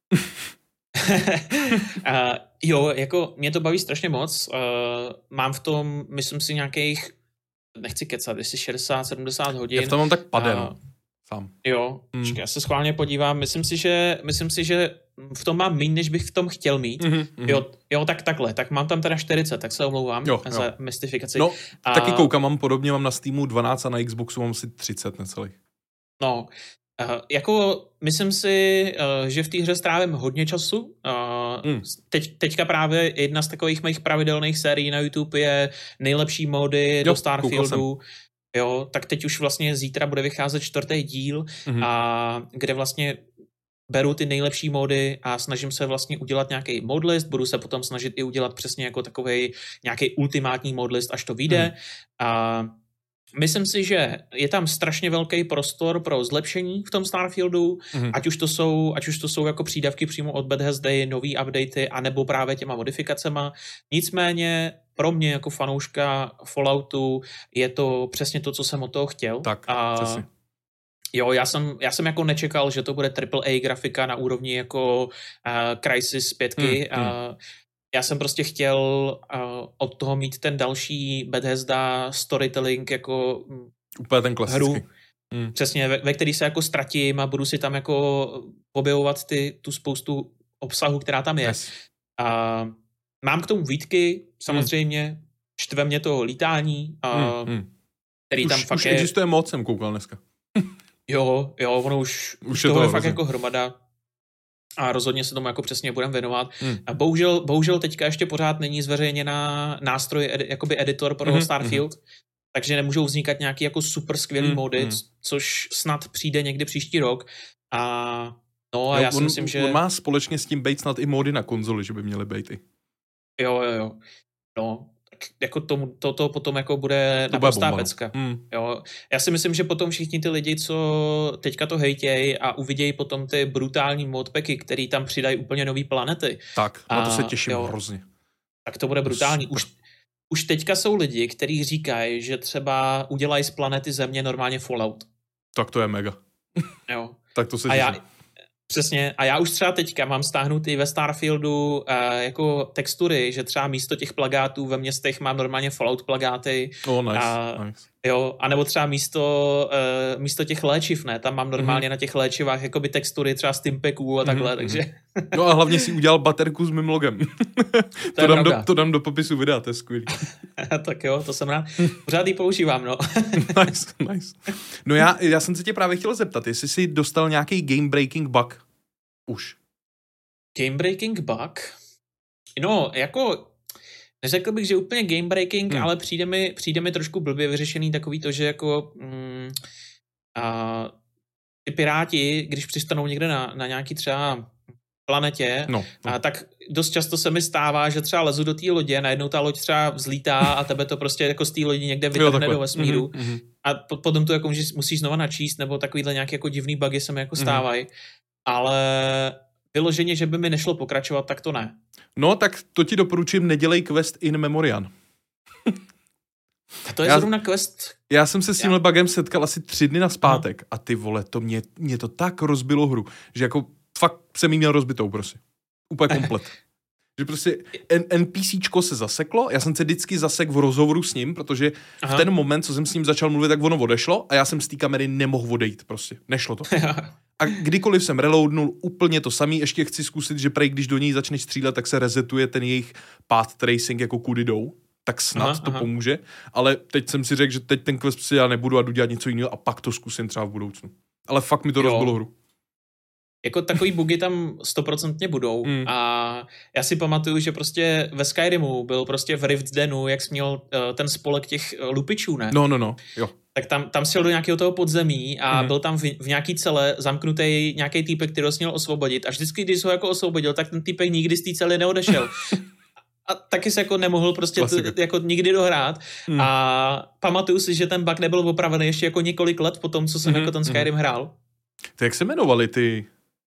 uh, jo, jako mě to baví strašně moc, uh, mám v tom, myslím si nějakých, nechci kecat, jestli šedesát sedmdesát hodin. Já v tom mám tak pade, uh, no. Sám. Jo, mm. já se schválně podívám, myslím si, že, myslím si, že v tom mám méně, než bych v tom chtěl mít. Mm-hmm. Jo, jo, tak takhle, tak mám tam teda čtyřicet, tak se omlouvám jo, za jo. mystifikaci. No, a... taky koukám, mám podobně, mám na Steamu dvanáct a na Xboxu mám asi třicet necelých. No, uh, jako myslím si, uh, že v té hře strávím hodně času. Uh, mm. teď, teďka právě jedna z takových mých pravidelných sérií na YouTube je nejlepší mody jo, do Starfieldu. Jo, tak teď už vlastně zítra bude vycházet čtvrtý díl, mm-hmm. a kde vlastně beru ty nejlepší módy a snažím se vlastně udělat nějaký modlist, budu se potom snažit i udělat přesně jako takovej nějaký ultimátní modlist, až to vyjde. Mm. A myslím si, že je tam strašně velký prostor pro zlepšení v tom Starfieldu, mm. ať už to jsou, ať už to jsou jako přídavky přímo od Bethesdy, nový updaty, anebo právě těma modifikacema. Nicméně pro mě jako fanouška Falloutu je to přesně to, co jsem od toho chtěl. Tak, a přesně. Jo, já jsem, já jsem jako nečekal, že to bude triple A grafika na úrovni jako uh, Crysis pět. Mm, uh, mm. Já jsem prostě chtěl uh, od toho mít ten další Bethesda storytelling jako úplně ten klasický. Hru. Mm. Přesně, ve, ve který se jako ztratím a budu si tam jako objevovat ty, tu spoustu obsahu, která tam je. Yes. Uh, mám k tomu výtky, samozřejmě, mm. štve mě to lítání, uh, mm, mm. který už, tam fakt už je... existuje moc, jsem koukal dneska. Jo, jo, ono už, už toho je, to je fakt jako hromada a rozhodně se tomu jako přesně budeme věnovat. Hmm. A bohužel, bohužel teďka ještě pořád není zveřejněná nástroj, edi, jakoby editor pro hmm. Starfield, hmm. takže nemůžou vznikat nějaký jako super skvělý hmm. mody, hmm. což snad přijde někdy příští rok. A no a jo, já si on, myslím, že... On má společně s tím být snad i mody na konzoli, že by měly být i. Jo, jo, jo. No, jako tomu, to, to potom jako bude naprostá pecka. Mm. Jo. Já si myslím, že potom všichni ty lidi, co teďka to hejtějí a uvidějí potom ty brutální modpacky, který tam přidají úplně nový planety. Tak, na to se těším jo, hrozně. Tak to bude brutální. Už, už teďka jsou lidi, kteří říkají, že třeba udělají z planety Země normálně Fallout. Tak to je mega. Jo. Tak to se a těším. Já, přesně. A já už třeba teďka mám stáhnutý ve Starfieldu uh, jako textury, že třeba místo těch plagátů ve městech mám normálně Fallout plagáty. Oh, nice, a, nice. Jo, anebo třeba místo, uh, místo těch léčiv, ne, tam mám normálně mm. na těch léčivách jakoby textury třeba Stimpaků a takhle, mm. takže... No a hlavně si udělal baterku s mým logem. to, to, dám do, to dám do popisu videa, to je skvělý. Tak jo, to jsem rád. Pořád ji používám, no. Nice, nice. No já, já jsem se tě právě chtěl zeptat, jestli jsi dostal nějaký game breaking bug už. Game breaking bug? No, jako... Neřekl bych, že úplně game breaking, hmm. ale přijde mi, přijde mi trošku blbě vyřešený takový to, že jako mm, a, ty piráti, když přistanou někde na, na nějaký třeba planetě, no, no. A, tak dost často se mi stává, že třeba lezu do té lodě, najednou ta loď třeba vzlítá a tebe to prostě jako z té lodi někde vytrhne do vesmíru mm-hmm. a po, potom to jako musíš, musíš znova načíst, nebo takovýhle nějaké jako divný bugy se mi jako stávají, mm-hmm. ale vyloženě, že by mi nešlo pokračovat, tak to ne. No, tak to ti doporučím, nedělej quest in memoriam. A to je já, zrovna quest... Já jsem se s tímhle bugem setkal asi tři dny naspátek a ty vole, to mě, mě to tak rozbilo hru, že jako fakt jsem jí měl rozbitou prostě. Úplně komplet. Že prostě NPCčko se zaseklo, já jsem se vždycky zasek v rozhovoru s ním, protože Aha. v ten moment, co jsem s ním začal mluvit, tak ono odešlo a já jsem z té kamery nemohl odejít prostě. Nešlo to. A kdykoliv jsem reloadnul, úplně to samý, ještě chci zkusit, že prej, když do něj začneš střílet, tak se resetuje ten jejich path tracing, jako kudy jdou, tak snad aha, to aha. pomůže, ale teď jsem si řekl, že teď ten quest si já nebudu a jdu dělat něco jiného a pak to zkusím třeba v budoucnu. Ale fakt mi to jo. rozbilo hru. Jako takový bugy tam stoprocentně budou mm. a já si pamatuju, že prostě ve Skyrimu byl prostě v Rift Denu, jak jsi měl uh, ten spolek těch uh, lupičů, ne? No, no, no, jo. Tak tam, tam šel do nějakého toho podzemí a mm. byl tam v, v nějaký cele zamknutý nějaký týpek, který ho měl osvobodit a vždycky, když ho jako osvobodil, tak ten týpek nikdy z té cely neodešel. A taky se jako nemohl prostě t, jako nikdy dohrát mm. a pamatuju si, že ten bug nebyl opravený ještě jako několik let po tom, co jsem mm. jako ten Skyrim mm. hrál. To jak se jmenovali ty...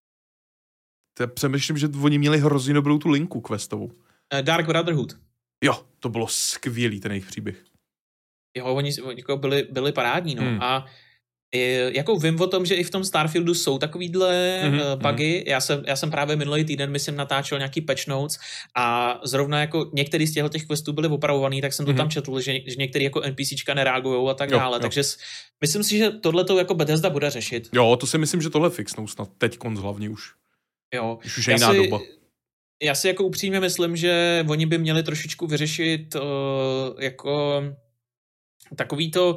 To přemýšlím, že oni měli hrozně dobrou tu linku questovou. Dark Brotherhood. Jo, to bylo skvělý ten jejich příběh. Jo, oni, oni jako byli, byli parádní, no. Hmm. A jako vím o tom, že i v tom Starfieldu jsou takovýhle mm-hmm. bugy. Já jsem, já jsem právě minulý týden, myslím, natáčel nějaký patch notes a zrovna jako některý z těch questů byly opravovaný, tak jsem to mm-hmm. tam četl, že, že některý jako NPCčka nereagujou a tak jo, dále. Jo. Takže myslím si, že tohleto jako Bethesda bude řešit. Jo, to si myslím, že tohle fixnou snad teď konc hlavně už. Jo. Už už je jiná doba. Já si jako upřímně myslím, že oni by měli trošičku vyřešit uh, jako takový to,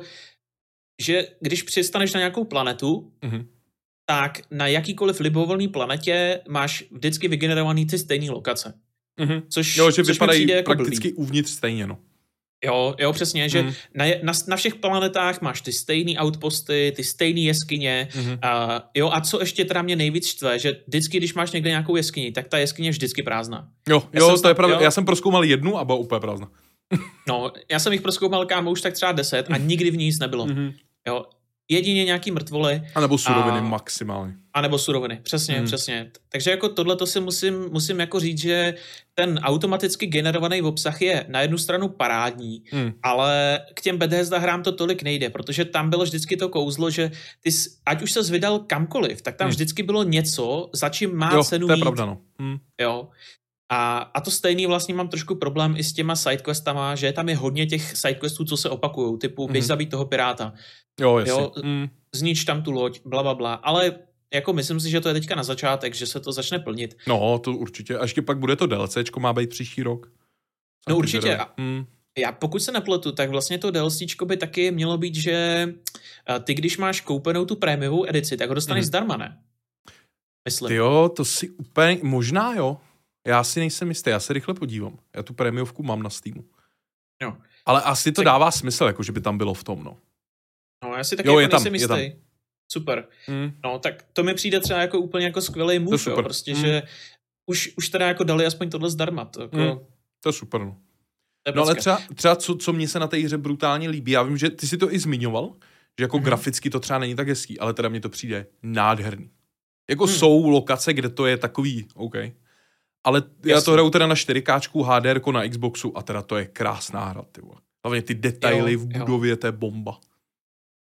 že když přistaneš na nějakou planetu, mm-hmm. tak na jakýkoliv libovolný planetě máš vždycky vygenerovaný ty stejné lokace. Mm-hmm. Což, jo, že což vypadají jako prakticky blbý. Uvnitř stejně, no. Jo, jo, přesně, že mm. na, na, na všech planetách máš ty stejný outposty, ty stejný jeskyně. Mm. A, jo, a co ještě teda mě nejvíc štve, že vždycky, když máš někde nějakou jeskyni, tak ta jeskyně je vždycky prázdná. Jo, jo, to snad, je pravda. Jo? Já jsem prozkoumal jednu a byla úplně prázdná. No, já jsem jich prozkoumal, kámo, už tak třeba deset a nikdy v ní nic nebylo. Mm-hmm. Jo, jedině nějaký mrtvoly. A nebo suroviny a, maximálně. A nebo suroviny, přesně, mm. přesně. Takže jako tohleto si musím, musím jako říct, že ten automaticky generovaný obsah je na jednu stranu parádní, mm. ale k těm Bethesda hrám to tolik nejde, protože tam bylo vždycky to kouzlo, že ty, ať už ses vydal kamkoliv, tak tam mm. vždycky bylo něco, za čím má jo, cenu to je jít. pravda, no. Mm. Jo. A, a to stejný vlastně mám trošku problém i s těma sidequestama, že tam je hodně těch sidequestů, co se opakujou, typu mm. běž zabít toho piráta. Jo, jasně. Jo, mm. Znič tam tu loď, blablabla, ale jako myslím si, že to je teďka na začátek, že se to začne plnit. No, to určitě. A ještě pak bude to DLCčko, má být příští rok. No určitě. Mm. Já pokud se nepletu, tak vlastně to DLCčko by taky mělo být, že ty, když máš koupenou tu prémiovou edici, tak ho dostaneš mm. zdarma, ne? Myslím. Ty jo, to si úplně, možná jo. Já si nejsem jistý, já se rychle podívám. Já tu prémiovku mám na Steamu. Jo. Ale asi to tak... dává smysl, jako že by tam bylo v tom, no. No, já si taky jo, jako je nejsem tam, jistý. Super. Mm. No, tak to mi přijde třeba jako úplně jako skvělý move, jo, prostě, mm. že už, už teda jako dali aspoň tohle zdarma. To, jako... mm. to je super, no. Je no ale třeba, třeba co, co mně se na té hře brutálně líbí, já vím, že ty si to i zmiňoval, že jako mm. graficky to třeba není tak hezký, ale teda mně to přijde nádherný. Jako mm. jsou lokace, kde to je takový, OK. Ale Jasně. já to hraju teda na čtyři ká H D R na Xboxu a teda to je krásná hra, ty vole. Hlavně ty detaily jo, v budově, jo. To je bomba.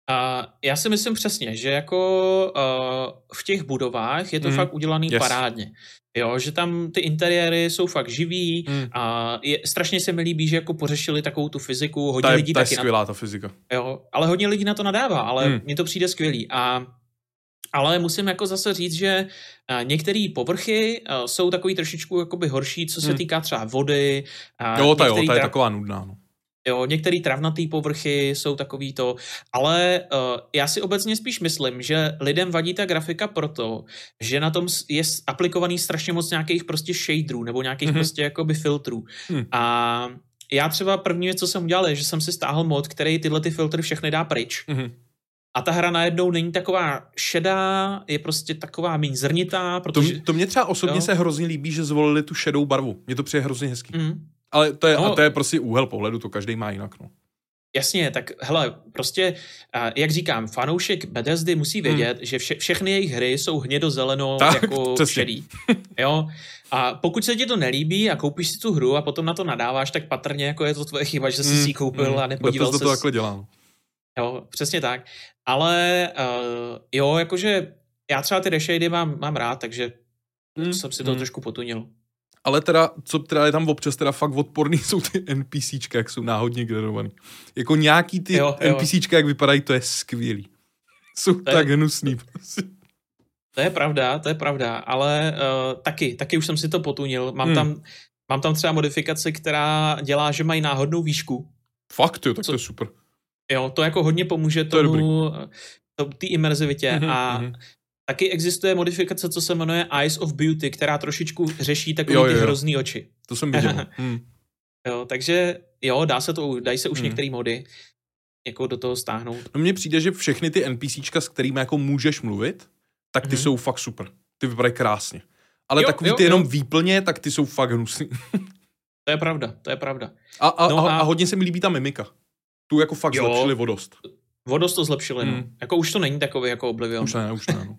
A já si myslím přesně, že jako uh, v těch budovách je to mm. fakt udělaný yes. parádně. Jo, že tam ty interiéry jsou fakt živý mm. a je, strašně se mi líbí, že jako pořešili takovou tu fyziku. Hodně ta je, lidí ta je taky skvělá na... ta fyzika. Jo, ale hodně lidí na to nadává, ale mm. mně to přijde skvělý. A ale musím jako zase říct, že některé povrchy jsou takový trošičku jakoby horší, co se mm. týká třeba vody. Jo, ta jo, ta je tra... taková nudná, no. Jo, některé travnatý povrchy jsou takový to, ale uh, já si obecně spíš myslím, že lidem vadí ta grafika proto, že na tom je aplikovaný strašně moc nějakých prostě shaderů nebo nějakých mm-hmm. prostě jakoby filtrů. Mm. A já třeba první věc, co jsem udělal, je, že jsem si stáhl mod, který tyhle ty filtry všechny dá pryč. Mm-hmm. A ta hra najednou není taková šedá, je prostě taková méně zrnitá, protože... To, to mě třeba osobně jo? se hrozně líbí, že zvolili tu šedou barvu. Mně to přijde hrozně hezký. Mm. Ale to je, no, a to je prostě úhel pohledu, to každý má jinak, no. Jasně, tak hele, prostě, jak říkám, fanoušek Bethesdy musí vědět, hmm. že vše, všechny jejich hry jsou hnědo-zeleno tak, jako přesně. šedý. Jo? A pokud se ti to nelíbí a koupíš si tu hru a potom na to nadáváš, tak patrně jako je to tvoje chyba, že jsi hmm. si ji koupil hmm. a nepodíval se. To to takhle dělá. Jo, přesně tak. Ale uh, jo, jakože já třeba ty reshady mám, mám rád, takže hmm. jsem si to hmm. trošku potunil. Ale teda, co teda je tam občas teda fakt odporný, jsou ty NPCčka, jak jsou náhodně generovaný. Jako nějaký ty jo, jo. NPCčka, jak vypadají, to je skvělý. Jsou to tak je, hnusný. To je pravda, to je pravda, ale uh, taky, taky už jsem si to potunil. Mám, hmm. tam, mám tam třeba modifikaci, která dělá, že mají náhodnou výšku. Fakt jo, tak co, to je super. Jo, to jako hodně pomůže tomu, té imerzivitě mm-hmm, a mm-hmm. taky existuje modifikace, co se jmenuje Eyes of Beauty, která trošičku řeší takový jo, jo, ty hrozný oči. To jsem viděl. hmm. Jo, takže jo, dá se to, dají se už hmm. některé mody jako do toho stáhnout. No mně přijde, že všechny ty NPCčka, s kterými jako můžeš mluvit, tak ty hmm. jsou fakt super. Ty vypadají krásně. Ale jo, takový jo, ty jenom jo. výplně, tak ty jsou fakt hnusný. To je pravda, to je pravda. A, a, no a, a hodně se mi líbí ta mimika. Tu jako fakt jo. zlepšili vodost. Vodost to zlepšili, hmm. no. Jako už to není takový jako Oblivion. Už ne, už ne, no.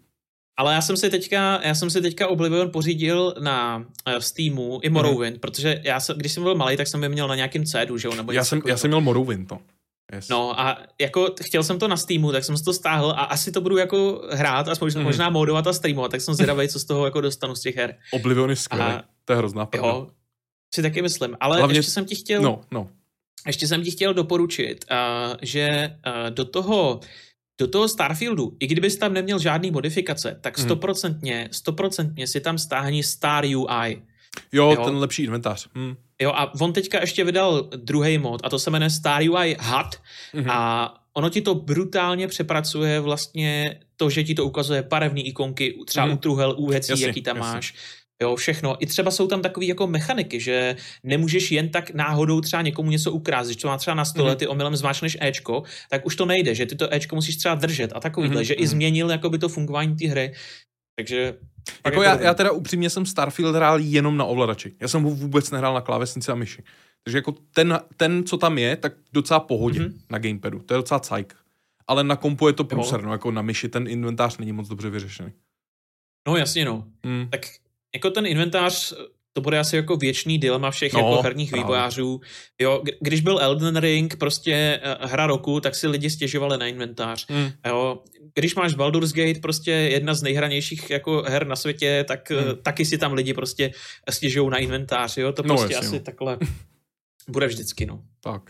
Ale já jsem si teďka, já jsem si teďka Oblivion pořídil na uh, Steamu i Morrowind, mm. protože já jsem, když jsem byl malý, tak jsem je měl na nějakým cédu, že jo? Nebo já jsem, já jsem měl Morrowind, to. Yes. No a jako chtěl jsem to na Steamu, tak jsem si to stáhl a asi to budu jako hrát a možná, mm. možná modovat a streamovat, tak jsem zvědavej, co z toho jako dostanu z těch her. Oblivion je skvělý, to je hrozná pravda. Jo, si taky myslím, ale hlavně... ještě jsem ti chtěl... No, no. Ještě jsem ti chtěl doporučit, uh, že uh, do toho do toho Starfieldu, i kdybys tam neměl žádný modifikace, tak stoprocentně, stoprocentně si tam stáhni Star U I. Jo, jo? Ten lepší inventář. Hmm. Jo, a on teďka ještě vydal druhý mod a to se jmenuje Star U I H U D hmm. a ono ti to brutálně přepracuje vlastně to, že ti to ukazuje barevné ikonky, třeba hmm. u truhel, u věcí, jasně, jaký tam jasně. máš. Jo, všechno. I třeba jsou tam takové jako mechaniky, že nemůžeš jen tak náhodou třeba někomu něco ukrást. Když to má třeba na stole, ty omylem zmáčkneš Ečko, tak už to nejde, že ty to Ečko musíš třeba držet a takovýhle, mm-hmm. že i změnil jakoby to fungování té hry. Takže... Jako já, já teda upřímně jsem Starfield hrál jenom na ovladači. Já jsem ho vůbec nehrál na klávesnici a myši. Takže jako ten, ten co tam je, tak docela pohodě mm-hmm. na gamepadu. To je docela cajk. Ale na kompu je to průser, no, jako na myši ten inventář není moc dobře vyřešený. No jasně, no. Mm. Tak jako ten inventář, to bude asi jako věčný dilema všech no, jako herních právě. vývojářů. Jo, když byl Elden Ring prostě hra roku, tak si lidi stěžovali na inventář. Mm. Jo, když máš Baldur's Gate, prostě jedna z nejhranějších jako her na světě, tak mm. taky si tam lidi prostě stěžují na inventář. Jo, to prostě no, asi no. takhle bude vždycky, no. Tak.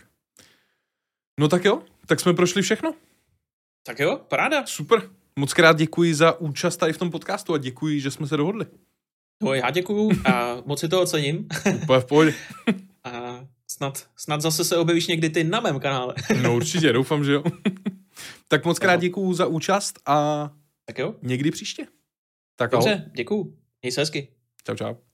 No tak jo, tak jsme prošli všechno. Tak jo, paráda. Super. Moc krát děkuji za účast tady v tom podcastu a děkuji, že jsme se dohodli. No, já děkuju a moc si to ocením. Úplně v pohodě. A snad, snad zase se objevíš někdy ty na mém kanále. No určitě, doufám, že jo. Tak moc krát děkuju za účast a tak jo. Někdy příště. Tak dobře, děkuju. Měj se hezky. Čau, čau.